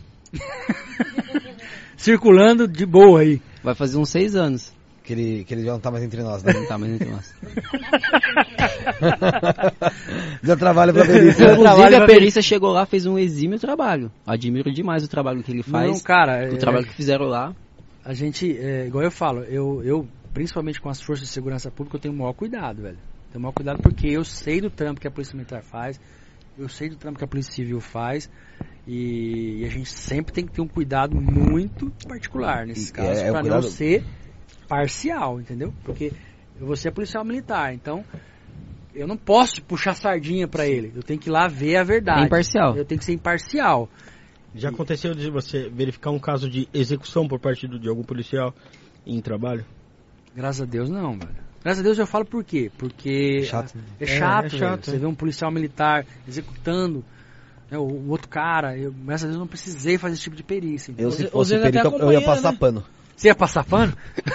Circulando de boa aí. Vai fazer uns 6 anos. Que ele já não tá mais entre nós, né? Não tá mais entre nós. Já trabalha pra perícia. Inclusive a perícia chegou lá, fez um exímio trabalho. Admiro demais o trabalho que ele faz. Não, cara, o trabalho que fizeram lá. A gente, igual eu falo, eu principalmente com as forças de segurança pública, eu tenho o maior cuidado, velho. Tenho o maior cuidado porque eu sei do trampo que a Polícia Militar faz, eu sei do trampo que a Polícia Civil faz, e a gente sempre tem que ter um cuidado muito particular nesses casos, pra não ser parcial, entendeu? Porque eu vou ser policial militar, então eu não posso puxar sardinha pra ele, eu tenho que ir lá ver a verdade. É imparcial. Eu tenho que ser imparcial. Já aconteceu de você verificar um caso de execução por parte de algum policial em trabalho? Graças a Deus não, velho. Graças a Deus eu falo por quê? Porque chato. É chato. Você vê um policial militar executando, né, o outro cara. Graças a Deus eu não precisei fazer esse tipo de perícia. Eu, se fosse perito, eu ia passar pano. Você ia passar pano?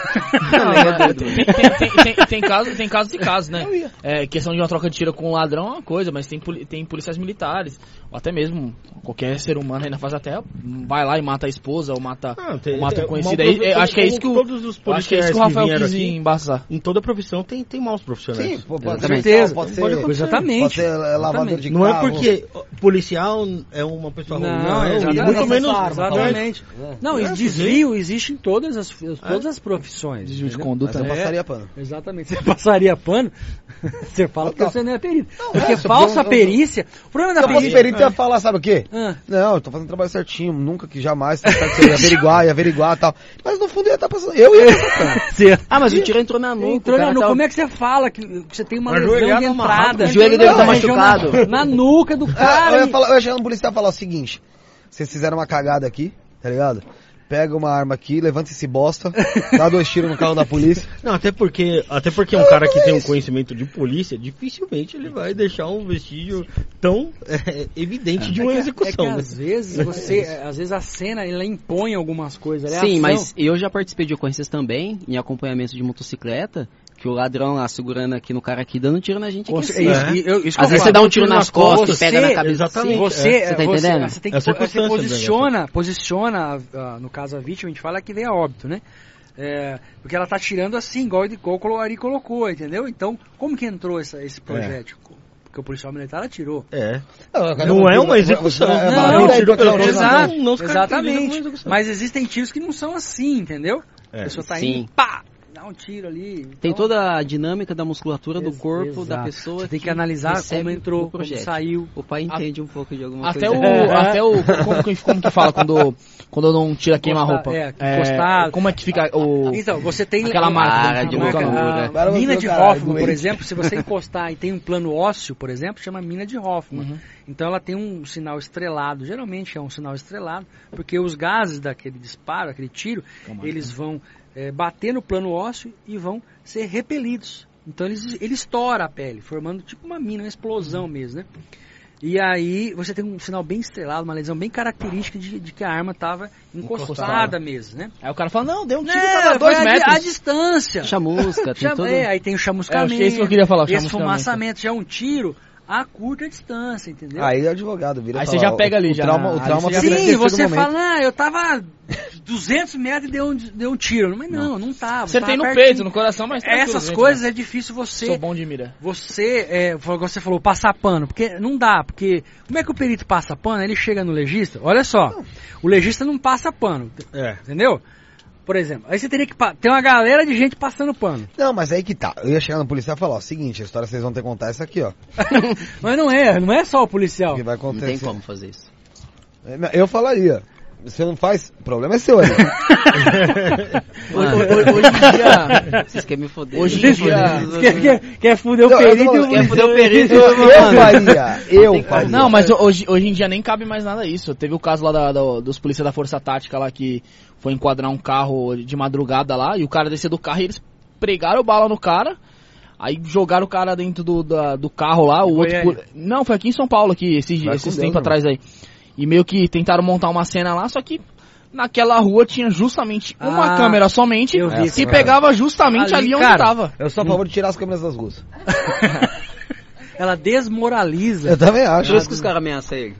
Tem casos e casos, né? Questão de uma troca de tiro com um ladrão é uma coisa, mas tem policiais militares, ou até mesmo qualquer ser humano aí na face da terra, vai lá e mata a esposa, ou mata um conhecido. Acho que é isso que o Rafael quis embaçar. Em toda profissão tem maus profissionais. Sim, pode certeza. Pode ser, exatamente. Pode ser lavador de carro. Não é porque policial é uma pessoa ruim. Não, muito menos. Exatamente. Não, e desvio existe em todas as profissões. Desvio de conduta. Você passaria pano. Exatamente. Você passaria pano, você fala que você não é perito. Porque falsa perícia... O problema da perícia... Se eu fosse perito, eu ia falar, sabe o quê? Não, eu tô fazendo trabalho certinho, nunca que jamais você ia averiguar e tal. Mas no fundo eu ia estar passando... Eu ia passar pano. Mas o tiro entrou na nuca. Como é que você fala que você tem uma lesão de entrada? O joelho dele tá machucado. Na nuca do cara. Eu ia chegar no policial e falar o seguinte: vocês fizeram uma cagada aqui, tá ligado? Pega uma arma aqui, levanta esse bosta, dá 2 tiros no carro da polícia. Não, até porque um cara que tem um conhecimento de polícia, dificilmente ele vai deixar um vestígio tão evidente de uma execução. Às vezes a cena ela impõe algumas coisas. Sim, mas eu já participei de ocorrências também, em acompanhamento de motocicleta, que o ladrão lá segurando aqui no cara aqui, dando tiro na gente aqui. Às vezes você dá um tiro nas costas, pega na cabeça. Exatamente. Você tá entendendo? Você tem que posiciona, no caso a vítima, a gente fala que veio a óbito, né? Porque ela tá tirando assim, igual o Ari colocou, entendeu? Então, como que entrou esse projétil? Porque o policial militar atirou. Não é uma execução. Exatamente. Mas existem tiros que não são assim, entendeu? A pessoa tá indo, pá! Dá um tiro ali. Então, tem toda a dinâmica da musculatura do corpo da pessoa. Você tem que analisar como entrou, como saiu. O pai entende um pouco de alguma coisa. Como que fala quando não tira queima-roupa? Encostado. Como é que fica Então, você tem aquela marca de musculatura. Mina de Hoffman, por exemplo, se você encostar e tem um plano ósseo, por exemplo, chama mina de Hoffman. Então ela tem um sinal estrelado, geralmente é um sinal estrelado, porque os gases daquele disparo, aquele tiro, eles vão bater no plano ósseo e vão ser repelidos. Então ele estoura a pele, formando tipo uma mina, uma explosão mesmo, né? E aí você tem um sinal bem estrelado, uma lesão bem característica de que a arma estava encostada mesmo, né? Aí o cara fala, não, deu um tiro, tava 2 metros. A distância. Chamusca, tem tudo. Aí tem o chamuscamento. É isso que eu queria falar, esfumaçamento, já é um tiro a curta distância, entendeu? Aí o advogado vira. Aí você já pega ali, o trauma sim, você fala, eu tava 200 metros e deu um tiro. Mas não tava. Acertei no peito, no coração, mas essas coisas é difícil você... Sou bom de mira. Você falou, passar pano, porque não dá, porque como é que o perito passa pano? Ele chega no legista, olha só, o legista não passa pano, entendeu? Por exemplo, aí você teria que ter uma galera de gente passando pano. Não, mas aí que tá. Eu ia chegar no policial e falar, seguinte, a história que vocês vão ter que contar é essa aqui, ó. Mas não é só o policial. Que vai acontecer. Não tem como fazer isso. Eu falaria. Você não faz, o problema é seu, né? Hoje em dia... Vocês querem me foder. Hoje em dia... Quer fuder o perito? Quer fuder o perito? Eu faria. Não, mas hoje em dia nem cabe mais nada isso. Teve o caso lá dos polícias da Força Tática lá que foi enquadrar um carro de madrugada lá e o cara desceu do carro e eles pregaram bala no cara. Aí jogaram o cara dentro do carro lá. Não, foi aqui em São Paulo, aqui, esses tempos atrás aí. E meio que tentaram montar uma cena lá, só que naquela rua tinha justamente uma câmera somente que pegava justamente ali onde tava. Eu sou a favor de tirar as câmeras das ruas. Ela desmoraliza. Eu também acho. Por isso que os caras ameaçam ele.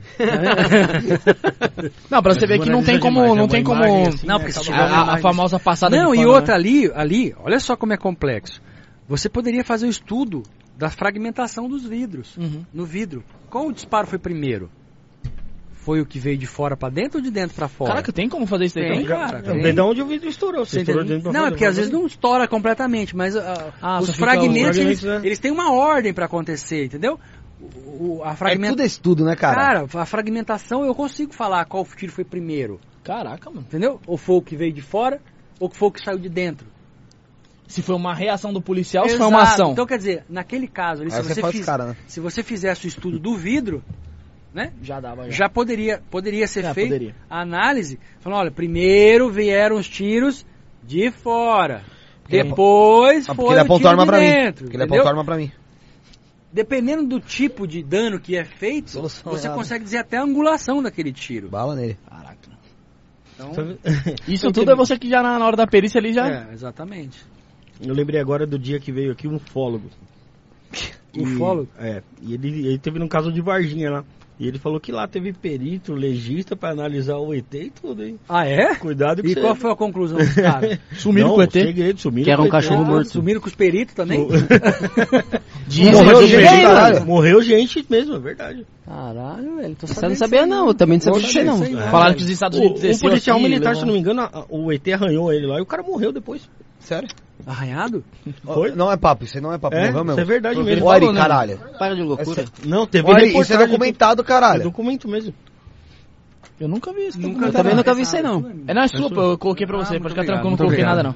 Não, pra você ver que não tem como... Não, porque se tiver a famosa passada não, de pano, e outra ali, olha só como é complexo. Você poderia fazer o estudo da fragmentação dos vidros. No vidro. Qual o disparo foi primeiro? Foi o que veio de fora pra dentro ou de dentro pra fora? Caraca, tem como fazer isso aí também? Cara. De onde o vidro estourou. Você estourou dentro pra não, fora, é porque às vezes não estoura completamente, mas os fragmentos, eles têm uma ordem pra acontecer, entendeu? Tudo é estudo, né, cara? Cara, a fragmentação eu consigo falar qual tiro foi primeiro. Caraca, mano. Entendeu? Ou foi o que veio de fora, ou foi o que saiu de dentro. Se foi uma reação do policial, ou se foi uma ação. Então, quer dizer, naquele caso, ali, se você fizesse o estudo do vidro, né? Já poderia ser feita a análise, falando, olha, primeiro vieram os tiros de fora, depois foi o tiro de dentro. Ele apontou a arma pra mim. Dependendo do tipo de dano que é feito, você consegue dizer até a angulação daquele tiro. Bala nele. Caraca. Então, isso tudo é você que já na hora da perícia ali já... exatamente. Eu lembrei agora do dia que veio aqui um ufólogo. Ufólogo? E ele teve num caso de Varginha lá. E ele falou que lá teve perito, legista pra analisar o ET e tudo, hein? Ah, é? Cuidado com isso. E qual foi a conclusão dos caras? Sumiram com o ET? Sumiram que era um cachorro morto. Sumiram com os peritos também? Morreu gente mesmo, é verdade. Caralho, velho. Você não sabia não, eu também não sabia não. Falaram que os Estados Unidos o policial militar, se não me engano, o ET arranhou ele lá e o cara morreu depois. Sério? Arranhado? Foi? Não é papo, isso aí não é papo. Morreu mesmo. Isso é verdade mesmo. Ori, caralho. Para de loucura. Não, teve reportagem. Isso é documentado, caralho. É documento mesmo. Eu nunca vi isso. Eu também nunca vi isso aí, não. Não, é sua, eu coloquei pra você. Pode ficar tranquilo, não coloquei nada, não.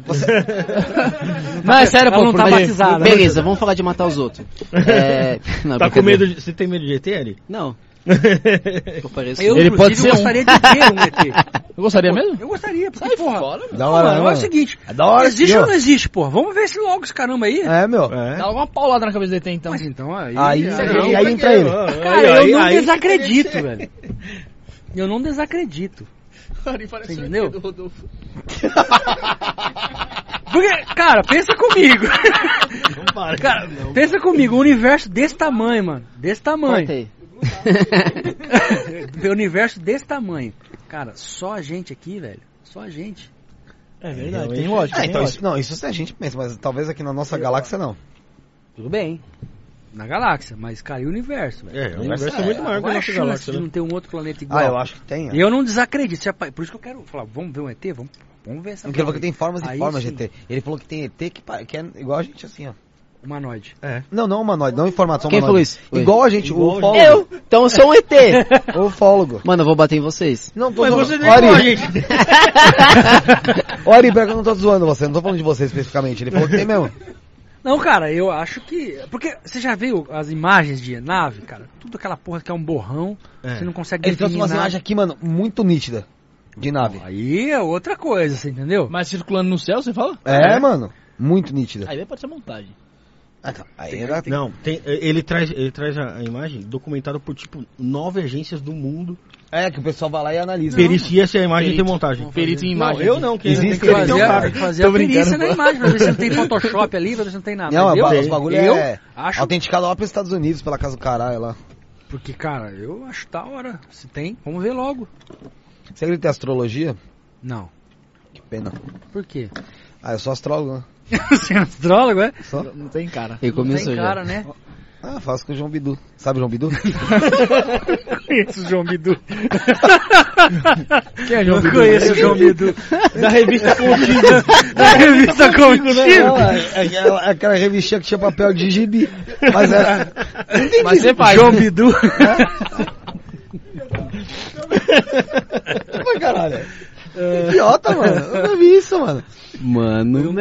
Não, é sério, pô. Não tá batizado. Beleza, vamos falar de matar os outros. Tá com medo de... Você tem medo de ET, Ari? Não. Ele pode ser gostaria de ver um ET. Eu gostaria mesmo? Eu gostaria, porque, porra, da hora, é o seguinte, existe ou não existe, porra? Vamos ver logo esse caramba aí. Meu. Dá uma paulada na cabeça do ET, então. Mas então aí entra ele. Cara, eu não desacredito, velho. Eu não desacredito. Você entendeu? Porque, cara, pensa comigo. Cara, pensa comigo, um universo desse tamanho, mano. Desse tamanho. Um universo desse tamanho. Cara, só a gente aqui, velho. Só a gente. É verdade, tem lógica. Então, isso a gente pensa, mas talvez aqui na nossa galáxia não. Tudo bem. Na galáxia, mas, cara, e o universo, velho? O universo é muito maior que a nossa galáxia, de né? não ter um outro planeta igual. Eu acho que tem. E eu não desacredito. Por isso que eu quero falar, vamos ver um ET? Vamos ver essa Porque ele falou que tem formas e formas de sim. ET. Ele falou que tem ET que é igual a gente assim, ó. Humanoide. Não humanoide, não em formato Quem humanoide. falou isso? Igual a gente, o ufólogo. Eu! Então eu sou um ET! O ufólogo. Mano, eu vou bater em vocês. Não tô Mas zoando. você nem falou, gente. Ô, Ari, pior que eu não tô zoando você, não tô falando de você especificamente. Ele falou que tem mesmo. Não, cara, eu acho que... Porque você já viu as imagens de nave, cara? Tudo aquela porra que é um borrão, você não consegue Ele trouxe definir umas nada. imagens aqui, mano, muito nítida. De nave. Aí é outra coisa, você entendeu? Mas circulando no céu, você fala? Mano, muito nítida. Aí pode ser montagem. Não, ele traz a imagem documentada por, 9 agências do mundo. Que o pessoal vai lá e analisa. Pericia se a imagem tem montagem. Perito em imagem. Eu não, que Existe tem que ter um cara. Tem que fazer a perícia na imagem, pra ver se não tem Photoshop ali, pra ver se não tem nada. Não, entendeu? os bagulho acho... autenticado lá pros Estados Unidos, pela casa do caralho lá. Porque, cara, eu acho da hora. Se tem, vamos ver logo. Você acredita em astrologia? Não. Que pena. Por quê? Eu sou astrólogo, né? Você é astrólogo, é? Só? Não tem cara. Ele Não começou tem já. cara, né? Faço com o João Bidu. Sabe o João Bidu? Conheço o João Bidu. Quem é João Eu Bidu? conheço o João Bidu. Da revista Contigo. Da revista Contigo. Aquela revistinha que tinha papel de gibi. Mas Mas você faz. João Bidu. Mas caralho. Idiota, mano. Eu não vi isso, mano. Mano,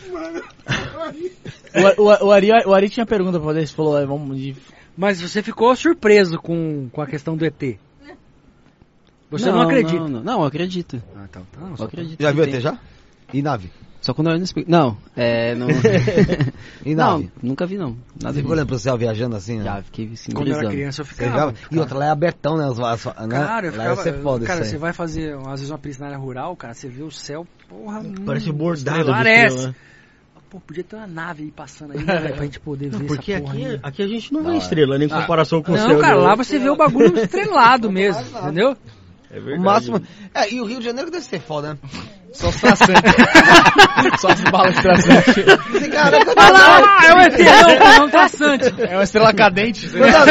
O Ari tinha pergunta pra você, falou, vamos... Mas você ficou surpreso com a questão do ET? Você não acredita? Não, eu acredito. Então, Eu acredito. Já que viu tem. ET já? E nave? Só quando eu não explico. Não, não. E Não, nave? nunca vi não. Nada Você ficou olhando pro céu viajando assim, né? Já, fiquei assim, Quando eu era brisando. criança eu Você ficava. ficava? E outra lá é abertão, né? Cara, eu lá ia ser ficava. foda Cara, isso você aí. vai fazer, às vezes, uma prisão na área rural, cara, você vê o céu, porra. Parece bordado de Parece. estrela, né? Pô, podia ter uma nave aí passando aí, né, velho, pra gente poder ver Porque essa porra aí. aqui a gente não vê estrela, nem em comparação com o céu. Não, cara, né? lá você vê o bagulho estrelado mesmo, entendeu? É verdade. O máximo... e o Rio de Janeiro deve ser foda, né? Só os traçantes. Só as balas de traçante. Caraca, Ah lá, é o ET, não, é um traçante. É uma estrela cadente.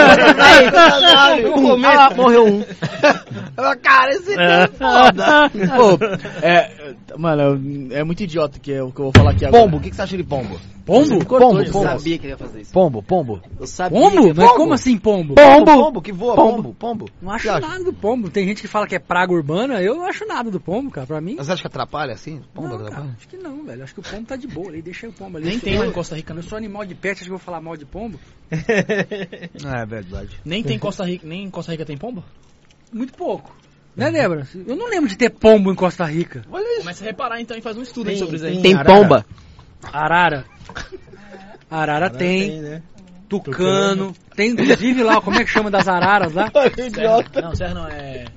Morreu um. Cara, esse ET é foda. Pô, mano, é muito idiota que é o que eu vou falar aqui agora. Pombo, o que você acha de pombo? Pombo? Pombo, Eu sabia que ele ia fazer isso. Pombo. Eu sabia. Pombo? Mas Pombo? como assim pombo? Pombo, que voa, pombo. Não acho Você acha? nada do pombo. Tem gente que fala que é praga urbana, eu não acho nada do pombo, cara. Pra mim, Você acha que atrapalha assim? Pombo não, cara, atrapalha? acho que não, velho. Acho que o pombo tá de boa ali, deixa o pombo ali. Nem tem lá em Costa Rica, Eu né? sou animal de pet, acho que eu vou falar mal de pombo? É verdade. Nem tem Costa Rica, nem em Costa Rica tem pomba? Muito pouco. Né, Débora? Eu não lembro de ter pombo em Costa Rica. Começa a reparar então e faz um estudo aí sobre isso aí. Tem pomba. Arara. Arara tem. né? Tucano. Tem inclusive lá, como é que chama das araras lá? Serra não, é...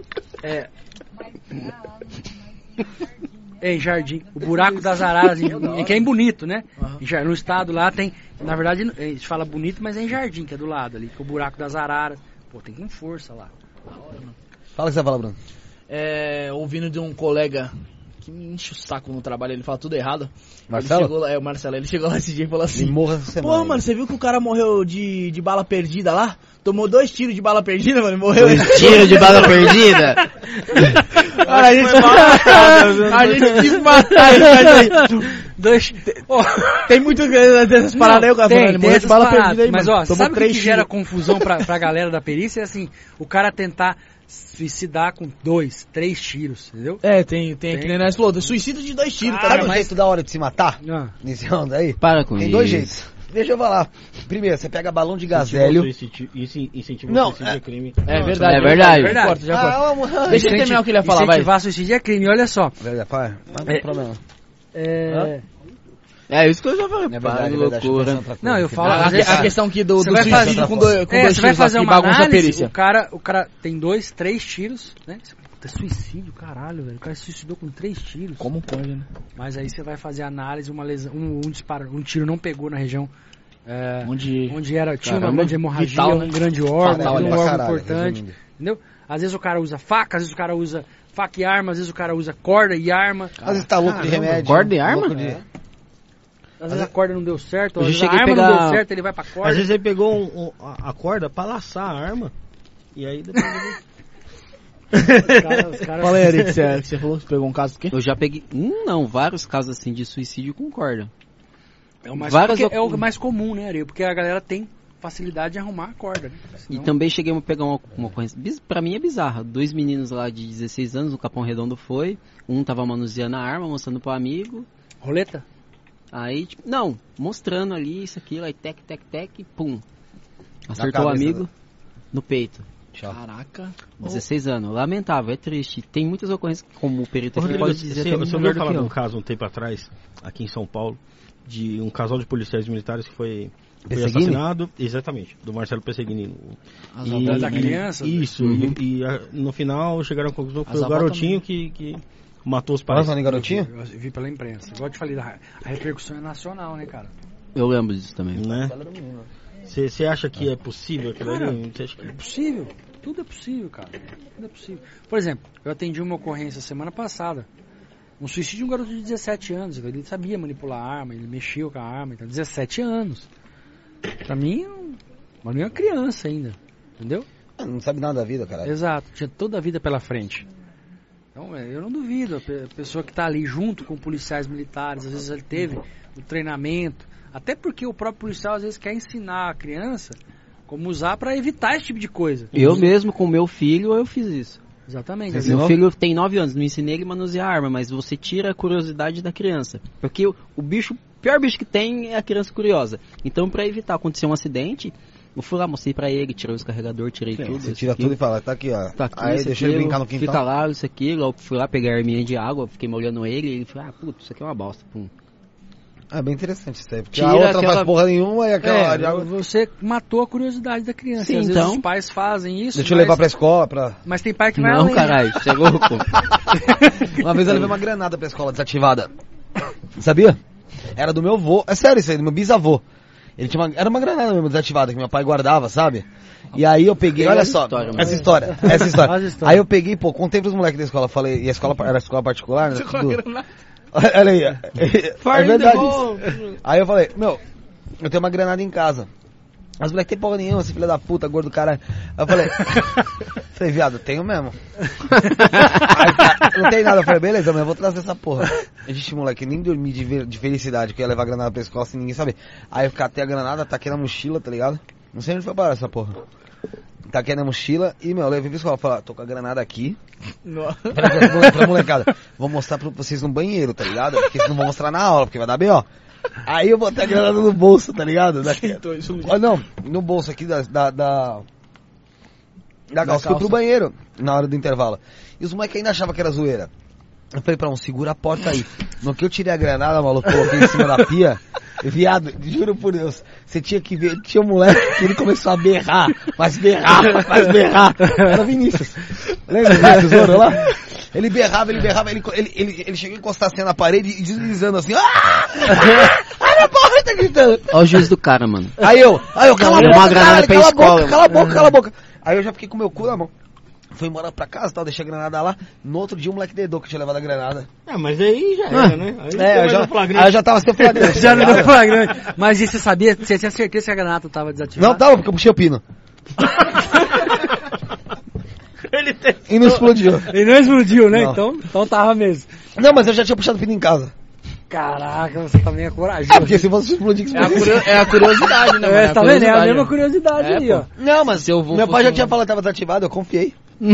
É em Jardim. O buraco das araras, que é em Bonito, né? Uhum. No estado lá tem. Na verdade, a gente fala Bonito, mas é em Jardim, que é do lado ali. Que é o buraco das araras. Pô, tem com força lá. Fala o que você fala, Bruno. Ouvindo de um colega que me enche o saco no trabalho, ele fala tudo errado. Marcelo? Ele chegou lá, o Marcelo, ele chegou lá esse dia e falou assim: Me morra essa semana. Pô, mano, você viu que o cara morreu de bala perdida lá? Tomou 2 tiros de bala perdida, mano, e morreu. Tiro de bala perdida. Cara, a gente quis matar ele. Tem muito dessas paradas aí, o cara falando, ele morreu de bala perdida aí, mas mano. ó, Tomou sabe o 3 que gera tiros. confusão pra galera da perícia? É assim, o cara tentar suicidar com 2, 3 tiros, entendeu? Tem que nem nós falou, suicídio de 2 tiros, Sabe tá? o jeito da hora de se matar? Ah. Nesse onda aí? Para com Tem isso. 2 jeitos. Deixa eu falar. Primeiro, você pega balão de gazélio. Isso incentiva Não, o suicídio é crime. É verdade. É verdade. Já corta, já corta. Vamos. Deixa ele terminar o que ele ia falar, vai. Incentivar suicídio é crime, olha só. Vai. Não tem problema. É isso que eu já falei. É Para verdade, de é verdade. loucura. Outra coisa. Não, eu falo, A, às vezes, a questão aqui do você vai suicídio fazer- com dois você vai tiros fazer aqui, uma bagunça a análise, perícia. o cara tem 2, 3 tiros, né? Puta, é suicídio, caralho, velho. O cara se suicidou com 3 tiros. Como pode, né? Mas aí você vai fazer análise, uma lesão, um tiro não pegou na região onde era, tinha uma grande hemorragia, vital, né? um grande órgão, um órgão importante. Resumindo. Entendeu? Às vezes o cara usa faca, às vezes o cara usa faca e arma, às vezes o cara usa corda e arma. Às vezes tá louco de remédio. Corda e arma? Às vezes a corda não deu certo, às Eu vezes a cheguei a arma não pegar- deu certo, ele vai pra corda. Às vezes ele pegou a corda pra laçar a arma. E aí depois ele... Os caras- Fala aí, Eric, você falou que você pegou um caso do quê? Eu já peguei, vários casos assim de suicídio com corda. É o mais, várias porque é o mais comum, né, Ari? Porque a galera tem facilidade de arrumar a corda, né? E Senão- também cheguei a pegar uma ocorrência, pra mim é bizarra. 2 meninos lá de 16 anos, o Capão Redondo foi, um tava manuseando a arma, mostrando pro amigo. Roleta? Aí, tipo, não, mostrando ali isso, aquilo, aí tec, pum. Na Acertou o cabeça, amigo né? no peito. Caraca. 16 anos, lamentável, é triste. Tem muitas ocorrências, como o perito aqui Rodrigo, pode dizer, até você melhor ouviu do falar que de um eu. caso um tempo atrás, aqui em São Paulo, de um casal de policiais militares que foi Pesseguini? assassinado, exatamente, do Marcelo Pesseguini. Da criança? Isso, no final chegaram à conclusão que foi As o avós garotinho que matou os pais. Nossa, nem garotinho? Eu vi pela imprensa. Igual eu te falei, a repercussão é nacional, né, cara? Eu lembro disso também. Né? Você acha que é possível aquilo Cara, ali? Você acha que... É possível. Tudo é possível, cara. Tudo é possível. Por exemplo, eu atendi uma ocorrência semana passada. Um suicídio de um garoto de 17 anos. Ele sabia manipular a arma, ele mexeu com a arma. Então, 17 anos. Pra mim, mas não é uma criança ainda. Entendeu? Não sabe nada da vida, caralho. Exato. Tinha toda a vida pela frente. Então, eu não duvido. A pessoa que tá ali junto com policiais militares, às vezes ele teve o treinamento. Até porque o próprio policial, às vezes, quer ensinar a criança como usar pra evitar esse tipo de coisa. Eu mesmo, com meu filho, eu fiz isso. Exatamente. Você Às vezes, Meu filho tem 9 anos, não ensinei ele a manusear arma, mas você tira a curiosidade da criança. Porque o pior bicho que tem é a criança curiosa. Então, pra evitar acontecer um acidente, eu fui lá, mostrei pra ele, tirei os carregadores, tirei tudo. Você isso, tira aquilo. tudo e fala, tá aqui, ó. Tá aqui, Aí isso, deixa ele aquilo, brincar no quintal. Fica lá, isso aqui. Eu fui lá pegar a arminha de água, fiquei molhando ele, e ele falou, putz, isso aqui é uma bosta. Pum. É bem interessante isso aí, porque Tira a outra não aquela- faz porra nenhuma e aquela de água... você matou a curiosidade da criança. Sim, Às vezes então. os pais fazem isso. Deixa eu levar pra escola, pra... Mas tem pai que vai Não, além. caralho, você é louco. Uma vez eu levei uma granada pra escola desativada. Sabia? Era do meu avô. É sério isso aí, do meu bisavô. Ele tinha uma... Era uma granada mesmo desativada que meu pai guardava, sabe? E aí eu peguei, olha só, história, essa história. Olha a história. Aí eu peguei, pô, contei pros moleques da escola, falei, e a escola era escola particular, né? Tudo. Olha aí, é verdade isso. Aí eu falei, meu, eu tenho uma granada em casa. As moleques tem porra nenhuma, esse filho da puta, gordo do caralho. Aí eu falei, viado, tenho mesmo. Aí, tá, não tem nada, eu falei, beleza, mas eu vou trazer essa porra. A gente, moleque, nem dormi de felicidade que eu ia levar a granada pra escola sem ninguém saber. Aí eu catei a granada, taquei na mochila, tá ligado? Não sei onde foi parar essa porra. Taquei na mochila e, meu, eu levei pra escola. Falei, tô com a granada aqui. Pra molecada, vou mostrar pra vocês no banheiro, tá ligado? Porque vocês não vão mostrar na aula, porque vai dar B.O. Aí eu botei a granada no bolso, tá ligado? Não, no bolso aqui da calça. Fui pro banheiro na hora do intervalo. E os moleques ainda achavam que era zoeira. Eu falei pra segura a porta aí. No que eu tirei a granada, maluco, coloquei em cima da pia. Viado, juro por Deus, você tinha que ver, tinha um moleque que ele começou a berrar, mas berrar. Era Vinícius. Lembra do Vinícius Ouro lá? Ele berrava, ele chegou a encostar assim na parede e deslizando assim, olha a porra, tá gritando. Olha o juiz do cara, mano. Aí eu, cala a boca, uma granada caralho, pra escola, cala a boca. Aí eu já fiquei com o meu cu na mão. Fui embora pra casa, tal, deixei a granada lá. No outro dia, um moleque dedou que tinha levado a granada. Ah, mas aí já era, né? Aí eu já tava sem flagrante. Já não deu flagrante. Mas e você sabia, você tinha certeza que a granada tava desativada? Não tava, porque eu puxei o pino. E não explodiu. Ele não explodiu, né? Não. Então tava mesmo. Não, mas eu já tinha puxado o pino em casa. Caraca, você também é corajoso. Ah, porque se fosse explodir, que explodiu. É a curiosidade, né, mano? Tá vendo? É a mesma curiosidade aí, pô. ó. Não, mas Se eu vou meu pai fosse já um- tinha falado que tava desativado, eu confiei.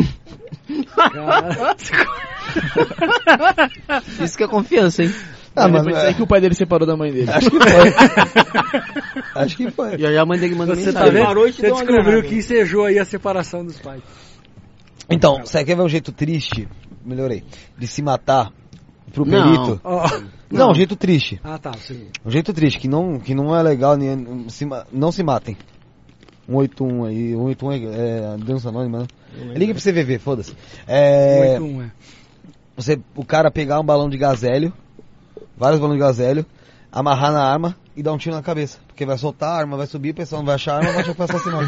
Isso que é confiança, hein? Ah, Mas mano, isso aí que o pai dele separou da mãe dele. acho que foi. Acho que foi. Já a mãe dele mandou Você tá mensagem. vendo? Parou e te Você deu uma descobriu granada. que ensejou aí a separação dos pais. Então, você quer ver um jeito triste? Melhorei. De se matar pro Não. perito? Ó. Não, um jeito triste. Ah, tá. Sim. Um jeito triste, que não é legal, não se matem. 181 aí, 181 é dança anônima, né? Liga pro CVV, foda-se. 81, o cara pegar um balão de gazélio, vários balões de gazélio, amarrar na arma e dar um tiro na cabeça. Porque vai soltar a arma, vai subir, o pessoal não vai achar a arma, vai achar que foi assassinado.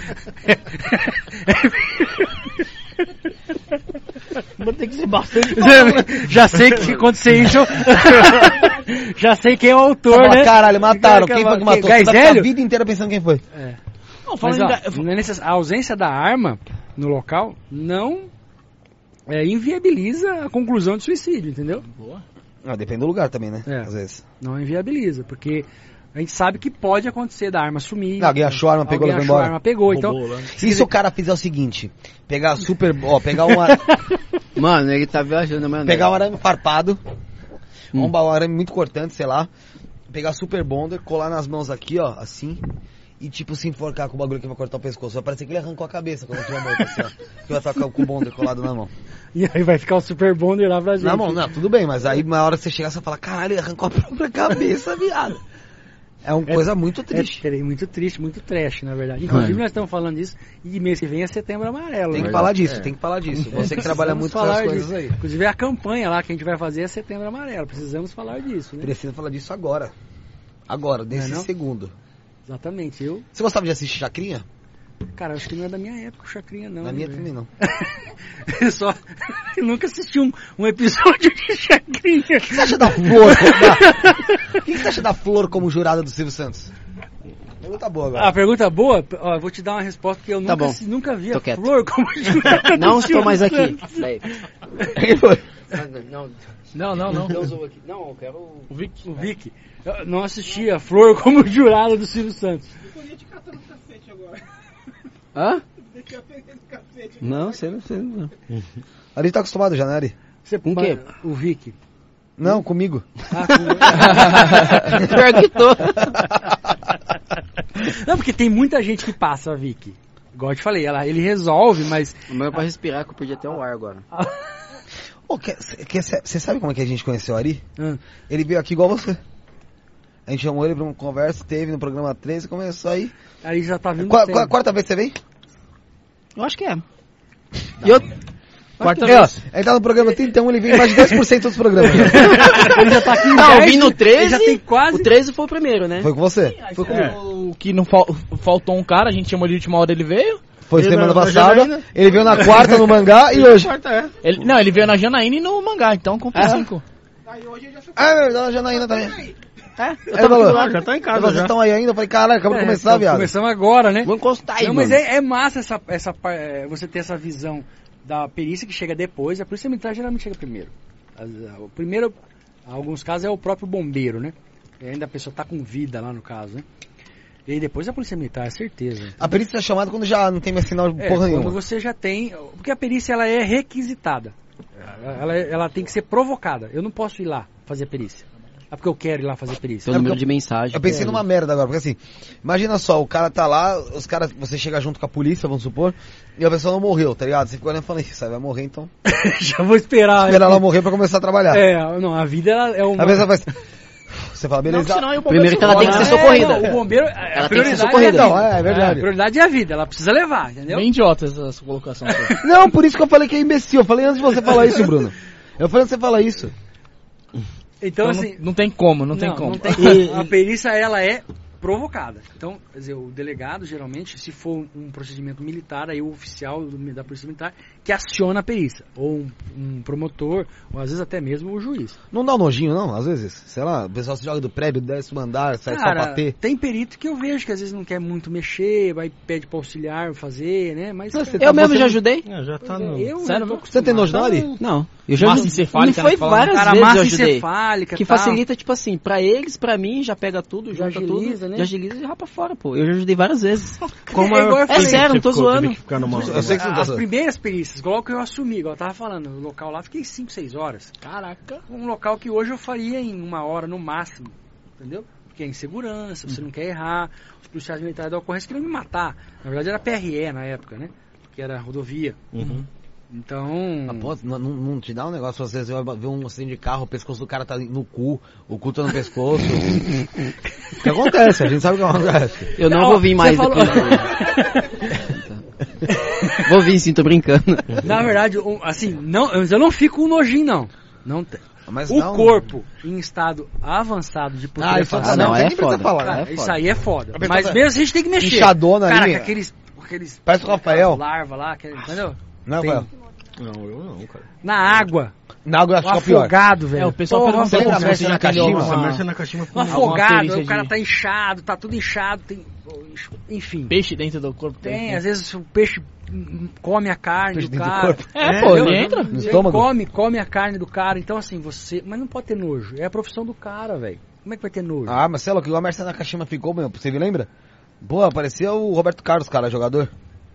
Mas tem que ser bastante. Já sei que se acontecer isso. Já sei quem é o autor, né? Caralho, mataram. Quem foi que matou? Você vai ficar a vida inteira pensando quem foi. Não, mas, a ausência da arma no local não inviabiliza a conclusão de suicídio, entendeu? Boa. Depende do lugar também, né? Às vezes. Não inviabiliza, porque a gente sabe que pode acontecer da arma sumir. Alguém achou a arma, pegou, levou embora. A arma pegou, então... Se isso o cara fizer o seguinte, pegar pegar uma... Mano, ele tá viajando, mano. Pegar um arame farpado, um arame muito cortante, sei lá, pegar super bonder, colar nas mãos aqui, ó, assim, e tipo se enforcar com o bagulho que vai cortar o pescoço. Vai parecer que ele arrancou a cabeça quando tiver morto, assim, ó. Que vai ficar com o bonder colado na mão. E aí vai ficar o super bonder lá pra gente. Na mão, não, tudo bem, mas aí na hora que você chegar, você fala, caralho, ele arrancou a própria cabeça, viado. É uma coisa muito triste. Muito triste, muito trash, na verdade. Inclusive nós estamos falando disso e mês que vem é Setembro Amarelo. Tem que falar disso, tem que falar disso. Você que trabalha muito com essas coisas aí. Inclusive a campanha lá que a gente vai fazer é Setembro Amarelo. Precisamos falar disso, né? Precisa falar disso agora. Agora, nesse segundo. Exatamente, Você gostava de assistir Chacrinha? Cara, acho que não é da minha época o Chacrinha, não. Da minha também não. Eu nunca assisti um episódio de Chacrinha. O que você acha da Flor? O que você acha da Flor como jurada do Silvio Santos? Pergunta boa agora. Pergunta boa? Ó, eu vou te dar uma resposta porque eu nunca vi a Flor como jurada. Não estou mais aqui. Quem foi? Não. Não, eu quero o Vic. Eu não assisti a Flor como jurada do Silvio Santos. Eu podia te catar no cacete agora. Hã? Deixa eu pegar no cacete. Não, você não. Ali tá acostumado já, né, Ari? Você com o quê? O Vic. Não, comigo. Pior que tô. Não, porque tem muita gente que passa a Vic. Igual eu te falei, ele resolve, mas... O meu é pra respirar, que eu perdi até o ar agora. Você sabe como é que a gente conheceu o Ari? Ele veio aqui igual você. A gente chamou ele pra uma conversa, teve no programa 13 e começou aí. Aí já tá vindo. Qual a quarta vez que você vem? Eu acho que é. Quarta vez. Ele tá no programa 31, ele vem mais de 10% dos programas. Ele já tá aqui em Não, eu vim no 13. Já tem quase... O 13 foi o primeiro, né? Foi com você? Foi com o que não faltou um cara, a gente chamou de última hora, ele veio. Foi semana passada, ele veio na quarta no Mangá e hoje. Ele veio na Janaína e no Mangá, então conta 5. Aí hoje ele já foi. Na Janaína também. Já tá em casa. Vocês estão aí ainda? Eu falei, caralho, acabou de começar, viado. Começamos agora, né? Vou encostar aí, não, mano. Mas é massa você ter essa visão da perícia que chega depois. A polícia militar geralmente chega primeiro. O primeiro, em alguns casos, é o próprio bombeiro, né? E ainda a pessoa tá com vida lá no caso, né? E aí depois a polícia militar, é certeza. A perícia é chamada quando já não tem mais sinal de porra nenhuma. Quando você já tem... Porque a perícia, ela é requisitada. Ela tem que ser provocada. Eu não posso ir lá fazer a perícia. É porque eu quero ir lá fazer perícia. Pelo número de mensagem. Eu pensei numa merda agora, porque assim, imagina só, o cara tá lá, você chega junto com a polícia, vamos supor, e a pessoa não morreu, tá ligado? Você fica olhando e fala, isso aí vai morrer então. Já vou esperar. Esperar ela morrer pra começar a trabalhar. Não, a vida é uma... A pessoa faz... Você fala, beleza. Primeiro que ela tem que ser socorrida. O bombeiro, ela tem que ser socorrida. É verdade. A prioridade é a vida, ela precisa levar, entendeu? Bem idiota essa colocação. Não, por isso que eu falei que é imbecil. Eu falei antes de você falar isso, Bruno. Eu falei antes de você falar isso. Então assim... Não tem como, não tem como. A perícia, ela é provocada. Então, quer dizer, o delegado, geralmente, se for um procedimento militar, aí o oficial da polícia militar que aciona a perícia. Ou um promotor, ou às vezes até mesmo o juiz. Não dá um nojinho, não? Às vezes? Sei lá, o pessoal se joga do prédio, desce o andar, sai só pra ter. Tem perito que eu vejo que às vezes não quer muito mexer, vai pede pro auxiliar fazer, né? Mas eu mesmo já ajudei. Já tá no... Sério? Você tem nojo, não, Ari? Não. Eu já massa encefálica, não foi várias cara, vezes massa eu ajudei. encefálica, que facilita, tipo assim, pra eles, pra mim, já pega tudo, já junta agiliza, tudo, né? já agiliza e rapa fora, pô. Eu já ajudei várias vezes. É sério, não tô zoando. Eu sei que você não tá As primeiras perícias, igual que eu assumi, igual eu tava falando, no local lá fiquei 5, 6 horas. Caraca. Um local que hoje eu faria em 1 hora no máximo, entendeu? Porque é insegurança, você não quer errar, os policiais militares da ocorrência queriam me matar. Na verdade era PRE na época, né? Que era rodovia. Então... Não te dá um negócio, às vezes vai ver um acidente de carro, o pescoço do cara tá no cu, o cu tá no pescoço. O que acontece? A gente sabe o que acontece. Eu não vou vir mais depois. Vou vir sim, tô brincando. Na verdade, assim, eu não fico com nojinho, não. Não tem. Mas o corpo em estado avançado de putrefação... não, é foda. Cara, isso aí é foda. Mas mesmo assim a gente tem que mexer. Inchadona cara, ali. Com aqueles parece o Rafael. Larva lá, entendeu? Não, Rafael. Não, eu não, cara. Na água. Na água eu acho que é o pior. Afogado, velho. O pessoal pergunta você lembra se já atendeu um afogado, o cara tá inchado, tá tudo inchado, enfim. Peixe dentro do corpo. Tem, às vezes o peixe come a carne do cara. Do corpo. Ele entra no estômago. Come a carne do cara, então assim, mas não pode ter nojo, é a profissão do cara, velho. Como é que vai ter nojo? Ah, mas sei lá, que igual a Marcela Nakashima ficou, meu, você me lembra? Pô, parecia o Roberto Carlos, cara, jogador.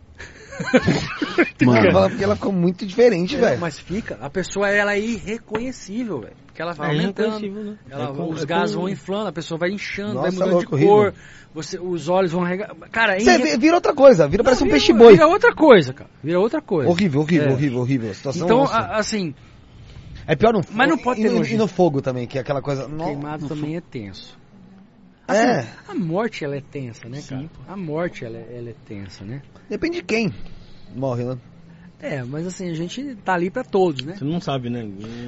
Mano, porque ela ficou muito diferente, velho. Mas a pessoa ela é irreconhecível, velho. Porque ela vai aumentando, né? Os gases vão inflando, a pessoa vai inchando, vai mudando de cor, os olhos vão regar. Cara, vira outra coisa, parece um peixe-boi. Vira outra coisa, cara. Vira outra coisa. Horrível. A situação, então, assim. É pior no fogo. Mas não pode ter e no fogo também, que é aquela coisa. Queimado também é tenso. Assim, a morte ela é tensa, né, cara? A morte ela é tensa, né? Depende de quem morre, né? Mas assim, a gente tá ali pra todos, né? Você não sabe, né?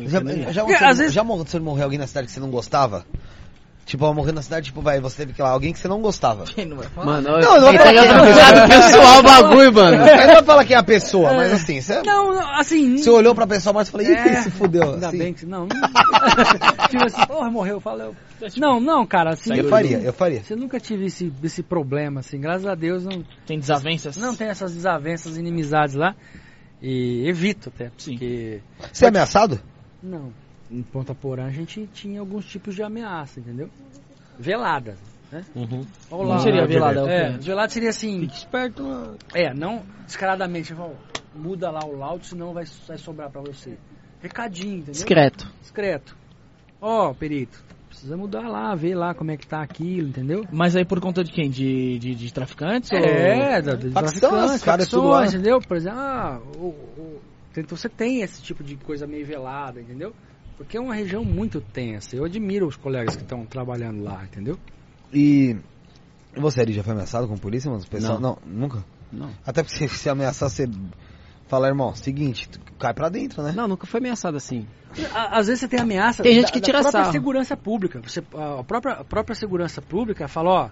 Já morreu alguém na cidade que você não gostava? Tipo, morreu na cidade, tipo, você teve que lá, alguém que você não gostava. Quem não vai falar? Mano, não vai falar pessoal o bagulho, mano. Não vai falar quem é a pessoa, mas assim, você... Não, assim... Você olhou pra pessoa, mas falei, ih, se fudeu. Ainda assim. bem que... Não. Tipo assim, porra, morreu, falou. Não, cara, assim... Eu faria. Você nunca tive esse problema, assim, graças a Deus não... Tem desavenças? Não tem essas desavenças, inimizades lá. E evito até, porque... Você é ameaçado? Não. Em Ponta Porã a gente tinha alguns tipos de ameaça, entendeu? Velada, né? Não seria velada, velada seria assim... Fique esperto. Não descaradamente, muda lá o laudo, senão vai sobrar pra você. Recadinho, entendeu? Discreto. Perito, precisa mudar lá, ver lá como é que tá aquilo, entendeu? Mas aí por conta de quem? De traficantes? De traficantes, facções, entendeu? Por exemplo, então você tem esse tipo de coisa meio velada, entendeu? Porque é uma região muito tensa. Eu admiro os colegas que estão trabalhando lá, entendeu? E você, Ari, já foi ameaçado com polícia, mano? Não. Nunca? Não. Até porque se ameaçar, você fala, irmão, seguinte, tu cai pra dentro, né? Não, nunca foi ameaçado assim. Às vezes você tem ameaça tem gente que tira da própria sarro. Segurança pública. A própria segurança pública fala,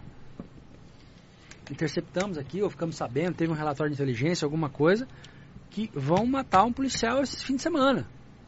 interceptamos aqui, ou ficamos sabendo, teve um relatório de inteligência, alguma coisa, que vão matar um policial esse fim de semana.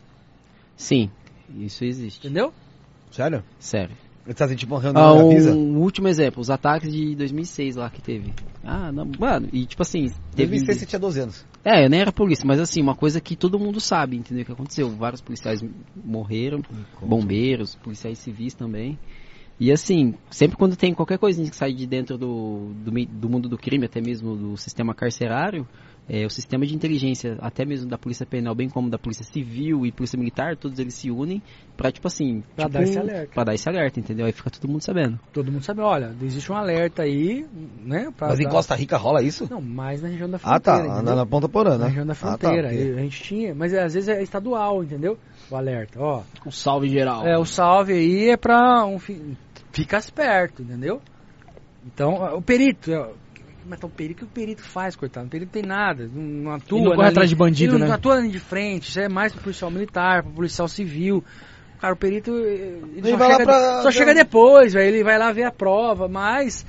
Sim, isso existe. Entendeu? Sério? Sério. Você tá assim, tipo, uma reunião da Visa? Um último exemplo, os ataques de 2006 lá que teve. Não, mano, e tipo assim... 2006 você tinha 12 anos. Eu nem era polícia, mas assim, uma coisa que todo mundo sabe, entendeu? O que aconteceu? Vários policiais morreram, bombeiros, policiais civis também. E assim, sempre quando tem qualquer coisinha que sai de dentro do mundo do crime, até mesmo do sistema carcerário, o sistema de inteligência, até mesmo da Polícia Penal, bem como da Polícia Civil e Polícia Militar, todos eles se unem pra, tipo assim... Pra dar esse alerta. Pra dar esse alerta, entendeu? Aí fica todo mundo sabendo. Todo mundo sabe, olha, existe um alerta aí, né? Mas em Costa Rica rola isso? Não, mais na região da fronteira. Na Ponta Porã, né? Na região da fronteira. A gente tinha, mas às vezes é estadual, entendeu? O alerta, O salve geral. O salve aí é pra fica esperto, entendeu? Então, o perito... Mas o que o perito faz, coitado? O perito não tem nada, não atua... Ele não corre atrás de bandido, né? Não atua ali de frente, isso é mais pro policial militar, pro policial civil. Cara, o perito ele só chega depois, véio, ele vai lá ver a prova, mas...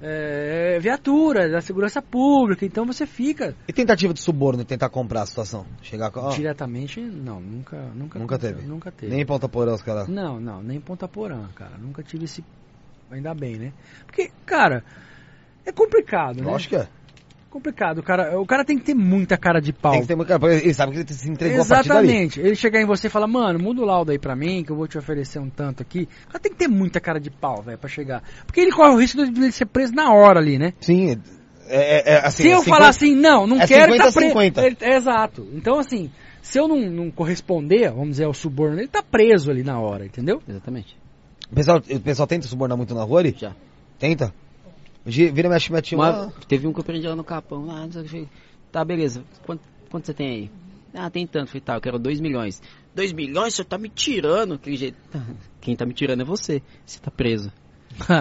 viatura, da segurança pública, então você fica... E tentativa de suborno, tentar comprar a situação? Chegar diretamente, não, nunca teve. Nunca teve. Nem em Ponta Porã, os caras... Não, nem em Ponta Porã, cara. Nunca tive esse... Ainda bem, né? Porque, cara... É complicado, né? Lógico que é. Complicado, o cara tem que ter muita cara de pau. Tem que ter muita cara, ele sabe que ele se entregou a partir dali. Exatamente. Ele chegar em você e falar, mano, muda o laudo aí pra mim, que eu vou te oferecer um tanto aqui. O cara tem que ter muita cara de pau, velho, pra chegar. Porque ele corre o risco de ele ser preso na hora ali, né? Sim, assim... Se eu falar assim, não quero, 50, tá preso. 50. Exato. Então, assim, se eu não corresponder, vamos dizer, ao suborno, ele tá preso ali na hora, entendeu? Exatamente. O pessoal tenta subornar muito na rua ali? Já. Tenta? Vira, mexe, Teve um que eu prendi lá no Capão. Tá, beleza. Quanto você tem aí? Tem tanto. Falei, eu quero 2 milhões. 2 milhões? Você tá me tirando? Aquele jeito. Quem tá me tirando é você. Você tá preso. Caralho.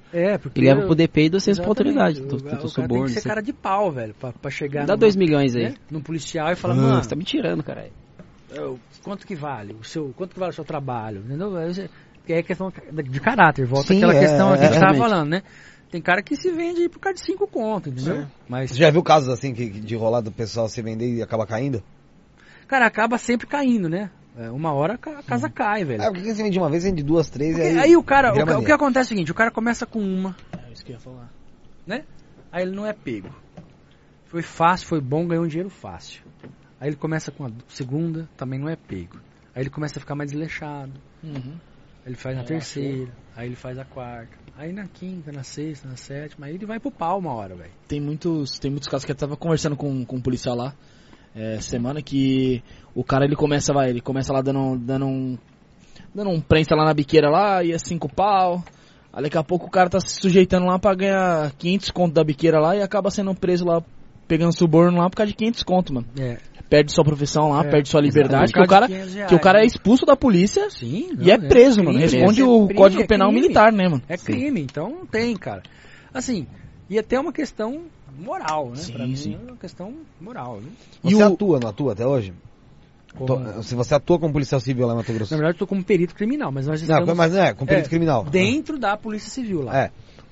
E leva pro DP e do senso pra autoridade. O cara tem que ser cara de pau, velho, pra chegar... Dá 2 milhões aí. Né, num policial e falar, mano... Você tá me tirando, caralho. Quanto que vale o seu trabalho? Entendeu? É questão de caráter, volta àquela questão aqui que você tava falando, né? Tem cara que se vende aí por causa de 5 conto, entendeu? Mas... Você já viu casos assim de rolar do pessoal se vender e acaba caindo? Cara, acaba sempre caindo, né? Uma hora a casa cai, velho. Porque você vende uma vez, vende 2, 3 porque e aí o cara, o que acontece é o seguinte, o cara começa com uma. Isso que eu ia falar. Né? Aí ele não é pego. Foi fácil, foi bom, ganhou um dinheiro fácil. Aí ele começa com a segunda, também não é pego. Aí ele começa a ficar mais desleixado. Aí ele faz na terceira, aí ele faz a quarta. Aí na quinta, na sexta, na sétima, aí ele vai pro pau uma hora, velho. Tem muitos casos que eu tava conversando com um policial lá, semana, que o cara ele começa lá dando um prensa lá na biqueira lá, e é 5 pau. Aí daqui a pouco o cara tá se sujeitando lá pra ganhar 500 conto da biqueira lá e acaba sendo preso lá, pegando suborno lá por causa de 500 conto, mano. Perde sua profissão lá, perde sua liberdade, que o cara é expulso da polícia. Sim, e é preso, mano. Responde o Código Penal Militar, né, mano? É crime, então não tem, cara. Assim, e até uma questão moral, né? Sim, pra mim sim. é uma questão moral, né? Você atua, não atua até hoje? Se você atua como policial civil lá em Mato Grosso. Na verdade, eu tô como perito criminal, mas nós estamos... Não, mas não é, como perito criminal. Dentro da Polícia Civil lá.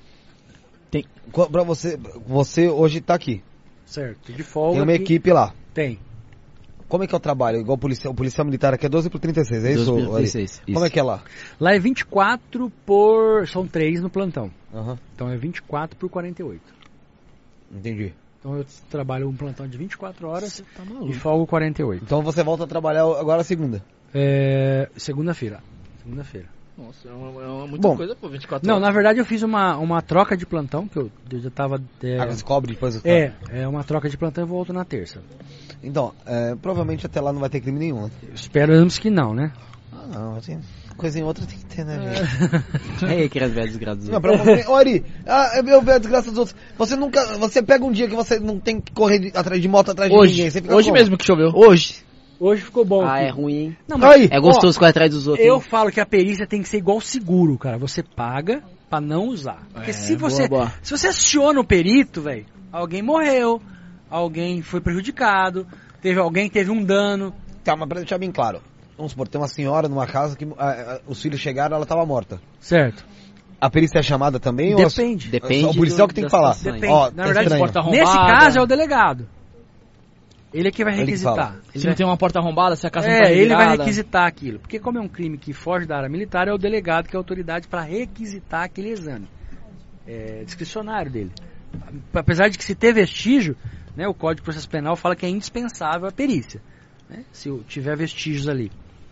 Pra você hoje tá aqui. Certo, de folga. Tem uma equipe lá. Tem. Como é que é o trabalho? Igual o policial militar aqui é 12 por 36, é 12 isso? por 36, Como é que é lá? Lá é 24 por... São 3 no plantão. Então é 24 por 48. Entendi. Então eu trabalho um plantão de 24 horas e folgo 48. Então você volta a trabalhar agora segunda? Segunda-feira. Nossa, é muita coisa, pô, 24 horas. Não, na verdade eu fiz uma troca de plantão, que eu já tava... você cobre depois? É uma troca de plantão e volto na terça. Então, provavelmente até lá não vai ter crime nenhum, né? Esperamos que não, né? Não, assim, coisa em outra tem que ter, né, gente? É aí que as velhas desgraças dos outros. Ori, eu vejo a desgraça dos outros. Você pega um dia que você não tem que correr atrás de moto atrás de ninguém. Você fica hoje mesmo que choveu. Hoje ficou bom. É ruim, hein? Não, mas, é gostoso correr atrás dos outros. Eu falo que a perícia tem que ser igual seguro, cara. Você paga pra não usar. Porque se você aciona o perito, velho, alguém morreu, alguém foi prejudicado, alguém teve um dano. Tá, mas pra deixar bem claro. Vamos supor, tem uma senhora numa casa que os filhos chegaram, ela tava morta. Certo. A perícia é chamada também? Depende. Depende. O policial que tem que falar. Depende. Na verdade, nesse caso é o delegado. Ele é que vai requisitar. Se não tem uma porta arrombada, se a casa não tá revirada. Ele vai requisitar aquilo. Porque como é um crime que foge da área militar, é o delegado que é a autoridade para requisitar aquele exame. É discricionário dele. Apesar de que se ter vestígio, né, o Código de Processo Penal fala que é indispensável a perícia. Né, se tiver vestígios ali.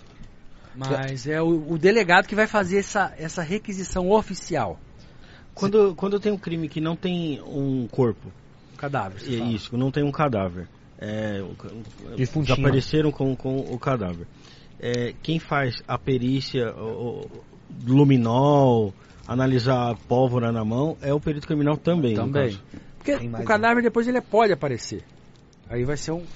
Mas é o delegado que vai fazer essa requisição oficial. Quando tem um crime que não tem um corpo. Cadáver. Isso, não tem um cadáver. Desapareceram com o cadáver. Quem faz a perícia, o luminol, analisar a pólvora na mão, é o perito criminal também. Porque o cadáver depois ele pode aparecer. Aí vai ser um...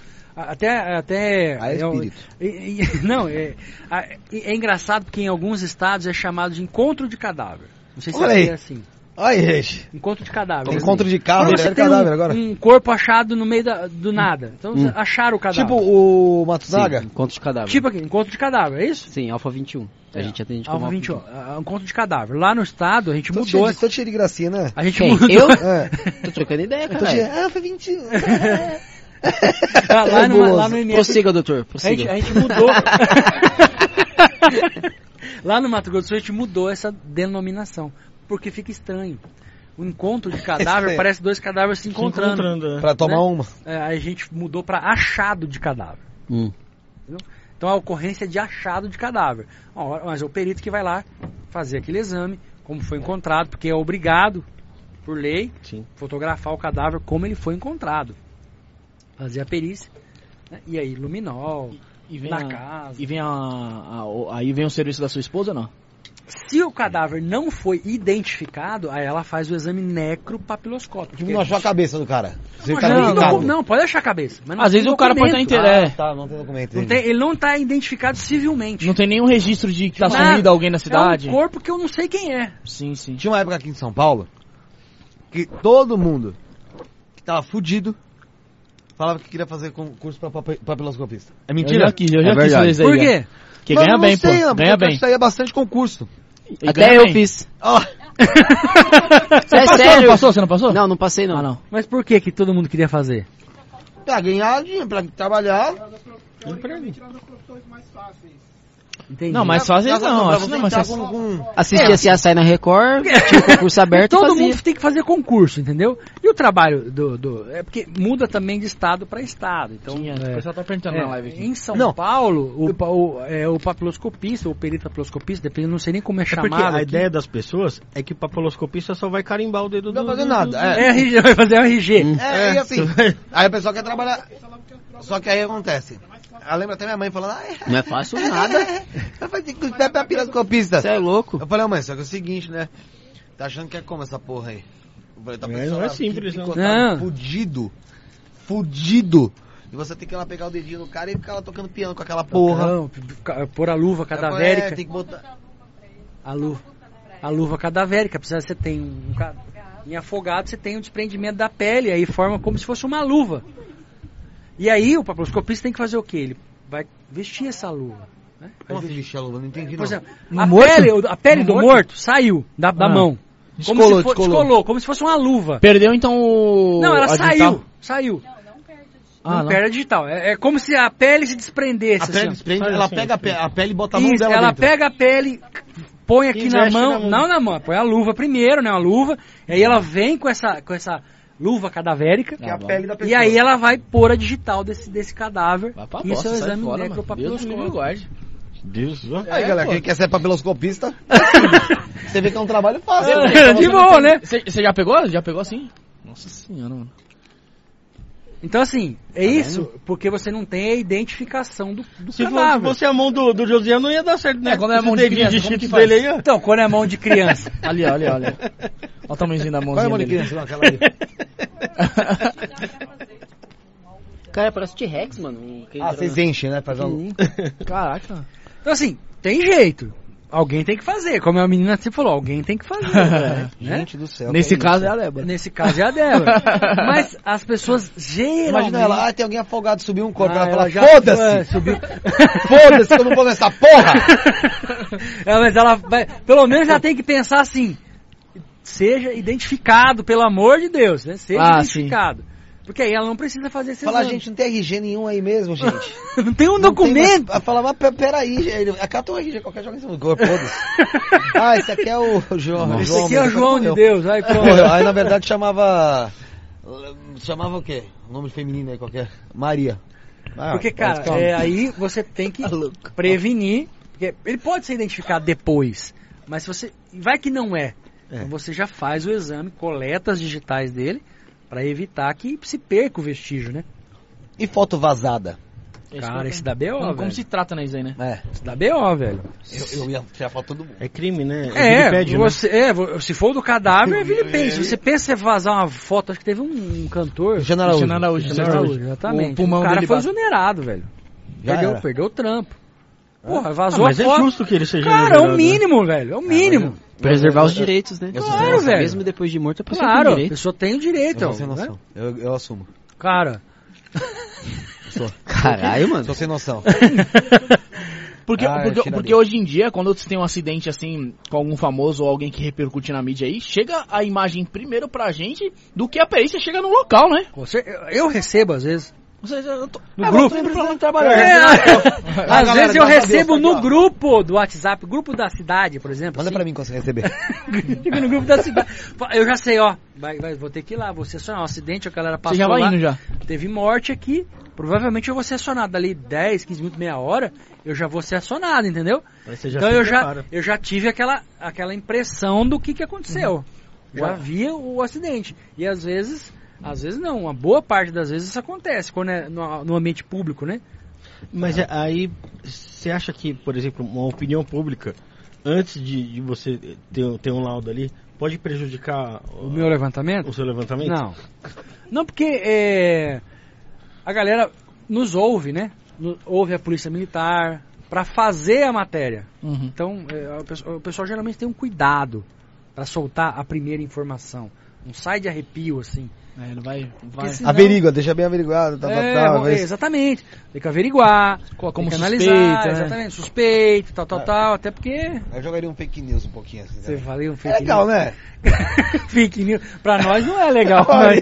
É engraçado porque em alguns estados é chamado de encontro de cadáver. Não sei se é assim. Olha, gente. Encontro de cadáver. Encontro de carro, você tem cadáver agora. Um corpo achado no meio do nada. Então acharam o cadáver. Tipo o Matsunaga? Sim, encontro de cadáver. Tipo aqui, encontro de cadáver, é isso? Sim, Alfa 21. A gente atende como Alfa 21. Encontro de cadáver. Lá no estado a gente mudou. Tô cheio de gracinha, né? A gente mudou. Eu? Tô trocando ideia, cara. Alfa 21. Lá no Prossiga, doutor. A gente mudou. Lá no Mato Grosso do Sul a gente mudou essa denominação. Porque fica estranho. O encontro de cadáver parece 2 cadáveres se encontrando. Pra tomar uma. Aí a gente mudou pra achado de cadáver. Então a ocorrência é de achado de cadáver. Mas é o perito que vai lá fazer aquele exame, como foi encontrado, porque é obrigado, por lei, fotografar o cadáver como ele foi encontrado. Fazer a perícia, né? E aí luminol, na casa. E vem aí vem o serviço da sua esposa ou não? Se o cadáver não foi identificado, aí ela faz o exame necropapiloscópico. Não achou a cabeça do cara. Não, pode achar a cabeça. Mas não às vezes o cara pode estar não tem documento. Ele não está identificado civilmente. Não tem nenhum registro de que tá sumido alguém na cidade. É um corpo que eu não sei quem é. Sim. Tinha uma época aqui em São Paulo que todo mundo que tava fudido falava que queria fazer concurso pra papiloscopista. É mentira? Eu já quis fazer isso aí. Por quê? Porque ganha bem, pô. Ganha bem. Isso aí é bastante concurso. Até eu fiz. Você sério? Não passou? Você não passou? Não passei não. não. Mas por que todo mundo queria fazer? Pra ganhar dinheiro, pra trabalhar. Tirando as profissões mais fáceis. Entendi. Não, mas fácil não. Assistia CSI na Record, tinha concurso aberto. Todo mundo tem que fazer concurso, entendeu? E o trabalho é porque muda também de estado para estado. Então, o pessoal tá perguntando na live aqui. Em São Paulo, o papiloscopista, o perito papiloscopista, depende, não sei nem como é chamado. Porque a ideia das pessoas é que o papiloscopista só vai carimbar o dedo do... Não vai fazer nada. RG, vai fazer um RG. E assim, aí o pessoal quer trabalhar... Só que aí acontece. Eu lembro até minha mãe falando... Não é fácil nada. Vai ter que ir pra piroscopista. Você é louco. Eu falei, mãe, só que é o seguinte, né? Tá achando que é como essa porra aí? Eu falei, não é simples, não. Fudido. E você tem que ir lá pegar o dedinho do cara e ficar lá tocando piano com aquela porra. Não, pôr a luva cadavérica. Tem que botar... A luva cadavérica. Você tem em afogado, você tem um desprendimento da pele, aí forma como se fosse uma luva. E aí o papiloscopista tem que fazer o quê? Ele vai vestir essa luva. Né? Como assim vestir a luva? Não entendi, por exemplo, não. A pele do morto saiu da mão. Descolou, como se fosse uma luva. Perdeu então o... Não, ela saiu. Não perde a digital. É como se a pele se desprendesse. A pele desprende, ela pega a pele e bota a mão dela ela dentro. pega a pele, põe aqui na mão, não na mão, põe a luva primeiro, né, uma luva, e aí ela vem com essa luva cadavérica, que é a pele da pessoa. E aí ela vai pôr a digital desse cadáver. Isso é o exame necropapiloscópico. Deus. Aí, galera, quem quer ser papiloscopista, você vê que é um trabalho fácil. De boa, né? Você já pegou? Já pegou assim? Nossa senhora, mano. Então, assim, isso porque você não tem a identificação do cadáver. Se fosse a mão do Josiel, não ia dar certo, né? Quando é a mão de criança, como que faz? Dele aí, então, quando é a mão de criança. Olha. Olha o tamanhozinho da mãozinha. Qual é a mão de criança? Não, aquela ali. Cara, parece T-Rex, mano. Vocês enchem, né? Faz Caraca. Então, assim, tem jeito. Alguém tem que fazer. Como a menina sempre falou, alguém tem que fazer. Né? Gente do céu. Nesse caso é a Débora. Mas as pessoas geralmente... Imagina ela, tem alguém afogado, subiu um corpo. Ela fala, já foda-se! Foda-se que eu não vou nessa porra! Mas ela vai... Pelo menos ela tem que pensar assim, seja identificado, pelo amor de Deus, né? Seja identificado. Sim. Porque aí ela não precisa fazer esse exame. Gente, não tem RG nenhum aí mesmo, gente. Não tem um documento. Fala, mas peraí, acata um RG, qualquer joga em cima do corpo, foda-se. Esse aqui é o João. Esse aqui é o João de Deus. Aí, aí, na verdade, chamava o quê? O nome feminino aí, qualquer. Maria. Porque, cara, aí você tem que prevenir, porque ele pode ser identificado depois, mas se você... Vai que não é. Então você já faz o exame, coleta as digitais dele, para evitar que se perca o vestígio, né? E foto vazada? Cara, esse dá B.O., velho. Como se trata nisso aí, né? Isso dá B.O., velho. Eu ia tirar foto todo mundo. É crime, né? Se for do cadáver, é vilipêndio. Se você pensa em vazar uma foto, acho que teve um cantor... General Araújo, exatamente. O cara foi exonerado, velho. Perdeu o trampo. Porra, vazou a foto. Mas é justo que ele seja exonerado. Cara, é o mínimo, velho. É o mínimo. Preservar os direitos, né? Claro, velho. Mesmo depois de morto, a pessoa tem direito. A pessoa tem o direito. Eu sem noção. Eu assumo. Cara... Caralho, mano. Tô sem noção. Porque hoje em dia, quando você tem um acidente assim, com algum famoso ou alguém que repercute na mídia aí, chega a imagem primeiro pra gente do que a perícia chega no local, né? Eu recebo, às vezes. No grupo. Às vezes eu recebo no grupo do WhatsApp, grupo da cidade, por exemplo. Manda pra mim quando você receber. Fica no grupo da cidade. Eu já sei, ó. Vou ter que ir lá, vou ser acionado. Um acidente, a galera passou. Você já vai indo já. Teve morte aqui. Provavelmente eu vou ser acionado. Dali 10, 15 minutos, meia hora, eu já vou ser acionado, entendeu? Então eu já tive aquela impressão do que aconteceu. Já vi o acidente. E às vezes não, uma boa parte das vezes isso acontece quando é no ambiente público, né? Mas aí, você acha que, por exemplo, uma opinião pública, antes de você ter um laudo ali, pode prejudicar o meu levantamento? O seu levantamento? Não. Não, porque a galera nos ouve, né? Ouve a polícia militar para fazer a matéria. Então, o pessoal geralmente tem um cuidado para soltar a primeira informação. Não sai de arrepio, assim. Ele vai... Senão... Averigua, deixa bem averiguado. Exatamente. Tem que averiguar, como tem que suspeito, analisar, né? Exatamente, suspeito, tal, até porque... Eu jogaria um fake news um pouquinho assim. Você faria um fake news? É legal, news. né? Fake news, pra nós não é legal, mas...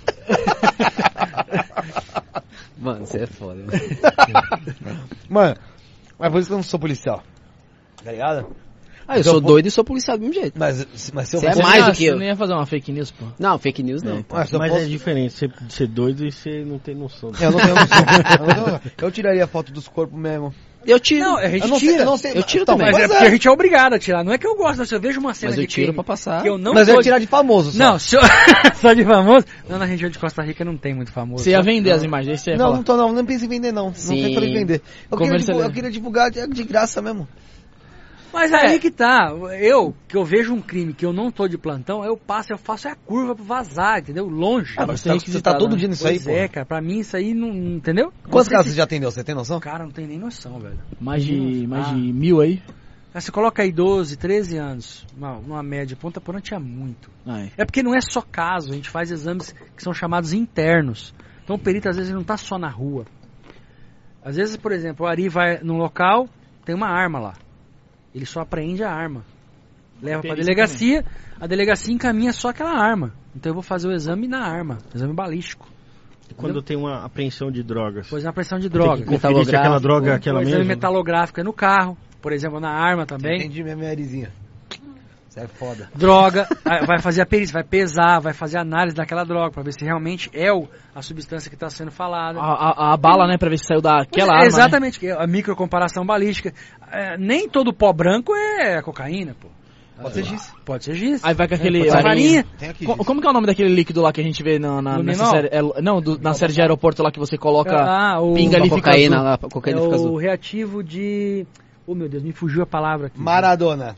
Mano, você é foda. Mano, mas por isso que eu não sou policial. Tá ligado? Eu sou doido e sou policial do mesmo jeito. Mas se eu Você é mais do que eu. Você nem ia fazer uma fake news, pô. Não, fake news não. Mas é diferente ser doido e você não tem noção. Eu não tenho noção. Eu tiraria foto dos corpos mesmo. Eu tiro. Não, a gente tira. Eu tiro também. Mas é porque a gente é obrigado a tirar. Não é que eu gosto, se eu vejo uma cena mas eu de tiro crime pra passar. que eu não mas eu ia tirar de famoso só. Não, só de famoso? Não, na região de Costa Rica não tem muito famoso. Você ia vender as imagens, você ia falar. Não penso em vender não. Sim. Não tem pra vender. Eu queria divulgar de graça mesmo. Mas aí que tá, que eu vejo um crime que eu não tô de plantão, eu faço a curva pra vazar, entendeu? Longe. Mas você tá todo dia nisso aí, pô. Cara, pra mim isso aí não, entendeu? Quantos casos você já atendeu, você tem noção? Cara, não tem nem noção, velho. Mais de 1000 aí? Você coloca aí 12, 13 anos, numa média, ponta por ano tinha muito. É porque não é só caso, a gente faz exames que são chamados internos. Então o perito às vezes não tá só na rua. Às vezes, por exemplo, o Ari vai num local, tem uma arma lá. Ele só apreende a arma. Leva pra delegacia, a delegacia encaminha só aquela arma. Então eu vou fazer o exame na arma, exame balístico. Quando tem uma apreensão de drogas. Pois é, uma apreensão de drogas. Tem que conferir se aquela droga é aquela mesma. Exame metalográfico é no carro, por exemplo, na arma também. Entendi mesmo, minha Arizinha. Isso é foda. Droga, vai fazer a perícia, vai pesar, vai fazer a análise daquela droga pra ver se realmente é a substância que está sendo falada. A bala, né, pra ver se saiu daquela arma. Exatamente, né? A microcomparação balística. Nem todo pó branco é cocaína, pô. Pode ser giz. Pode ser giz. Aí vai com aquele... farinha. Como que é o nome daquele líquido lá que a gente vê nessa série? Na série de aeroporto lá que você coloca pinga ali e fica cocaína, azul. lá, cocaína fica azul. O reativo de... Oh, meu Deus, me fugiu a palavra aqui. Maradona.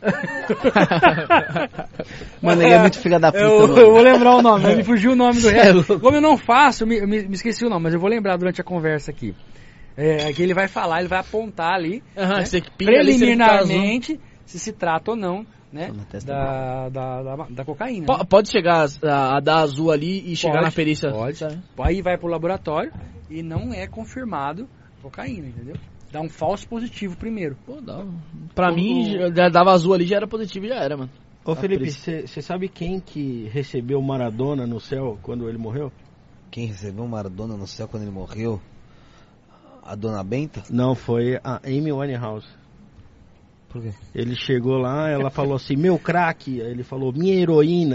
Mano, ele é muito filha da puta, eu vou lembrar o nome, mas me fugiu o nome do resto. Como eu não faço, eu me esqueci o nome, mas eu vou lembrar durante a conversa aqui. Que ele vai falar, ele vai apontar ali, né, preliminarmente, se trata ou não, né, da cocaína. Pode chegar a dar azul ali e chegar na perícia? Pode. Aí vai pro laboratório e não é confirmado cocaína, entendeu? Dá um falso positivo primeiro. Pô, dá. Pra mim, já dava azul ali, já era positivo e já era, mano. Ô Felipe, você sabe quem que recebeu Maradona no céu quando ele morreu? Quem recebeu Maradona no céu quando ele morreu? A Dona Benta? Não, foi a Amy Winehouse. Por quê? Ele chegou lá, ela falou assim, meu craque. Aí ele falou, minha heroína.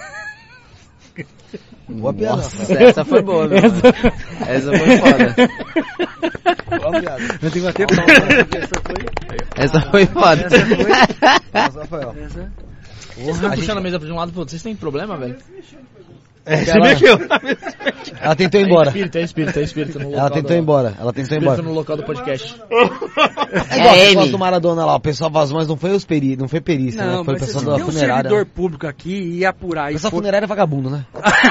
Boa piada. Nossa, essa foi boa, meu. Essa foi foda. Boa piada. Eu tenho até Essa foi foda. Essa foi, ó. Vocês estão puxando a mesa de um lado pro outro, vocês têm problema, velho? Você mexeu. Ela tentou ir embora. É espírito. No local ela tentou ir embora. No local do podcast. É igual o negócio do Maradona lá. O pessoal vazou, mas não foi não foi perícia, né? Foi o pessoal da funerária. Tem um servidor público aqui e ia apurar. O pessoal da funerária é vagabundo, né?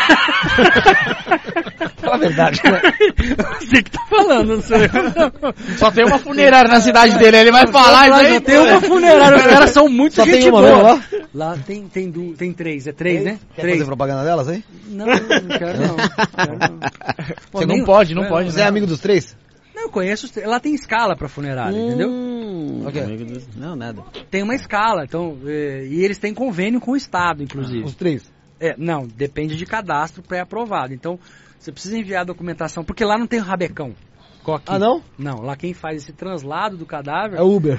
Fala a verdade, né? Você que tá falando, não sou eu. Só tem uma funerária na cidade dele, ele vai falar isso aí. Só tem uma funerária, os caras são muito só gente boa. Lá? Lá tem três, é três, né? Quer fazer propaganda delas aí? Não quero não. Você não pode. Você é amigo dos três? Não, eu conheço os três. Lá tem escala pra funerária, entendeu? Okay. Não, nada. Tem uma escala, então, e eles têm convênio com o Estado, inclusive. Os três? Não, depende de cadastro pré-aprovado. Então, você precisa enviar a documentação, porque lá não tem o rabecão. Coque. Ah, não? Não, lá quem faz esse translado do cadáver... É Uber.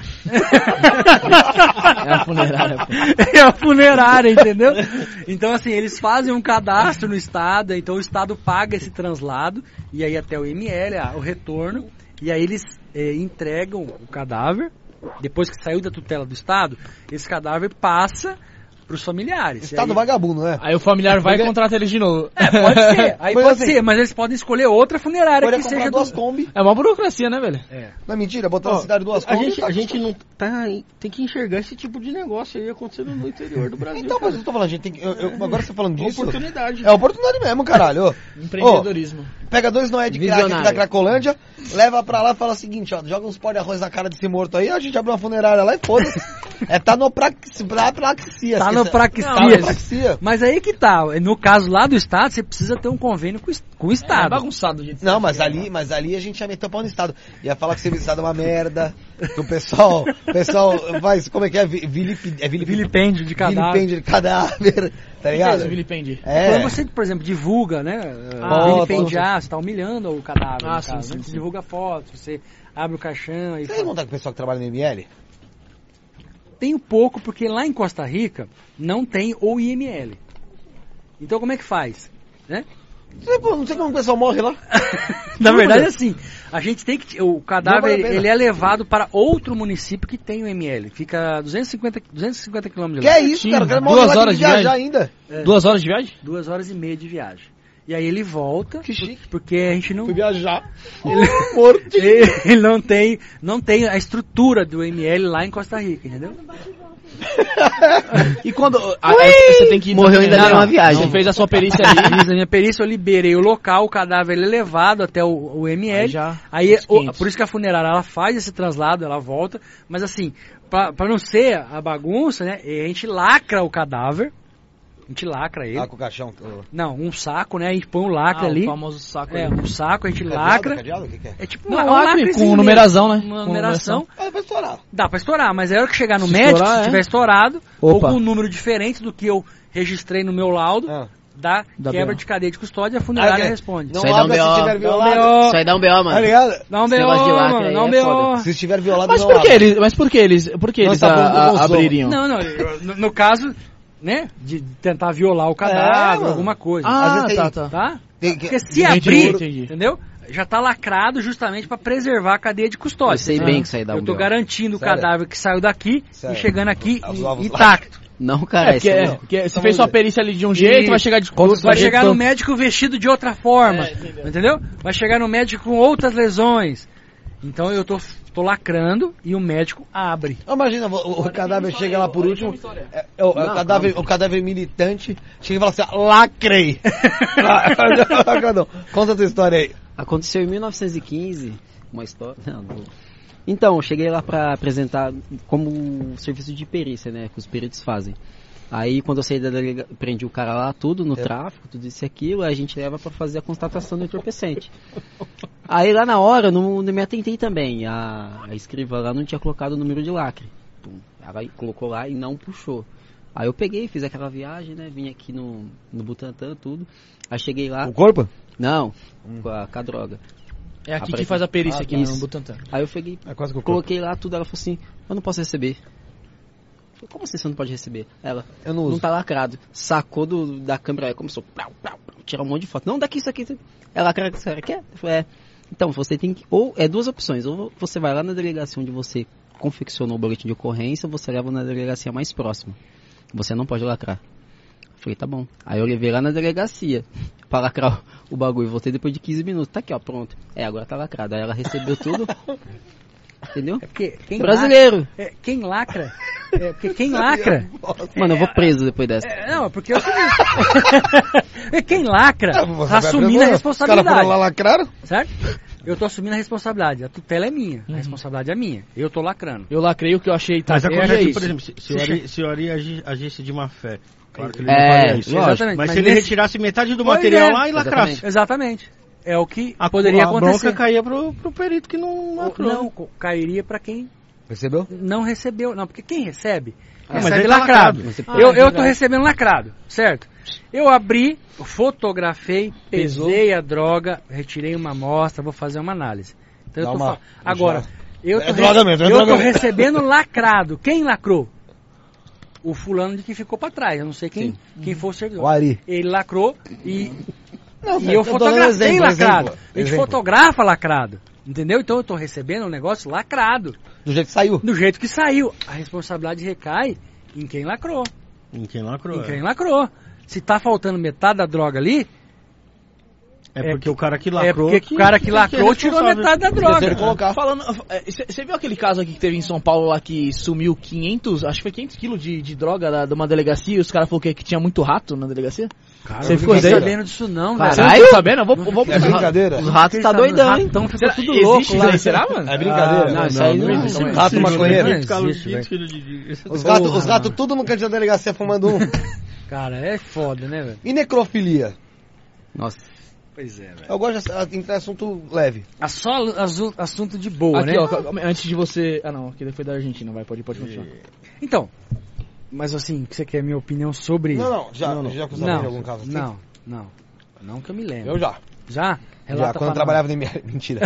É a funerária. É a funerária, entendeu? Então, assim, eles fazem um cadastro no Estado, então o Estado paga esse translado, e aí até o IML, o retorno, e aí eles entregam o cadáver, depois que saiu da tutela do Estado, esse cadáver passa pros familiares. Estado vagabundo, né? Aí o familiar vai e contrata eles de novo. Pode ser, aí pode ser, mas eles podem escolher outra funerária que seja duas Kombi. É uma burocracia, né, velho? Não é mentira, botar na cidade duas Kombi. A gente não tem que enxergar esse tipo de negócio aí acontecendo no interior do Brasil. Então, mas eu tô falando, a gente tem que. Agora você falando disso. Oportunidade. É oportunidade mesmo, caralho. Empreendedorismo. Pega 2 Noé de crack aqui da Cracolândia, leva pra lá e fala o seguinte, ó, joga uns pó de arroz na cara desse morto aí, a gente abre uma funerária lá e foda-se. Tá no praxia. Tá no praxia. Mas aí que tá, no caso lá do Estado, você precisa ter um convênio com o Estado. É bagunçado, gente. Não, mas ali a gente ia meter o pau no Estado. Ia falar que o serviço do Estado é uma merda, que o pessoal faz, como é que é? Vilipêndio de cadáver. Vilipêndio de cadáver, tá ligado? Vilipêndio. Quando você, por exemplo, divulga, né? Vilipendiar, você tá humilhando o cadáver. Sim. Você divulga fotos, você abre o caixão. Você vai montar com o pessoal que trabalha no ML? Tenho pouco, porque lá em Costa Rica não tem o IML. Então como é que faz? Né? Não sei como o pessoal morre lá. Na verdade, assim, a gente tem que... O cadáver, ele é levado para outro município que tem o IML. Fica 250 quilômetros de lá. Que é isso, cara? O cara morre 2 horas de viagem ainda. 2 horas de viagem? 2 horas e meia de viagem. E aí ele volta, que chique. Porque a gente não... Fui viajar. Ele não tem a estrutura do ML lá em Costa Rica, entendeu? E quando... você tem que... Morreu ainda numa viagem. Você fez a sua perícia ali. Fiz a minha perícia, eu liberei o local, o cadáver ele é levado até o ML. Aí por isso que a funerária ela faz esse translado, ela volta. Mas assim, pra não ser a bagunça, né? A gente lacra o cadáver. A gente lacra ele. Lacra o caixão? Não, um saco, né? A gente põe um lacre ali. O famoso saco. Um saco, a gente lacra. Cadeado? O que é? É tipo um lacre com numeração, né? Uma numeração. Dá pra estourar. Dá pra estourar, mas é a hora que chegar no médico, se tiver estourado, ou com um número diferente do que eu registrei no meu laudo, dá quebra de cadeia de custódia e a funerária responde. Isso aí dá um BO. Isso aí dá um BO, mano. Tá ligado? Dá um BO, mano. Dá um BO. Se estiver violado, Mas por que eles abririam? Não, no caso... né? De tentar violar o cadáver, alguma coisa. Tá? Porque se abrir, entendeu? Já tá lacrado justamente para preservar a cadeia de custódia. Eu sei bem que isso aí dá Eu tô garantindo o cadáver que saiu daqui e chegando aqui intacto. Não, cara. Porque você fez sua perícia ali de um jeito, vai chegar de vai chegar no médico vestido de outra forma, entendeu? Vai chegar no médico com outras lesões. Então eu tô lacrando e o médico abre. Imagina, o cadáver chega lá por último. O cadáver militante chega e fala assim: lacrei. Conta a tua história aí. Aconteceu em 1915, uma história. Então, eu cheguei lá pra apresentar como serviço de perícia, né? Que os peritos fazem. Aí, quando eu saí da delegacia, prendi o cara lá, tudo no tráfico, tudo isso e aquilo, aí a gente leva pra fazer a constatação do entorpecente. Aí, lá na hora, eu não me atentei também. A escriva lá não tinha colocado o número de lacre. Ela colocou lá e não puxou. Aí eu peguei, fiz aquela viagem, né? Vim aqui no Butantã, tudo. Aí cheguei lá... O corpo? Não, com a droga. É aqui que faz a perícia aqui no Butantã. Aí eu peguei, coloquei lá tudo, ela falou assim, eu não posso receber. Como assim você não pode receber? Ela, não tá lacrado. Sacou da câmera, aí começou tirar um monte de foto. Não, daqui isso aqui. Ela quer? Eu falei, Então, você tem que... Ou, duas opções. Ou você vai lá na delegacia onde você confeccionou o boletim de ocorrência, ou você leva na delegacia mais próxima. Você não pode lacrar. Eu falei, tá bom. Aí eu levei lá na delegacia pra lacrar o bagulho. Voltei depois de 15 minutos. Tá aqui, ó, pronto. Agora tá lacrado. Aí ela recebeu tudo... Entendeu? É porque brasileiro. Quem lacra. Porque quem lacra. Mano, eu vou preso depois dessa. Não, porque é o seguinte. Quem lacra tá assumindo a responsabilidade. Os caras foram lá lacraram? Certo? Eu tô assumindo a responsabilidade. A tutela é minha. A responsabilidade é minha. Eu tô lacrando. Eu lacrei o que eu achei. Mas acontece, por exemplo, se o Ari agisse de má fé. Claro que ele não faria isso. Exatamente. Mas se ele retirasse metade do material lá e lacrasse. Exatamente. É o que poderia acontecer. A bronca caía pro perito que não lacrou. Não, cairia pra quem... Recebeu? Não recebeu. Não, porque quem recebe, recebe lacrado. Eu tô recebendo lacrado, certo? Eu abri, fotografei, pesei a droga, retirei uma amostra, vou fazer uma análise. Então eu tô recebendo lacrado. Quem lacrou? O fulano de que ficou pra trás. Eu não sei quem foi o servidor. O Ari. Ele lacrou e eu fotografei lacrado. A gente fotografa lacrado. Entendeu? Então eu tô recebendo um negócio lacrado. Do jeito que saiu. Do jeito que saiu. A responsabilidade recai em quem lacrou. Em quem lacrou. Em quem lacrou. Se tá faltando metade da droga ali... É porque o cara que lacrou... o cara que lacrou tirou metade da droga. Falando, você viu aquele caso aqui que teve em São Paulo lá que sumiu 500, acho que foi 500 quilos de droga de uma delegacia e os caras falaram que tinha muito rato na delegacia? Você ficou sabendo disso não, velho. Caralho, você tá sabendo? Eu vou É brincadeira. Os ratos tá doidão, hein? Então ficou tudo louco existe lá. isso aí, será, mano? É brincadeira. Não, isso aí não existe. Rato maconheiro. Os gatos Os gatos tudo no canto da delegacia fumando um. Cara, é foda, né, velho? E necrofilia? Nossa. Pois é, velho. Eu gosto de entrar em assunto leve. Só assunto de boa, Aqui, né? ó, antes de você... Ah, não, aquele foi da Argentina, pode continuar. Então, mas assim, você quer minha opinião sobre... Não, já acusou de algum caso assim? Não que eu me lembro. Eu já. Já? Já, quando eu trabalhava no ML. Mentira.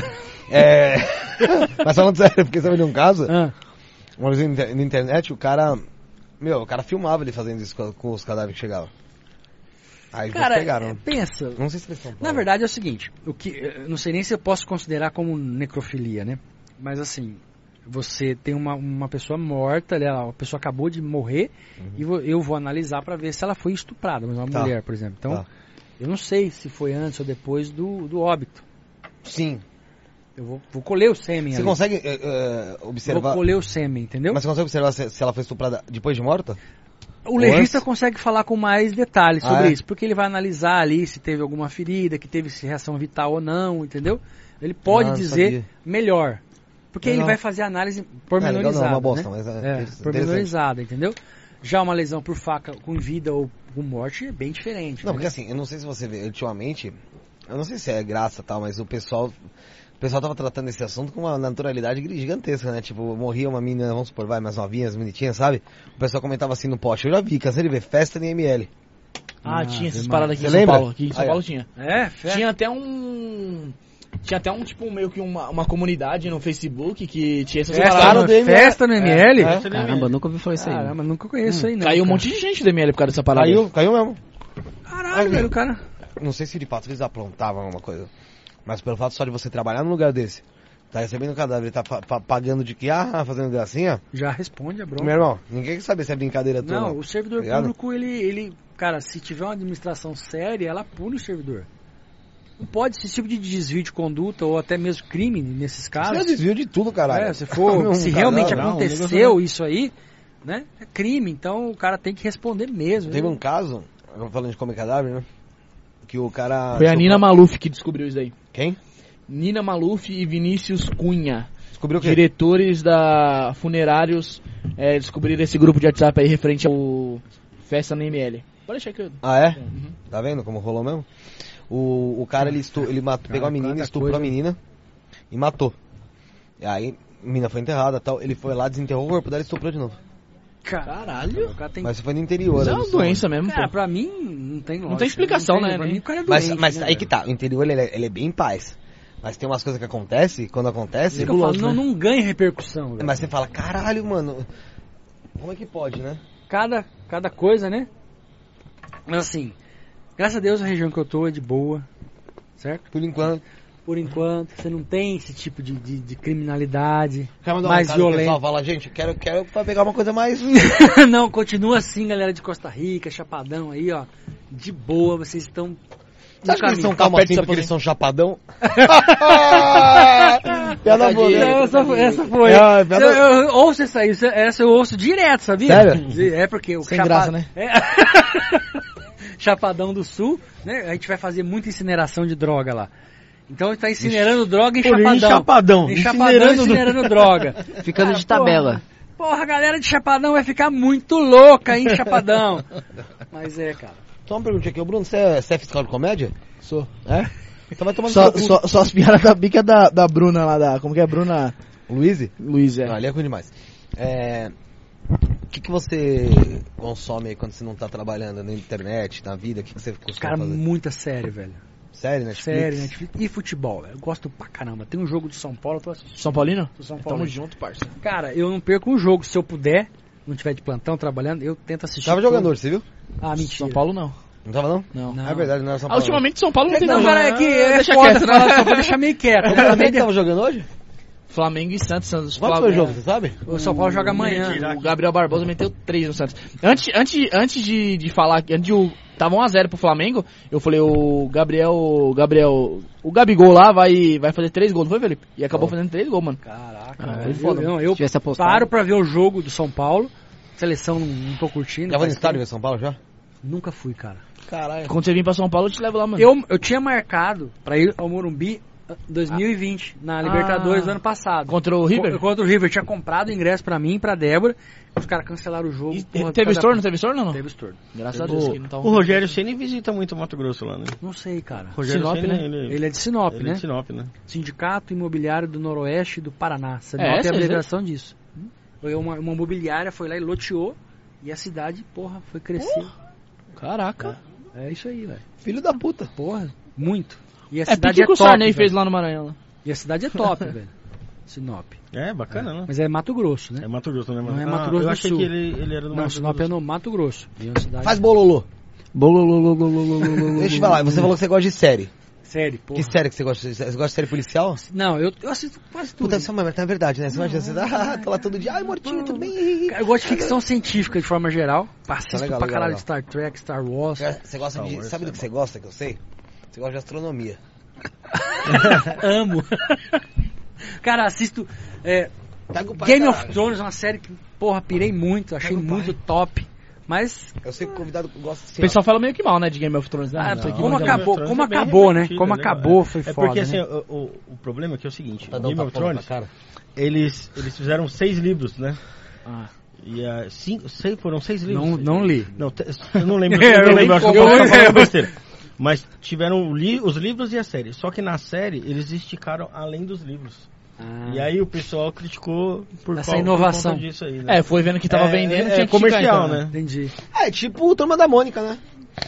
Mas falando sério, porque sabe de um caso? Uma vez na internet, o cara filmava ele fazendo isso com os cadáveres que chegavam. Aí cara, pegaram. Pensa. Não sei se eles estão. Na verdade é o seguinte, não sei nem se eu posso considerar como necrofilia, né? Mas assim, você tem uma pessoa morta, a pessoa acabou de morrer, e eu vou analisar para ver se ela foi estuprada, mas uma mulher, por exemplo. Então, eu não sei se foi antes ou depois do óbito. Sim. Eu vou colher o sêmen. Você ali. consegue observar? Vou colher o sêmen, entendeu? Mas você consegue observar se ela foi estuprada depois de morta? O legista consegue falar com mais detalhes sobre isso, porque ele vai analisar ali se teve alguma ferida, que teve reação vital ou não, entendeu? Ele pode dizer melhor, porque ele vai fazer a análise pormenorizada, não, uma bosta, né? mas pormenorizada, entendeu? Já uma lesão por faca com vida ou com morte é bem diferente. Não, né? porque assim, eu não sei se você vê, ultimamente, eu não sei se é graça e tal, mas o pessoal tava tratando esse assunto com uma naturalidade gigantesca, né? Tipo, morria uma menina, vamos supor, mais novinhas, bonitinhas, sabe? O pessoal comentava assim no post. Eu já vi, cansei de ver, festa no ML. Tinha essas paradas aqui em São Paulo. Aqui em São Paulo tinha. Festa. Tinha até um, tipo, meio que uma comunidade no Facebook que tinha essas paradas. Festa no ML? Caramba, nunca ouvi falar isso aí. Caramba, nunca conheço aí, não. Caiu um monte de gente do ML por causa dessa parada. Caiu mesmo. Caralho, velho, o cara... Não sei se de fato eles aprontavam alguma coisa. Mas pelo fato só de você trabalhar num lugar desse, tá recebendo um cadáver e tá pagando de que, fazendo gracinha... Já responde a bronca. Meu irmão, ninguém quer saber se é brincadeira tua. Não, o servidor público, ele... Cara, se tiver uma administração séria, ela pune o servidor. Não pode esse tipo de desvio de conduta ou até mesmo crime nesses casos. Você é desvio de tudo, caralho. Se realmente aconteceu isso aí, né? É crime, então o cara tem que responder mesmo. Teve um caso, falando de comer cadáver, né? Que o cara... Foi a Nina Maluf que descobriu isso aí. Quem? Nina Maluf e Vinícius Cunha. Descobriu o quê? Diretores da Funerários descobriram esse grupo de WhatsApp aí referente ao Festa no ML. Pode deixar que eu... Tá vendo como rolou mesmo? O cara, ele pegou a menina, estuprou a menina e matou. E aí, a menina foi enterrada e tal. Ele foi lá, desenterrou o corpo dela e estuprou de novo. Caralho. Mas foi no interior. Isso é uma doença mesmo, cara, pô. pra mim, não tem lógica. Não tem explicação, né? Pra mim, o cara é doente, mas né, aí que tá, o interior ele é bem em paz. Mas tem umas coisas que acontecem, quando acontece... Eu falo, não ganha repercussão. Velho. Mas você fala, caralho, mano, como é que pode, né? Cada coisa, né? Mas assim, graças a Deus a região que eu tô é de boa, certo? Por enquanto. Por enquanto, você não tem esse tipo de criminalidade mais violenta. Pessoal fala, gente, quero pra pegar uma coisa mais... Não, continua assim, galera de Costa Rica, Chapadão aí, ó. De boa, vocês estão... Você acha que eles são calma assim porque eles são chapadão? Piada boa. Essa foi. Eu ouço essa aí, essa eu ouço direto, sabia? Sério? É porque o Sem graça, né? Chapadão do Sul, né? A gente vai fazer muita incineração de droga lá. Então a gente tá incinerando droga em Chapadão. Incinerando droga. Ficando de tabela. Porra, a galera de Chapadão vai ficar muito louca em Chapadão. Mas cara. Só uma perguntinha aqui, Bruno, você é fiscal de comédia? Sou. É? Então vai tomar só as piadas da bica da Bruna lá, como que é? Bruna... Luiz, é. Ali é ruim demais. O que você consome aí quando você não tá trabalhando na internet, na vida? O que você costuma fazer? Cara, muita série, velho. Série, Netflix? Série, Netflix. E futebol, velho. Eu gosto pra caramba. Tem um jogo de São Paulo, eu tô assistindo. São Paulino? São Paulo. Tamo junto, parça. Cara, eu não perco um jogo. Se eu puder, não tiver de plantão, trabalhando, eu tento assistir. Tava jogando hoje, você viu? Mentira. São Paulo não. Não tava não? Não. É verdade, não era São Paulo. Ultimamente São Paulo não tem não, cara, é que deixa foda quieto, falar, só vou deixar meio quieto. Você tava jogando hoje? Flamengo e Santos. Quanto foi o jogo, você sabe? O São Paulo joga amanhã. O Gabriel Barbosa meteu 3 no Santos. Antes de falar, tava 1x0 pro Flamengo, eu falei, o Gabigol lá vai fazer 3 gols, não foi, Felipe? E acabou fazendo 3 gols, mano. Caraca, foi foda. Eu paro pra ver o jogo do São Paulo, seleção não tô curtindo. Já foi no estádio de São Paulo já? Nunca fui, cara. Caralho. Quando você vir pra São Paulo, eu te levo lá, mano. Eu tinha marcado pra ir ao Morumbi 2020, na Libertadores do ano passado. Contra o River? Contra o River. Tinha comprado o ingresso pra mim e pra Débora. Os caras cancelaram o jogo. Teve estorno? Não teve estorno ou não? Teve estorno. Graças a Deus. O Rogério Ceni visita muito o Mato Grosso lá, né? Não sei, cara. Sinop, Ceni, né? Ele é de Sinop, ele né? É de Sinop, né? Sindicato Imobiliário do Noroeste do Paraná. Sinop essa é a abreviação disso. Foi uma imobiliária, foi lá e loteou. E a cidade, porra, foi crescer. Caraca. É isso aí, velho. Filho da puta. Porra, muito. E a cidade que o Sarney fez lá no Maranhão. E a cidade é top, velho. Sinop. É, bacana, né? Mas é Mato Grosso, né? É Mato Grosso, né? Não é Mato Grosso eu do achei Sul. que ele era do Mato Grosso. Não, Sinop é no Mato Grosso. Faz bololô. Bololô. Deixa eu falar, você falou que você gosta de série. Série, porra. Que série que você gosta? Você gosta de série policial? Não, eu assisto quase tudo. Puta, mas é verdade, né? Você imagina, você tá lá todo dia, ai, mortinho, tudo bem? Eu gosto de ficção científica de forma geral. Assisto legal, pra caralho legal. de Star Trek, Star Wars. Você gosta de... Sabe do que você gosta, que eu sei? Você gosta de astronomia. Amo. Cara, assisto Game of Thrones, uma série que, porra, pirei muito, achei muito top. Mas... Eu sei que o convidado gosta assim. O pessoal fala meio que mal, né, de Game of Thrones. Ah, Né? como acabou, né? Como acabou, foi foda. Porque né? assim, o problema é que é o seguinte, Tá Game of Thrones, eles fizeram 6 livros, né? E foram 6 livros. Não li. Não, eu não lembro. Eu lembro, acho que eu posso falar besteira. Mas tiveram os livros e a série. Só que na série eles esticaram além dos livros. E aí o pessoal criticou por essa inovação por conta disso aí, né? Foi vendo que tava vendendo, tinha que comercial, então, né? Entendi. É tipo o Turma da Mônica, né?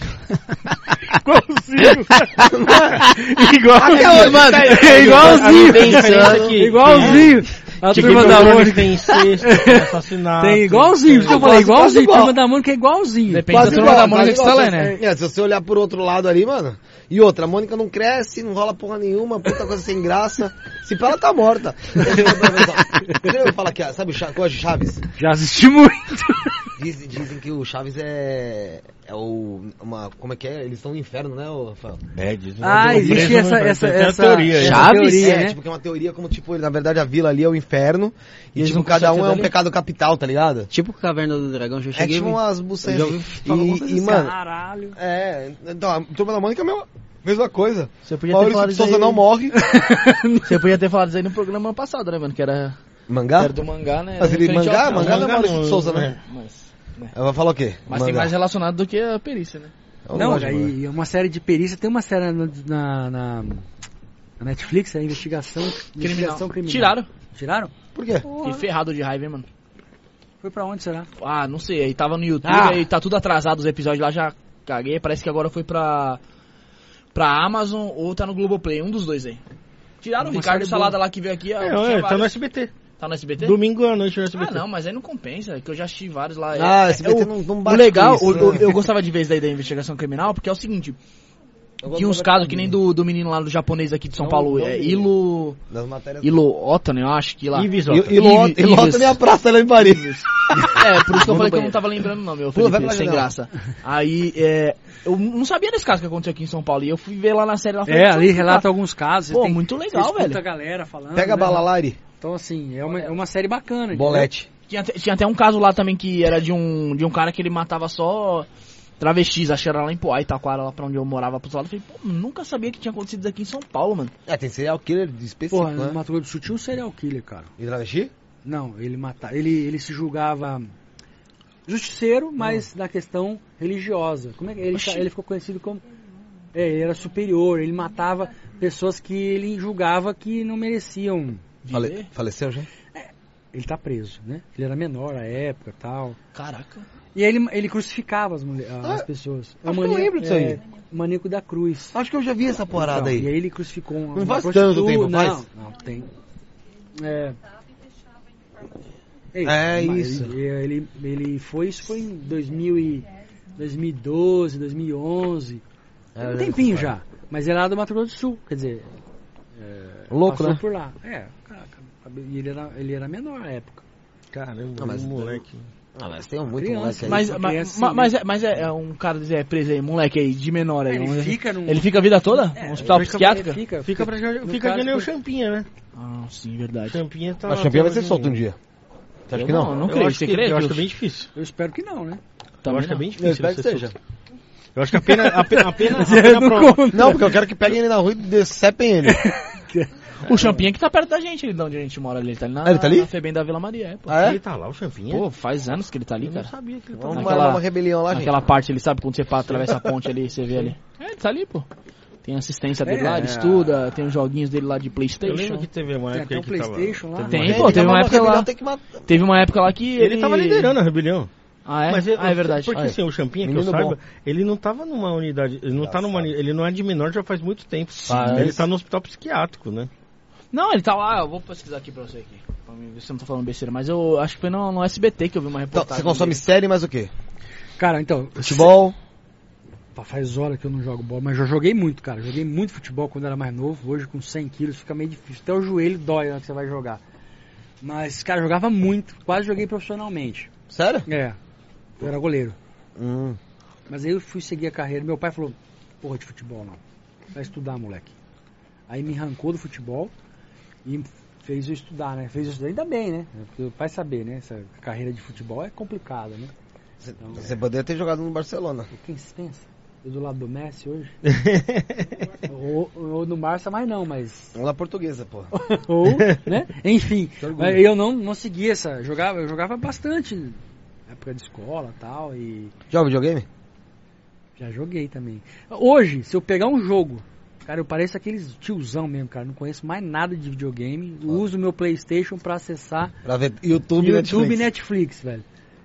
Igualzinho. A Turma da Mônica tem incesto, assassinato. Tem igualzinho, eu falei, igualzinho. Turma da Mônica é igualzinho. Depende da Turma da Mônica que você tá lendo, né? Se você olhar por outro lado ali, mano. E outra, a Mônica não cresce, não rola porra nenhuma, puta coisa sem graça. Se pá, ela tá morta. Deixa eu falar aqui, sabe o Chaves? Já assisti muito. Dizem que o Chaves como é que é? Eles estão no inferno, né, Rafael? Dizem. Existe essa teoria. Chaves? Teoria, tipo, que é uma teoria como, tipo, na verdade a vila ali é o inferno. E, tipo, cada um é um pecado capital, tá ligado? Tipo Caverna do Dragão, já cheguei. É tipo umas bucetas. E, mano... Caralho. Então, a Turma da Mônica é a mesma coisa. Você podia ter falado Souza não morre. Você podia ter falado isso aí no programa passado, né, mano? Que era... Mangá? Era do mangá, né? Mas ele mangá não é Maurício de Souza, né? Eu vou falar o quê? Mas tem mais relacionado do que a perícia, né? Não, e uma série de perícia, tem uma série na Netflix, a investigação criminal. Tiraram? Por quê? Fiquei ferrado de raiva, hein, mano. Foi pra onde, será? Não sei, aí tava no YouTube, aí tá tudo atrasado os episódios lá, já caguei, parece que agora foi pra Amazon ou tá no Globoplay, um dos dois aí. Tiraram o Ricardo Salada lá que veio aqui. Tá no SBT. Tá no SBT? Domingo à noite no SBT. Não, mas aí não compensa, que eu já assisti vários lá. SBT não bate o legal, isso, né? eu gostava de ver isso daí da investigação criminal, porque é o seguinte, tinha uns casos que nem do menino lá do japonês aqui de São Paulo, Ilo Otano, eu acho que lá. Ilo Otano é a praça lá em Paris. Por isso que eu falei que eu não tava lembrando não, meu Felipe, sem graça. Aí, eu não sabia desse caso que aconteceu aqui em São Paulo, e eu fui ver lá na série. Lá, ali relata alguns casos. Pô, muito legal, velho. A galera falando. Pega a Balalari. Então, assim, é uma série bacana. Bolete. Tinha até um caso lá também que era de um cara que ele matava só travestis, acho que era lá em Poá, Itaquara, lá pra onde eu morava pro lado. Eu falei, nunca sabia que tinha acontecido isso aqui em São Paulo, mano. Tem serial killer de específico, né? No Mato Grosso do Sul tinha um serial killer, cara. E travesti? Não, ele matava. Ele se julgava justiceiro, mas na questão religiosa. Como é que ele ficou conhecido como... ele era superior, ele matava pessoas que ele julgava que não mereciam... Faleceu já? Ele tá preso, né? Ele era menor à época e tal. Caraca. E ele crucificava as pessoas. Acho que eu lembro disso aí. O maníaco da cruz. Acho que eu já vi essa parada aí. E aí ele crucificou uma Não faz tanto tempo, faz? Não, tem. Isso. Isso foi em 2012, 2011. Um tempinho já. Mas ele era do Mato Grosso do Sul, quer dizer... Louco, passou né? por lá. E ele era menor na época. Caramba, mas moleque. Mas tem muito moleque aí. Mas é um cara preso aí, moleque aí, de menor aí. Ele fica a vida toda? No hospital psiquiátrico? Fica que nem o Champinha, né? Ah, sim, verdade. Champinha tá. Mas o Champinha vai ser solto um dia. Você acha que não? Não creio. Você crê? Eu acho que é bem difícil. Eu espero que não, né? Eu acho que é bem difícil. Eu espero que seja. Eu acho que a pena Não, porque eu quero que peguem ele na rua e decepem ele. O Champinha que tá perto da gente, de onde a gente mora ali. Ele tá ali na, ele tá ali? na FEBEM da Vila Maria. Pô. Ah, é? Ele tá lá, o Champinha? Pô, faz anos que ele tá ali, cara. Eu não sabia que ele tá Vamos lá. mandar uma rebelião lá, gente. Naquela parte, ele sabe quando você atravessa a ponte ali, você vê ali. Ele tá ali, pô. Tem assistência dele lá, ele estuda, tem os joguinhos dele lá de Eu PlayStation. lembro que teve uma época Tem até que o PlayStation tava... lá. Tem, pô, teve uma época lá. Teve uma época lá que Ele tava liderando a rebelião. Ah, é? Mas É verdade. Porque assim, o Champinha, que eu saiba, ele não tava numa unidade, ele não é de menor já faz muito tempo. Ele tá no hospital psiquiátrico, né? Não, ele tá lá, eu vou pesquisar aqui pra você aqui, pra mim ver se eu não tô falando besteira, mas eu acho que foi no SBT que eu vi uma Então, reportagem. você consome série, mas o quê? Cara, então... Futebol? Faz hora que eu não jogo bola, mas eu joguei muito, cara. Joguei muito futebol quando era mais novo. Hoje com 100 quilos fica meio difícil. Até o joelho dói na hora que você vai jogar. Mas, cara, eu jogava muito. Quase joguei profissionalmente. Sério? É. Eu era goleiro. Mas aí eu fui seguir a carreira. Meu pai falou, porra de futebol não. Vai estudar, moleque. Aí me arrancou do futebol e fez eu estudar, né? Fez eu estudar ainda bem, né? Porque o pai saber, né? Essa carreira de futebol é complicada, né? Então, você poderia ter jogado no Barcelona. Quem se pensa? Eu do lado do Messi hoje? ou no Barça, mas não, mas... Ou na Portuguesa, pô. Ou, né? Enfim, eu não seguia essa... Eu jogava bastante na época de escola e tal, e... Joga videogame? Já joguei também. Hoje, se eu pegar um jogo... Cara, eu pareço aqueles tiozão mesmo, cara. Não conheço mais nada de videogame. Uso o meu PlayStation pra acessar... Pra ver YouTube e Netflix, velho.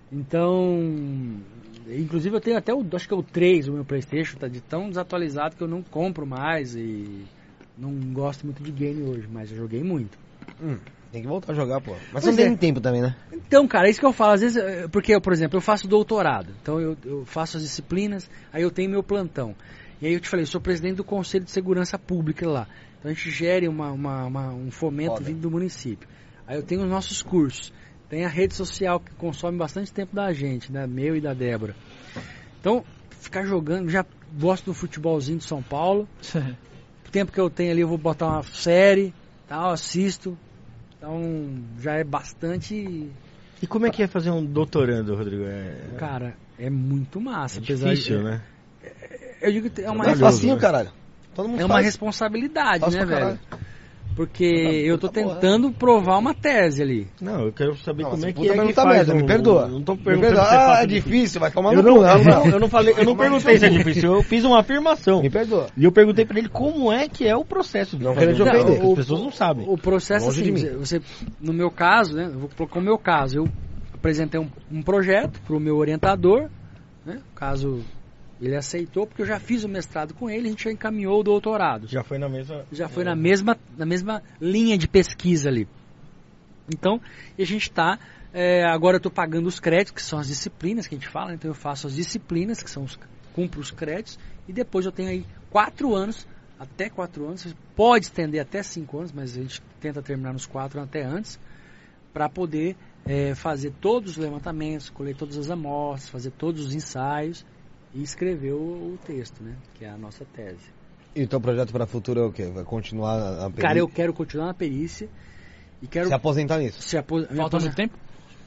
Então... Inclusive eu tenho até acho que é o 3, o meu PlayStation, tá de tão desatualizado que eu não compro mais e não gosto muito de game hoje, mas eu joguei muito. Tem que voltar a jogar, pô. Mas você não tem tempo também, né? Então, cara, é isso que eu falo. Às vezes, porque, por exemplo, eu faço doutorado, então eu faço as disciplinas, aí eu tenho meu plantão. E aí eu te falei, eu sou presidente do Conselho de Segurança Pública lá. Então a gente gere um fomento vindo do município. Aí eu tenho os nossos cursos. Tem a rede social que consome bastante tempo da gente, né? Meu e da Débora. Então, ficar jogando, já gosto do futebolzinho de São Paulo. O tempo que eu tenho ali, eu vou botar uma série, tal, assisto. Então, já é bastante... E como é que é fazer um doutorando, Rodrigo? Cara, é muito massa. É difícil, apesar né? Eu digo que é uma... É facinho, caralho. Todo mundo é uma responsabilidade, né, velho? Porque eu tô tentando provar uma tese ali. Não, eu quero saber como é que é que faz. Merda, me perdoa. Não tô perguntando se é difícil, vai tomar no cu. Eu não falei, eu não perguntei se é difícil, eu fiz uma afirmação. Me perdoa. E eu perguntei pra ele como é que é o processo. Não quero te ofender. As pessoas não sabem. O processo, assim, você, no meu caso, né, eu vou colocar o meu caso, eu apresentei um projeto pro meu orientador, né, caso... Ele aceitou porque eu já fiz o mestrado com ele, a gente já encaminhou o doutorado. Já foi na mesma... Já foi na mesma linha de pesquisa ali. Então, e a gente está... agora eu estou pagando os créditos, que são as disciplinas que a gente fala. Então eu faço as disciplinas, que são cumpro os créditos. E depois eu tenho aí 4 anos, até 4 anos. Pode estender até 5 anos, mas a gente tenta terminar nos 4 até antes. Para poder fazer todos os levantamentos, colher todas as amostras, fazer todos os ensaios. E escreveu o texto, né? Que é a nossa tese. E o teu projeto para o futuro é o quê? Vai continuar na perícia? Cara, eu quero continuar na perícia e quero... Se aposentar nisso? Falta muito tempo?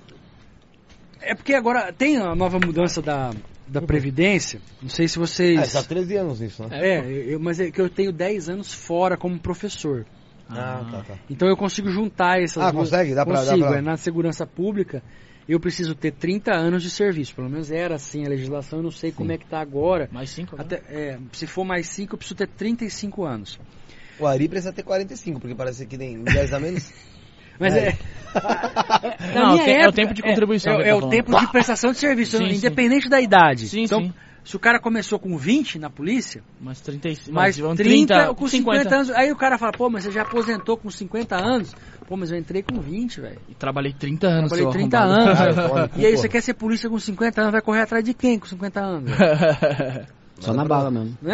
É porque agora tem a nova mudança da Previdência. Não sei se vocês... Você tá 13 anos nisso, né? Mas é que eu tenho 10 anos fora como professor. Tá. Então eu consigo juntar essas duas... consegue? Dá pra... Na segurança pública... Eu preciso ter 30 anos de serviço. Pelo menos era assim a legislação. Eu não sei como é que está agora. Mais 5? Se for mais 5, eu preciso ter 35 anos. O Ari precisa ter 45, porque parece que tem 10 a menos. Mas Não, é o tempo de contribuição. É o tempo de prestação de serviço, independente da idade. Sim, então, sim. Se o cara começou com 20 na polícia, mais 35, mais 30 com 50 anos. Aí o cara fala, pô, mas você já aposentou com 50 anos? Pô, mas eu entrei com 20, velho. E trabalhei 30 anos. Trabalhei 30 anos. E aí você quer ser polícia com 50 anos, vai correr atrás de quem com 50 anos? Só na bala mesmo. Né?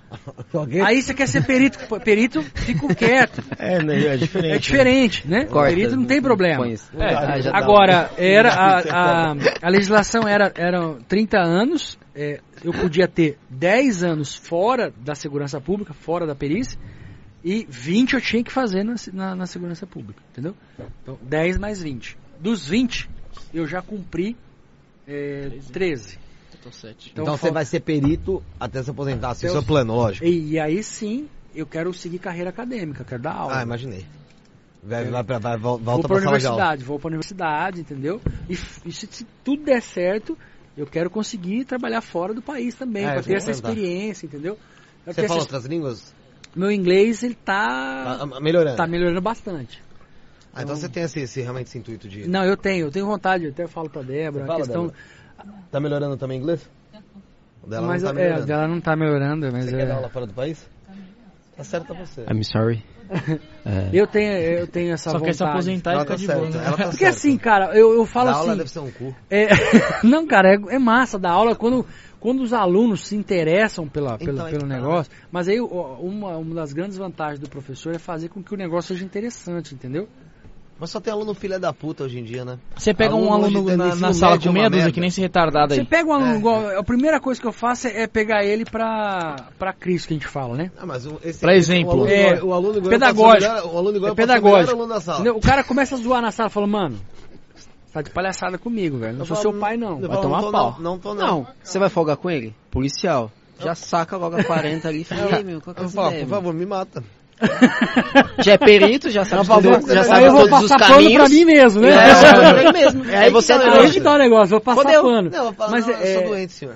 Aí você quer ser perito, perito fica quieto. É diferente. É diferente, né? Corta, perito não tem problema. Já Agora, a legislação era 30 anos, eu podia ter 10 anos fora da segurança pública, fora da perícia, e 20 eu tinha que fazer na segurança pública, entendeu? Então, 10 mais 20. Dos 20, eu já cumpri 13. Então você vai ser perito até se aposentar, assim, seu plano, lógico. E aí sim, eu quero seguir carreira acadêmica, quero dar aula. Imaginei. Volta pra sala de aula. Vou pra universidade, entendeu? E se tudo der certo, eu quero conseguir trabalhar fora do país também, pra ter essa experiência, entendeu? Você fala outras línguas? Meu inglês, ele tá melhorando. Tá melhorando bastante. Então você tem realmente esse intuito de... Não, eu tenho vontade, eu até falo pra Débora, a questão... Débora? Tá melhorando também o inglês? Dela não tá melhorando. Dela não tá melhorando, mas você quer dar aula fora do país? Tá certo pra você. I'm sorry. Eu tenho essa vontade. Só quer se aposentar e ficar de boa. Ela tá porque assim, cara, eu falo assim... A aula deve ser um cu. Não, cara, é massa dar aula quando os alunos se interessam pelo negócio. Mas aí uma das grandes vantagens do professor é fazer com que o negócio seja interessante, entendeu? Mas só tem aluno filha da puta hoje em dia, né? Você pega um aluno na sala com medo, que nem se retardado aí. Você pega um aluno igual... A primeira coisa que eu faço é pegar ele pra Cristo, que a gente fala, né? Pra exemplo. O aluno igual pedagógico. O aluno igual é pedagógico. Aluno da sala. Entendeu? O cara começa a zoar na sala e fala, mano, você tá de palhaçada comigo, velho. Não sou seu pai, não. Vai tomar pau. Não tô, não. Você vai folgar com ele? Policial. Já saca logo a 40 ali e fala, meu, qual que é essa ideia, por favor, me mata. Já é perito, já sabe todos os caminhos. Pra mim mesmo, né? É mesmo. Aí você aí que tá o negócio, vou passar pano. Não, eu sou doente, senhor.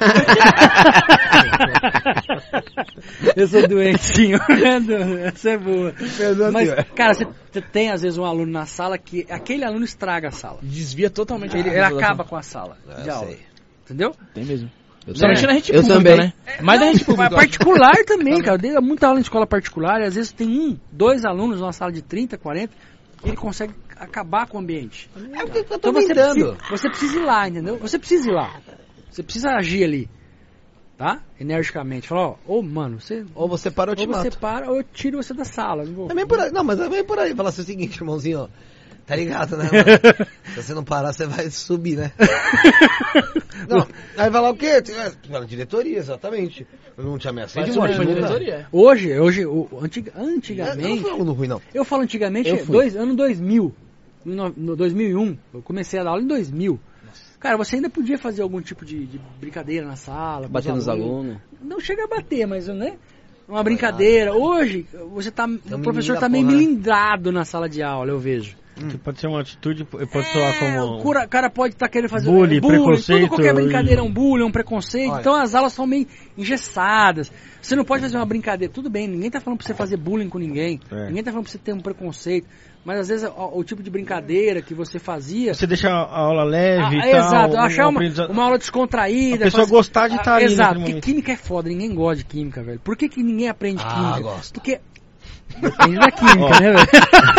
Eu sou doente, senhor. Essa é boa. Mas, cara, você tem às vezes um aluno na sala que aquele aluno estraga a sala. Desvia totalmente. Ele acaba com a sala de aula. Entendeu? Tem mesmo. Principalmente na rede pública, também. Né? Mas na rede pública. Particular também, cara. Eu dei muita aula em escola particular e às vezes tem 2 alunos numa sala de 30, 40, e ele consegue acabar com o ambiente. Então você precisa ir lá, entendeu? Você precisa ir lá. Você precisa agir ali. Tá? Energicamente. Falar, mano, você... Ou você para ou te mato. Ou você para ou eu tiro você da sala. Também por aí. Não, mas também por aí. Falar assim o seguinte, irmãozinho, ó. Tá ligado, né, mano? Se você não parar, você vai subir, né? Não, aí vai lá o quê? Pela diretoria, exatamente. Eu não te ameacei de morte. Hoje, antigamente... Não foi aluno ruim, não. Eu falo antigamente, ano 2000. No 2001. Eu comecei a dar aula em 2000. Cara, você ainda podia fazer algum tipo de brincadeira na sala. Bater nos alunos. Não chega a bater, mas, né? Uma brincadeira. Hoje, o professor tá meio melindrado na sala de aula, eu vejo. Que pode ser uma atitude, pode soar como... O cara pode estar querendo fazer bullying, preconceito. Qualquer brincadeira é um bullying, é um preconceito. Olha. Então as aulas são meio engessadas. Você não pode fazer uma brincadeira. Tudo bem, ninguém tá falando pra você fazer bullying com ninguém. Ninguém tá falando pra você ter um preconceito. Mas às vezes o tipo de brincadeira que você fazia... Você deixa a aula leve e tal. Exato, achar uma aula descontraída. A pessoa gostar de estar ali. Exato, porque química é foda, ninguém gosta de química, velho. Por que ninguém aprende química? Gosto. Porque... Depende da química, né, velho?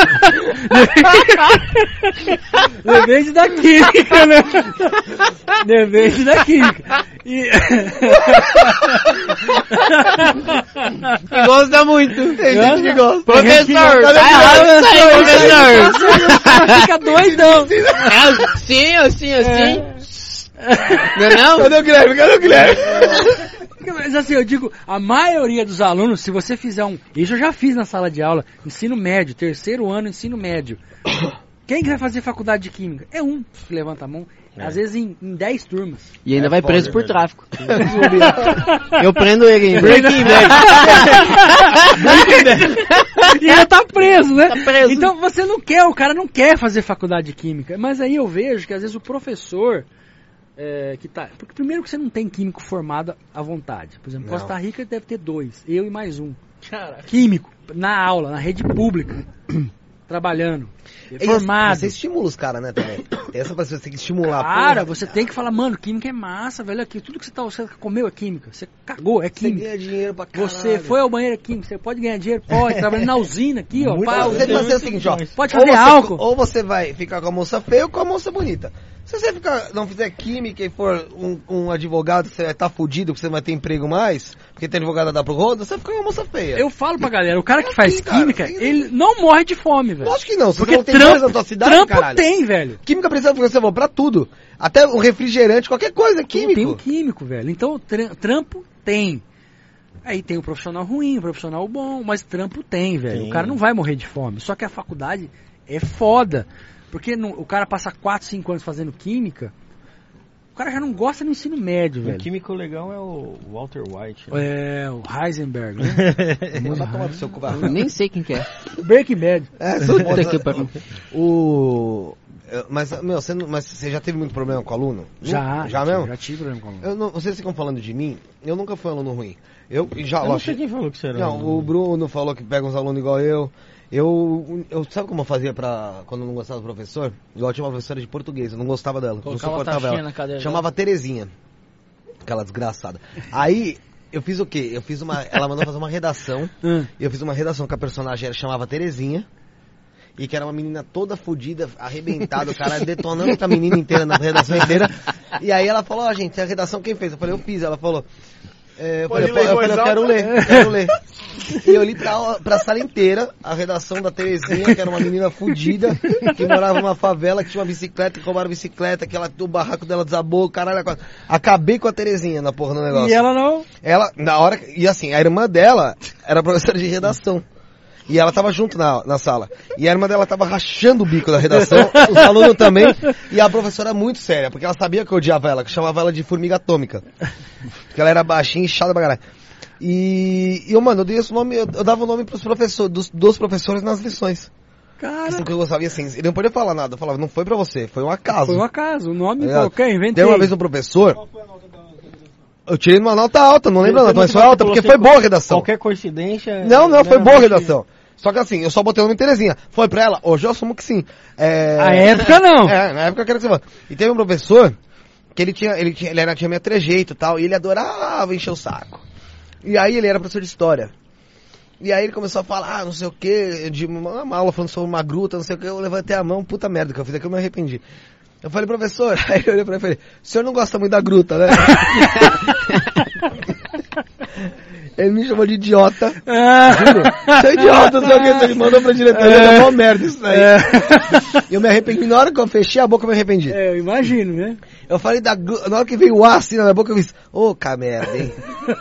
Depende da química, né? Depende da química. Gosta muito. Tem gente que gosta. Professor, tá errado isso aí, professor. Fica doidão. Assim. Não? Cadê o Guilherme? Mas assim, eu digo, a maioria dos alunos, se você fizer isso eu já fiz na sala de aula, ensino médio, 3º ano, ensino médio. Quem que vai fazer faculdade de química? É um que levanta a mão, às vezes em 10 turmas. E ainda vai preso por tráfico. Eu prendo ele em Breaking Bad. E ainda tá preso, né? Tá preso. Então o cara não quer fazer faculdade de química. Mas aí eu vejo que às vezes o professor... porque primeiro que você não tem químico formado à vontade. Por exemplo, Costa Rica deve ter 2, eu e mais um. Caraca. Químico, na aula, na rede pública, trabalhando, formado. Você estimula os caras, né, também. Essa pessoa tem que estimular. Cara, você tem que falar, mano, química é massa, velho, aqui, tudo que você comeu é química, você cagou, é química. Você ganha dinheiro pra caralho. Você foi ao banheiro é química, você pode ganhar dinheiro, pode, trabalhando na usina aqui, ó. Você tem que fazer o seguinte, ó. Pode fazer álcool. Ou você vai ficar com a moça feia ou com a moça bonita. Se você não fizer química e for um advogado, você vai estar fudido porque você não vai ter emprego mais, porque tem advogado a dar pro rodo, você fica uma moça feia. Eu falo pra galera, o cara que faz química, ele não morre de fome, velho. Lógico que não, porque não tem mais na tua cidade, trampo caralho. Tem, velho. Química precisa de você pra tudo. Até o refrigerante, qualquer coisa é químico. Tem um químico, velho. Então, trampo tem. Aí tem o profissional ruim, o profissional bom, mas trampo tem, velho. Sim. O cara não vai morrer de fome. Só que a faculdade é foda. Porque o cara passa 4, 5 anos fazendo química, o cara já não gosta do ensino médio, velho. O químico legal é o Walter White. Né? É, o Heisenberg, né? Vai tomar do seu cu. Eu nem sei quem que é. Breaking Bad. Mas, meu, você já teve muito problema com aluno? Já mesmo? Já tive problema com aluno. Vocês ficam falando de mim, eu nunca fui aluno ruim. Eu não sei quem falou que você era. Não, o Bruno falou que pega uns alunos igual eu. Eu sabe como eu fazia quando eu não gostava do professor? Igual eu tinha uma professora de português, eu não gostava dela, não suportava ela. Chamava Terezinha, aquela desgraçada. Aí, eu fiz o quê? Ela mandou fazer uma redação, e eu fiz uma redação que a personagem chamava Terezinha, e que era uma menina toda fodida, arrebentada, o cara detonando com a menina inteira na redação inteira. E aí ela falou, gente, a redação quem fez? Eu falei, eu fiz. Ela falou, eu quero ler. E eu li pra sala inteira a redação da Terezinha, que era uma menina fodida, que morava numa favela, que tinha uma bicicleta, que roubaram a bicicleta, que o barraco dela desabou, caralho. Acabei com a Terezinha na porra do negócio. E ela não? E assim, a irmã dela era professora de redação. E ela tava junto na sala. E a irmã dela tava rachando o bico da redação, os alunos também. E a professora muito séria, porque ela sabia que eu odiava ela, que chamava ela de formiga atômica. Porque ela era baixinha e inchada pra caralho. E eu dei esse nome, eu dava o nome pros professores, dos professores nas lições. Cara. Assim que eu gostava, e assim, ele não podia falar nada. Eu falava, não foi pra você, foi um acaso. Foi um acaso, o nome qualquer, inventei. Tem uma vez um professor... Qual foi a nota da redação? Eu tirei numa nota alta, não lembro a nota, mas foi alta, porque foi boa a redação. Qualquer coincidência... Não, foi boa a redação. Só que assim, eu só botei o nome Terezinha. Foi pra ela? Hoje eu assumo que sim. A época não. Na época eu quero que você fale. E teve um professor que ele tinha meio trejeito e tal, e ele adorava encher o saco. E aí ele era professor de história. E aí ele começou a falar, não sei o que, de uma aula falando sobre uma gruta, não sei o que, eu levantei a mão, puta merda que eu fiz aqui, eu me arrependi. Eu falei, professor, aí eu olhei pra ele e falei, o senhor não gosta muito da gruta, né? Ele me chamou de idiota. Juro? Você é idiota, não sei o que. Ele mandou pra diretoria, deu uma merda isso daí. Eu me arrependi. Na hora que eu fechei a boca, eu me arrependi. Eu imagino, né? Eu falei na hora que veio o ar assim na minha boca, eu fiz, merda, hein?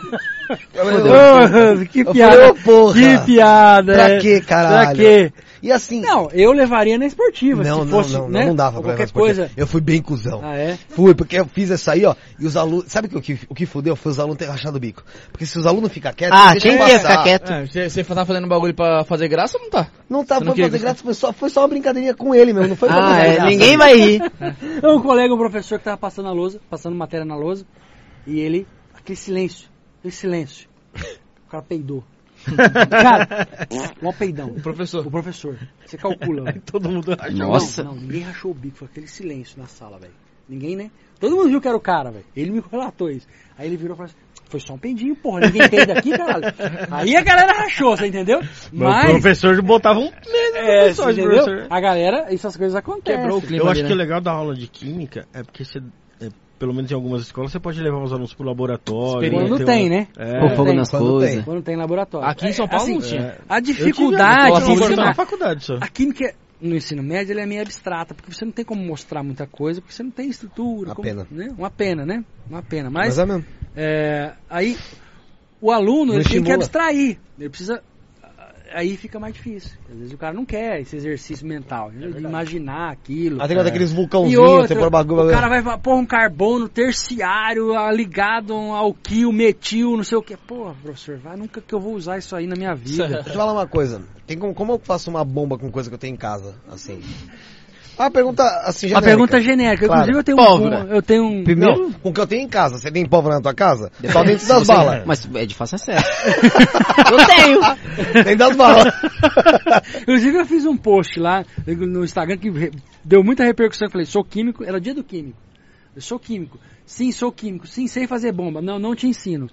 Que piada. Porra. Que piada. Pra quê, caralho? Pra quê? E assim... Não, eu levaria na esportiva. Não dava pra qualquer coisa. Eu fui bem cuzão. Ah, é? Fui, porque eu fiz isso aí, ó, e os alunos... Sabe o que fudeu? Foi os alunos terem rachado o bico. Porque se os alunos ficam quietos... quem quer ficar quieto? Você tá fazendo bagulho pra fazer graça ou não tá? Não tá pra fazer graça, foi só uma brincadeirinha com ele mesmo, não foi pra fazer graça. Ninguém vai rir. Um colega, um professor que tava passando matéria na lousa, e ele... Aquele silêncio. O cara peidou. Cara, um peidão. O professor. Você calcula. Aí todo mundo rachou. Nossa. Não, ninguém rachou o bico. Foi aquele silêncio na sala, velho. Ninguém, né? Todo mundo viu que era o cara, velho. Ele me relatou isso. Aí ele virou e falou assim, foi só um peidinho, porra. Ninguém peida aqui, caralho. Aí a galera rachou, você entendeu? Mas o professor botava um medo. Você entendeu? A galera, essas coisas acontecem. Quebrou o clima. Eu acho que o legal da aula de química é porque você... Pelo menos em algumas escolas, você pode levar os alunos pro laboratório. Quando tem, né? Pôr fogo nas coisas. Quando tem laboratório. Aqui em São Paulo não tinha. A dificuldade... na faculdade só. A química, no ensino médio, ela é meio abstrata, porque você não tem como mostrar muita coisa, porque você não tem estrutura. Uma pena, né? Mas é mesmo. Aí, o aluno, ele tem que abstrair. Ele precisa... Aí fica mais difícil. Às vezes o cara não quer esse exercício mental, de imaginar aquilo. Até aqueles vulcãozinhos, você pôr bagulho. O cara vai pôr um carbono terciário ligado ao alquil, metil, não sei o que. Pô, professor, nunca que eu vou usar isso aí na minha vida. Deixa eu falar uma coisa. Como eu faço uma bomba com coisa que eu tenho em casa, assim? A pergunta assim, genérica. A pergunta genérica. Claro. Inclusive Pólvora. eu tenho um... Primeiro, com o que eu tenho em casa. Você tem pólvora na tua casa? Só dentro das balas. Mas é de fácil acesso. Eu tenho. Dentro das balas. Inclusive eu fiz um post lá no Instagram que deu muita repercussão. Eu falei, sou químico. Era o dia do químico. Eu sou químico. Sim, sou químico. Sim, sei fazer bomba. Não te ensino.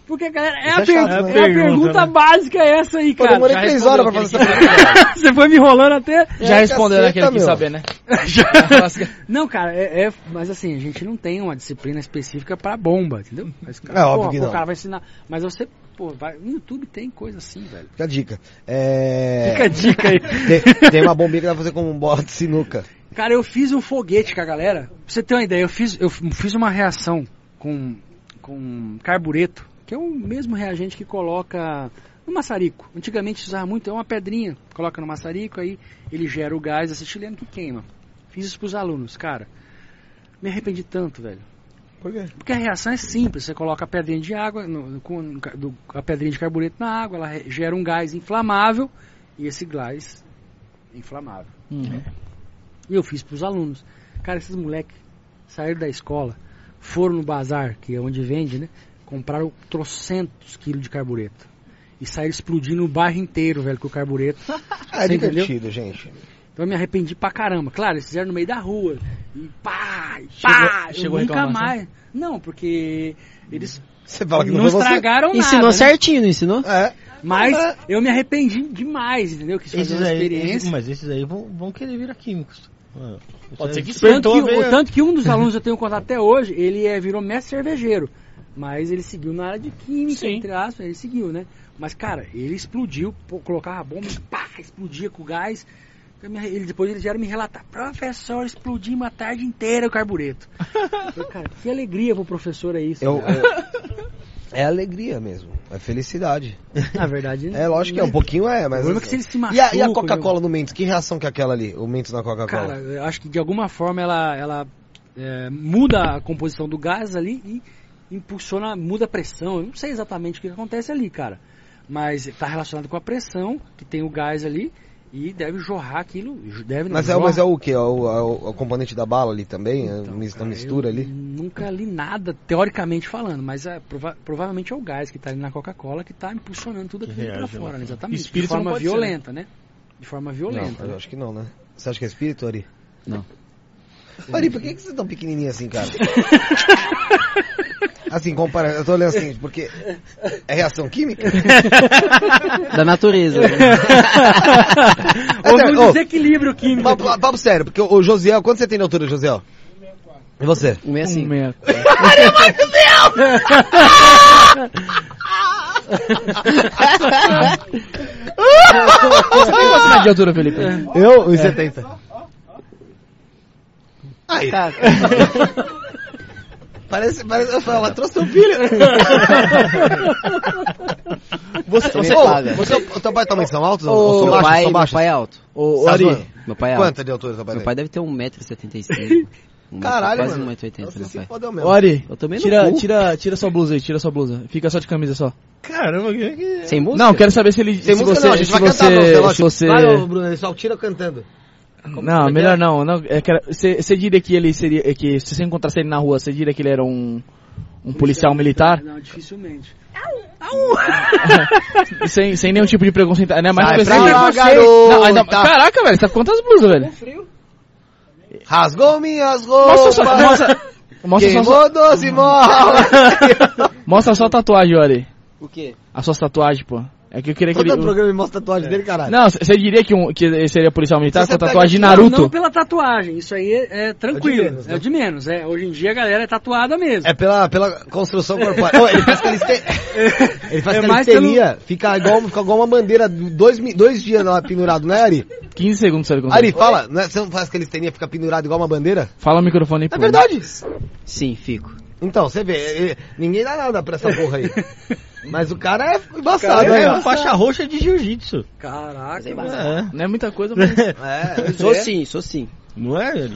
Porque, galera, é a pergunta básica essa aí, cara. Eu demorei 3 horas pra fazer essa pergunta. Você foi me enrolando até... Já respondeu naquele que quis saber, né? Não, cara, mas assim, a gente não tem uma disciplina específica pra bomba, entendeu? Mas, cara, é óbvio que não. O cara vai ensinar. Mas você, no YouTube tem coisa assim, velho. Fica a dica. Fica a dica aí. Tem uma bombinha que dá pra fazer com um bola de sinuca. Cara, eu fiz um foguete com a galera. Pra você ter uma ideia, eu fiz uma reação com carbureto, que é o mesmo reagente que coloca no maçarico. Antigamente se usava muito, é uma pedrinha, coloca no maçarico, aí ele gera o gás acetileno que queima. Fiz isso pros alunos, cara. Me arrependi tanto, velho. Por quê? Porque a reação é simples, você coloca a pedrinha de água, a pedrinha de carbureto na água, ela gera um gás inflamável, e esse gás é inflamável. E eu fiz pros alunos. Cara, esses moleques saíram da escola, foram no bazar, que é onde vende, né? Compraram 300 quilos de carbureto. E saíram explodindo o bairro inteiro, velho, com o carbureto. É divertido, gente. Então eu me arrependi pra caramba. Claro, eles fizeram no meio da rua. E pá, chegou nunca mais. Não, porque eles você fala que não estragaram nada. Ensinou né? certinho, não ensinou? Mas eu me arrependi demais, entendeu? Quis fazer uma experiência. Mas esses aí vão querer virar químicos. Pode ser que sim. Tanto que um dos alunos eu tenho contato até hoje, ele virou mestre cervejeiro. Mas ele seguiu na área de química, entre aspas, ele seguiu, né? Mas, cara, ele explodiu, colocava a bomba e pá, explodia com o gás. Depois eles vieram me relatar, professor, explodimos a tarde inteira o carbureto. Falei, cara, que alegria pro professor é isso. É alegria mesmo, é felicidade. Na verdade, é lógico que é um pouquinho, mas... O problema é que se ele se machuca... E a Coca-Cola no Mentos, que reação que é aquela ali, o Mentos na Coca-Cola? Cara, eu acho que de alguma forma ela muda a composição do gás ali e impulsiona, muda a pressão. Eu não sei exatamente o que acontece ali, cara. Mas está relacionado com a pressão, que tem o gás ali, e deve jorrar aquilo. Mas é o que? É o componente da bala ali também? Então, a mistura ali? Nunca li nada, teoricamente falando, mas provavelmente é o gás que está ali na Coca-Cola que está impulsionando tudo aquilo para fora, né? Exatamente. Espírito de forma violenta, ser, né? De forma violenta. Não, eu acho que não, né? Você acha que é espírito, Ari? Não. Ari, por que você é tão pequenininho assim, cara? Assim, compara, eu tô olhando assim, porque é reação química? Da natureza. Houve um desequilíbrio químico. Papo sério, porque o Josiel, quanto você tem de altura, Josiel? E você? 1,65. Ai, meu Deus! Você tem quanto de altura, Felipe? Eu, 1,70. Aí. Tá. Parece ela trouxe teu filho. O teu pai também são altos? Meu pai é alto. Ari, meu pai é alto. Quanto de altura teu pai? Meu pai deve ter 1,75 m. Caralho, quase mano. 1,80 m, meu pai. Ô, Ari, eu também tira sua blusa aí, tira sua blusa. Fica só de camisa só. Caramba, que... Sem música? Não, quero saber se ele... Sem música não, a gente vai cantar, você... Vai, Bruno, ele só tira cantando. Não, melhor não. Você diria que ele seria... Que se você encontrasse ele na rua, você diria que ele era um policial militar? Não, dificilmente. sem nenhum tipo de preconceito, né? Sai Mas pra lá, garota. Caraca, velho, você tá com quantas blusas, velho? Rasgou minhas roupas. Mostra só a tatuagem, Ari. O quê? A sua tatuagem, pô. É que eu queria que ele... Todo programa mostra a tatuagem dele, caralho. Não, você diria que ele seria policial militar com a tatuagem de Naruto? Não pela tatuagem, isso aí é tranquilo. É de menos. Hoje em dia a galera é tatuada mesmo. É pela construção corporal. Ele faz calistenia, fica igual uma bandeira, 2 dias lá pendurado, né, Ari? 15 segundos, você consegue. Ari, fala, né, você não faz calistenia, fica pendurado igual uma bandeira? Fala o microfone aí, pô. É verdade. Sim, fico. Então, você vê, ninguém dá nada pra essa porra aí. Mas o cara é embaçado, né? É uma faixa roxa de jiu-jitsu. Caraca, não é muita coisa, mas... Sou sim. Não é?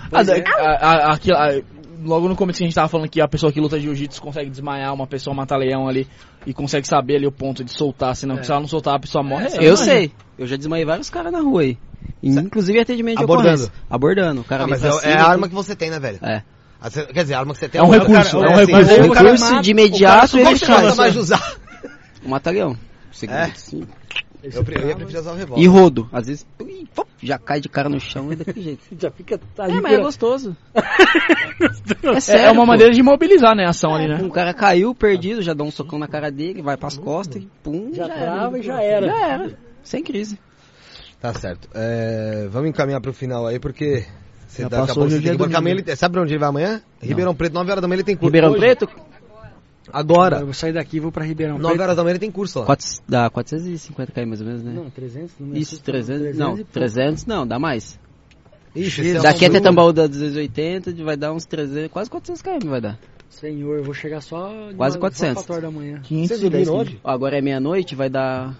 Logo no começo que a gente tava falando que a pessoa que luta jiu-jitsu consegue desmaiar uma pessoa, matar leão ali, e consegue saber ali o ponto de soltar, senão se ela não soltar a pessoa morre. Eu sei, eu já desmaiei vários caras na rua aí. Inclusive atendimento de ocorrência. Abordando. O cara mas é a arma que você tem, né, velho? É. Quer dizer, a arma que você tem é um recurso. É um recurso de imediato. Qual que você gosta mais de usar? O mata-leão. Eu ia preferir usar o revólver. E rodo. Às vezes já cai de cara no chão e daquele jeito. Já fica... mas é gostoso. É sério, é uma maneira de imobilizar, né, a ação ali, né? O cara caiu, perdido, já dá um socão na cara dele, vai pras costas e pum, já trava e já era. Já era. Sem crise. Tá certo. Vamos encaminhar pro final aí, porque... Você daqui a pouco você tem que bancar amanhã. Sabe pra onde ele vai amanhã? Não. Ribeirão Preto, 9 horas da manhã ele tem curso. Ribeirão Preto? Agora. Eu vou sair daqui e vou pra Ribeirão Preto. 9 horas da manhã ele tem curso lá. Dá 450 km mais ou menos, né? Não, 300. Não isso, 300. Não, 300 não, dá mais. Ixi, daqui até Tambaú dá 280, vai dar uns 300, quase 400 km vai dar. Senhor, eu vou chegar só... Quase 400. 4 horas da manhã. 510 hoje? Agora é meia-noite, vai dar...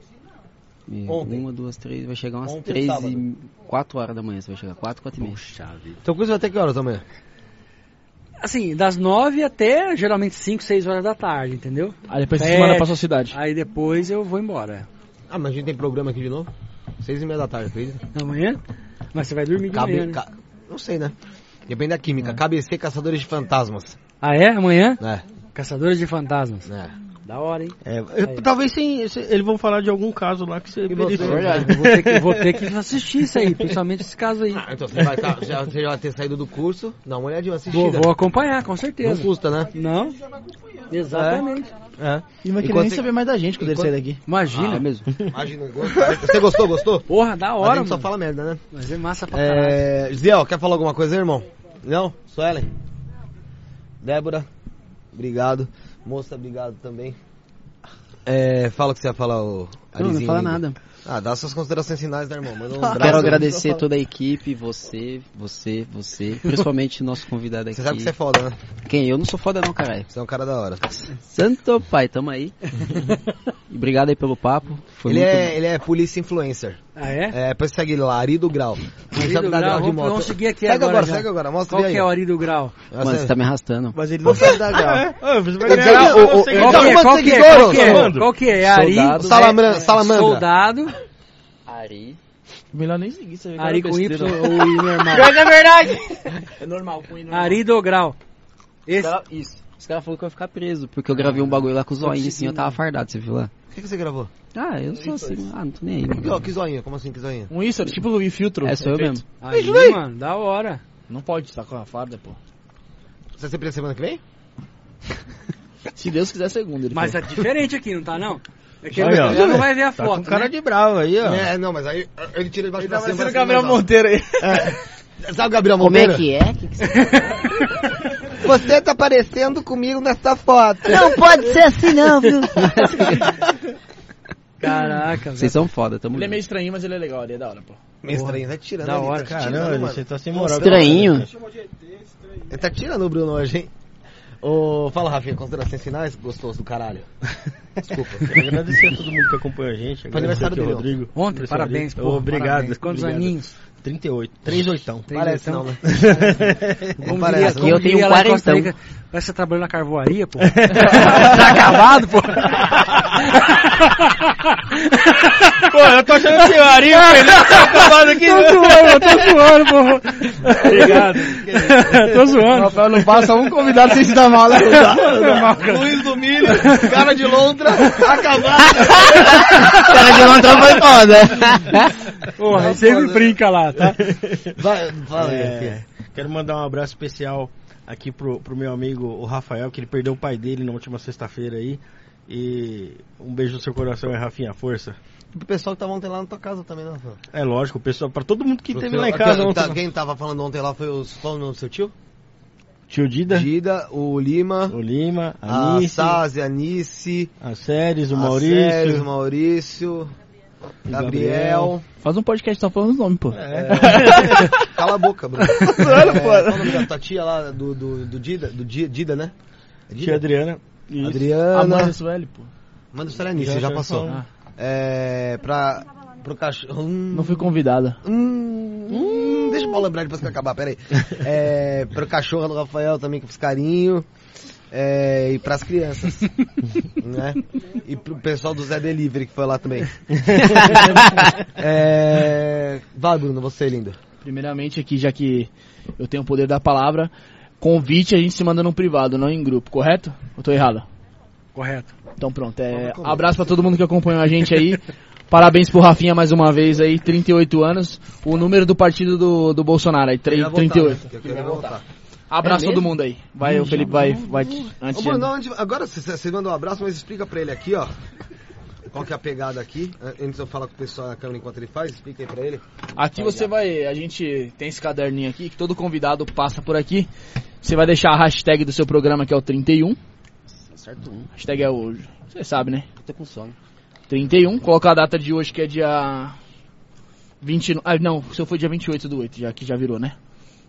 1, 2, 3, vai chegar umas 4 horas da manhã, você vai chegar, 4 e meia. Então o curso vai até que horas da manhã? Assim, das 9 até geralmente 5, 6 horas da tarde, entendeu? Aí depois você se manda pra sua cidade. Aí depois eu vou embora. Ah, mas a gente tem programa aqui de novo? 6h30 da tarde, acredita? Amanhã? Mas você vai dormir de manhã, né? Não sei, né? Depende da química. KBC, Caçadores de Fantasmas. Ah, é? Amanhã? É. Caçadores de Fantasmas. É. Da hora, hein? Talvez sim, eles vão falar de algum caso lá que você verificou. Vou ter que assistir isso aí, principalmente esse caso aí. Então você já vai ter saído do curso, dá uma olhadinha, assistida. Vou acompanhar, com certeza. Não custa, né? Não. Exatamente. E vai querer nem saber mais da gente quando ele sair daqui. Imagina. Mesmo. Imagina. Você gostou? Porra, da hora, a gente só fala merda, né? Mas é massa pra caralho. Ziel, quer falar alguma coisa aí, irmão? Não? Suelen? Débora? Obrigado. Moça, obrigado também. Fala o que você ia falar, o Não fala nada. Dá suas considerações finais, né, irmão? Manda um abraço. Quero agradecer toda a equipe, você, principalmente nosso convidado aqui. Você sabe que você é foda, né? Quem? Eu não sou foda não, caralho. Você é um cara da hora. Santo pai, tamo aí. Obrigado aí pelo papo. Ele é polícia influencer. Ah, é? Depois segue lá, Arido Grau. Arido Grau, vamos seguir aqui segue agora. Segue agora, mostra aí. Qual aí. que é o Arido Grau? Mano, você tá me arrastando. Mas ele não sabe da Grau. Qual que é? Ari? Salamandra. Soldado. Ari. Melhor nem seguir, você vê. Ari com Y ou I normal? É verdade. É normal, com I normal. Ari do Grau. Isso. Os caras falaram que eu ia ficar preso, porque eu gravei um bagulho lá com o zoinho assim, eu tava fardado, você viu lá? O que você gravou? Eu sou assim, não tô nem aí. Que zoinha? Como assim, que zoinha? Um isso, tipo o filtro. Sou eu mesmo. Aí, mano, da hora. Não pode estar com a farda, pô. Você vai ser preso semana que vem? Se Deus quiser, segunda. Mas é diferente aqui, não tá, não? É que Aí, ele ó. não vai ver a Tá foto, com cara né? de bravo aí, ó. Não, mas aí ele tira debaixo pra cima. Vai ser o Gabriel Monteiro aí. Sabe o Gabriel Como Monteiro? é que é? Você tá parecendo comigo nessa foto. Não pode ser assim não, viu? Caraca, Vocês são foda, tamo Ele é junto. meio estranho, mas ele é legal, ele é da hora, pô. Meio estranho, tá tirando Da ali, hora, tá tirando, Caramba, mano. você tá sem moral. Estranho. Ele tá tirando o Bruno hoje, hein? Fala, Rafinha, considerações finais? Gostoso do caralho. Desculpa. Agradecer a todo mundo que acompanha a gente. Foi aniversário aqui, dele, Rodrigo. Ontem, parabéns, pô. Obrigado. Parabéns. Quantos aninhos? 38. 38. Parece não, né? Como parece. diria, Eu tenho diria lá em Costa 40. Rica, parece que você trabalhando na carvoaria, pô. Tá acabado, pô. Pô, eu tô achando que o Ari tá acabado aqui. Tô zoando, pô. Obrigado. Tô zoando. Rafael, não passa um convidado sem se dar mal, né? Luiz do Milho, cara de lontra, acabado. Cara de lontra foi foda. Porra, sempre brinca lá, tá? Fala aí, Rafinha. Quero mandar um abraço especial aqui pro meu amigo, o Rafael, que ele perdeu o pai dele na última sexta-feira aí. E um beijo no seu coração, Rafinha, força. O pessoal que tava ontem lá na tua casa também, né, Rafael? É lógico, o pessoal, pra todo mundo que esteve lá em casa ontem. Quem tava falando ontem lá foi qual o nome do seu tio? Tio Dida, o Lima, o Lima, a a Nice, Sazi, a Nice, a Séries, o a Maurício. Séries, o Maurício, Gabriel. Faz um podcast só falando os nomes, pô. Cala a boca, Bruno. Qual o nome da tua tia lá do Dida, né? É Dida? Tia Adriana. Adriana. A mãe do Sueli, pô. Manda história nisso, já passou. Pro cachorro. Não fui convidada. Deixa eu lembrar depois que eu acabar, peraí. Pro cachorro do Rafael também, que eu fiz carinho. E pras crianças. Né? E pro pessoal do Zé Delivery, que foi lá também. Vai, Bruno, você, lindo. Primeiramente aqui, já que eu tenho o poder da palavra, convite a gente se manda no privado, não em grupo, correto? Ou tô errado? Correto. Então pronto, abraço pra todo mundo que acompanhou a gente aí. Parabéns pro Rafinha mais uma vez aí, 38 anos. O número do partido do Bolsonaro aí, 38. Eu queria voltar. Abraço todo mundo aí. Vai, o Felipe vai antes de... Agora você mandou um abraço, mas explica pra ele aqui, ó. Qual que é a pegada aqui? Antes de eu falar com o pessoal na câmera enquanto ele faz, explica aí pra ele. Aqui você vai, a gente tem esse caderninho aqui, que todo convidado passa por aqui. Você vai deixar a hashtag do seu programa, que é o 31. Certo. A hashtag é hoje. Você sabe, né? Eu tô com sono. 31. Colocar a data de hoje, que é dia 20... Ah, não, o seu foi dia 28/8, já que já virou, né?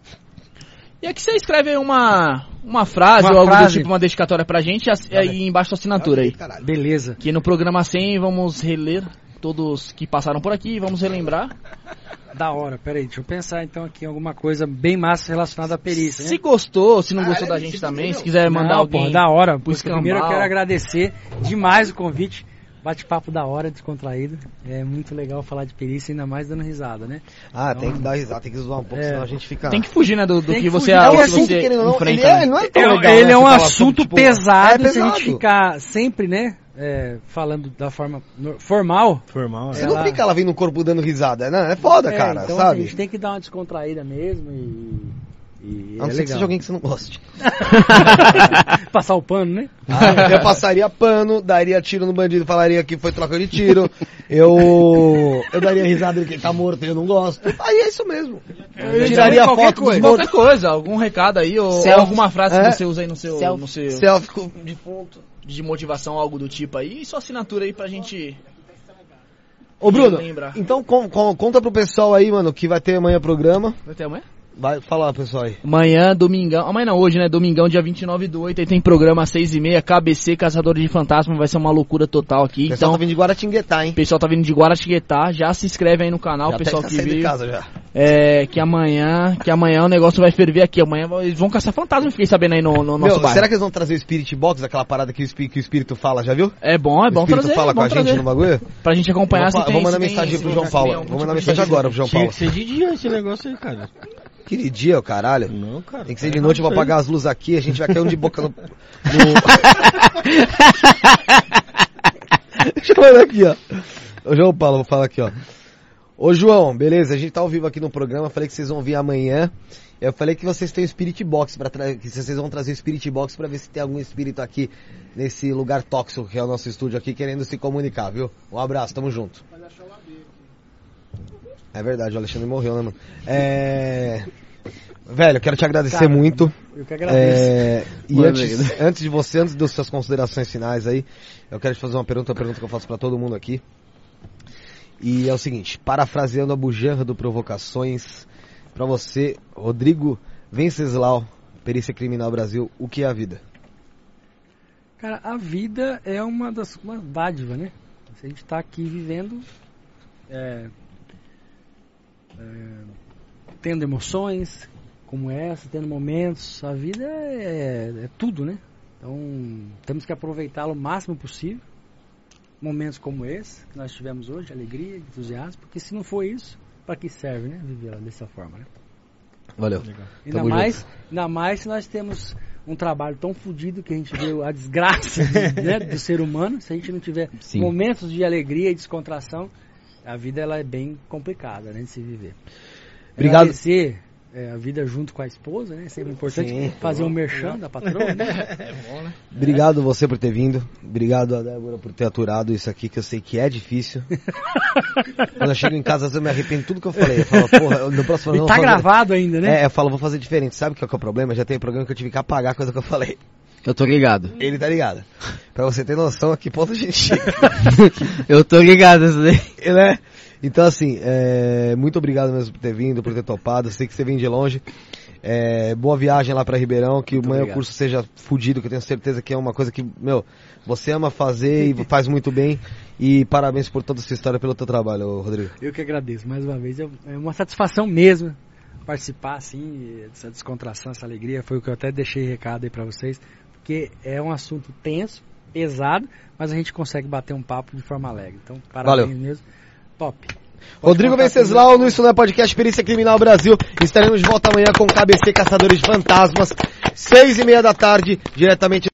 E aqui você escreve aí uma frase ou algo do tipo, uma dedicatória pra gente, aí embaixo da assinatura aí. Beleza. Que no programa 100 vamos reler todos que passaram por aqui, vamos relembrar. Da hora, peraí, deixa eu pensar então aqui em alguma coisa bem massa relacionada à perícia, né? Se gostou, se não gostou da gente também, se quiser mandar alguém... Pô, da hora, primeiro eu quero agradecer demais o convite. Bate-papo da hora, descontraído. É muito legal falar de perícia, ainda mais dando risada, né? Ah, então, tem que dar risada, tem que zoar um pouco, senão a gente fica... Tem que fugir, né, do que você enfrenta. Ele é um assunto pesado, se a gente ficar sempre, né, falando da forma formal. Você não fica lá vendo o corpo dando risada, né? É foda, cara, então, sabe? A gente tem que dar uma descontraída mesmo e a não ser que seja alguém que você não goste. Passar o pano, né? Eu passaria pano, daria tiro no bandido, falaria que foi troca de tiro. Eu daria risada de que ele tá morto e eu não gosto. Aí é isso mesmo. Eu tiraria foto dos mortos. Qualquer coisa, algum recado aí, ou alguma frase que você usa aí no seu selfie de ponto. De motivação, algo do tipo aí. E sua assinatura aí pra gente... Ô Bruno, então conta pro pessoal aí, mano, que vai ter amanhã programa. Vai ter amanhã? Vai falar, pessoal aí. Amanhã, domingão. Amanhã não, hoje, né? Domingão, dia 29/8. Aí tem programa às 6h30. KBC, Caçadores de Fantasma. Vai ser uma loucura total aqui. O pessoal tá vindo de Guaratinguetá, hein? O pessoal tá vindo de Guaratinguetá. Já se inscreve aí no canal, o pessoal que veio. De casa já. Que amanhã o negócio vai ferver aqui. Amanhã eles vão caçar fantasma, fiquei sabendo aí no nosso bairro. Será que eles vão trazer o Spirit Box, aquela parada que o espírito fala, já viu? É bom trazer. O espírito fala com a gente no bagulho? Pra gente acompanhar. Vou mandar mensagem pro João Paulo. Vou mandar mensagem agora pro João Paulo. Tinha que ser de dia esse negócio aí, cara. Que de dia, o caralho? Não, cara. Tem que ser de noite, eu vou apagar as luzes aqui, a gente vai cair um de boca no... Deixa eu olhar aqui, ó. Ô João Paulo, vou falar aqui, ó. Ô João, beleza, a gente tá ao vivo aqui no programa, falei que vocês vão vir amanhã. Eu falei que vocês têm o Spirit Box, que vocês vão trazer o Spirit Box pra ver se tem algum espírito aqui nesse lugar tóxico que é o nosso estúdio aqui, querendo se comunicar, viu? Um abraço, tamo junto. É verdade, o Alexandre morreu, né, mano? Velho, eu quero te agradecer muito. Eu que agradeço. E antes das suas considerações finais aí, eu quero te fazer uma pergunta que eu faço pra todo mundo aqui. E é o seguinte, parafraseando a bujanra do Provocações, pra você, Rodrigo Venceslau, Perícia Criminal Brasil, o que é a vida? Cara, a vida é uma dádiva, né? Se a gente tá aqui vivendo... tendo emoções como essa, tendo momentos, a vida é tudo, né? Então temos que aproveitá-lo o máximo possível, momentos como esse que nós tivemos hoje, alegria, entusiasmo, porque se não for isso, para que serve, né? Viver dessa forma, né? Valeu. Ainda mais se nós temos um trabalho tão fodido que a gente vê a desgraça né, do ser humano, se a gente não tiver momentos de alegria e descontração, a vida ela é bem complicada, né, de se viver. Obrigado. Agradecer a vida junto com a esposa, né? Sempre importante fazer um merchan da patroa, né? É bom, né? Obrigado você por ter vindo. Obrigado a Débora por ter aturado isso aqui, que eu sei que é difícil. Quando eu chego em casa, eu me arrependo de tudo que eu falei. Eu falo, porra, no próximo não. E tá gravado ainda, né? Eu falo, vou fazer diferente. Sabe qual que é o problema? Já tem programa que eu tive que apagar a coisa que eu falei. Eu tô ligado. Ele tá ligado. Pra você ter noção a que ponto a gente chega. Eu tô ligado, isso daí. Né? Então, assim, muito obrigado mesmo por ter vindo, por ter topado. Eu sei que você vem de longe. Boa viagem lá pra Ribeirão, que amanhã o curso seja fudido, que eu tenho certeza que é uma coisa que, você ama fazer e faz muito bem. E parabéns por toda essa história, pelo teu trabalho, Rodrigo. Eu que agradeço, mais uma vez. É uma satisfação mesmo participar, assim, dessa descontração, essa alegria. Foi o que eu até deixei recado aí pra vocês, porque é um assunto tenso, pesado, mas a gente consegue bater um papo de forma alegre. Então, parabéns mesmo. Top. Rodrigo Venceslau, no Isso Não é Podcast Perícia Criminal Brasil. Estaremos de volta amanhã com o KBC Caçadores de Fantasmas, 6h30 da tarde, diretamente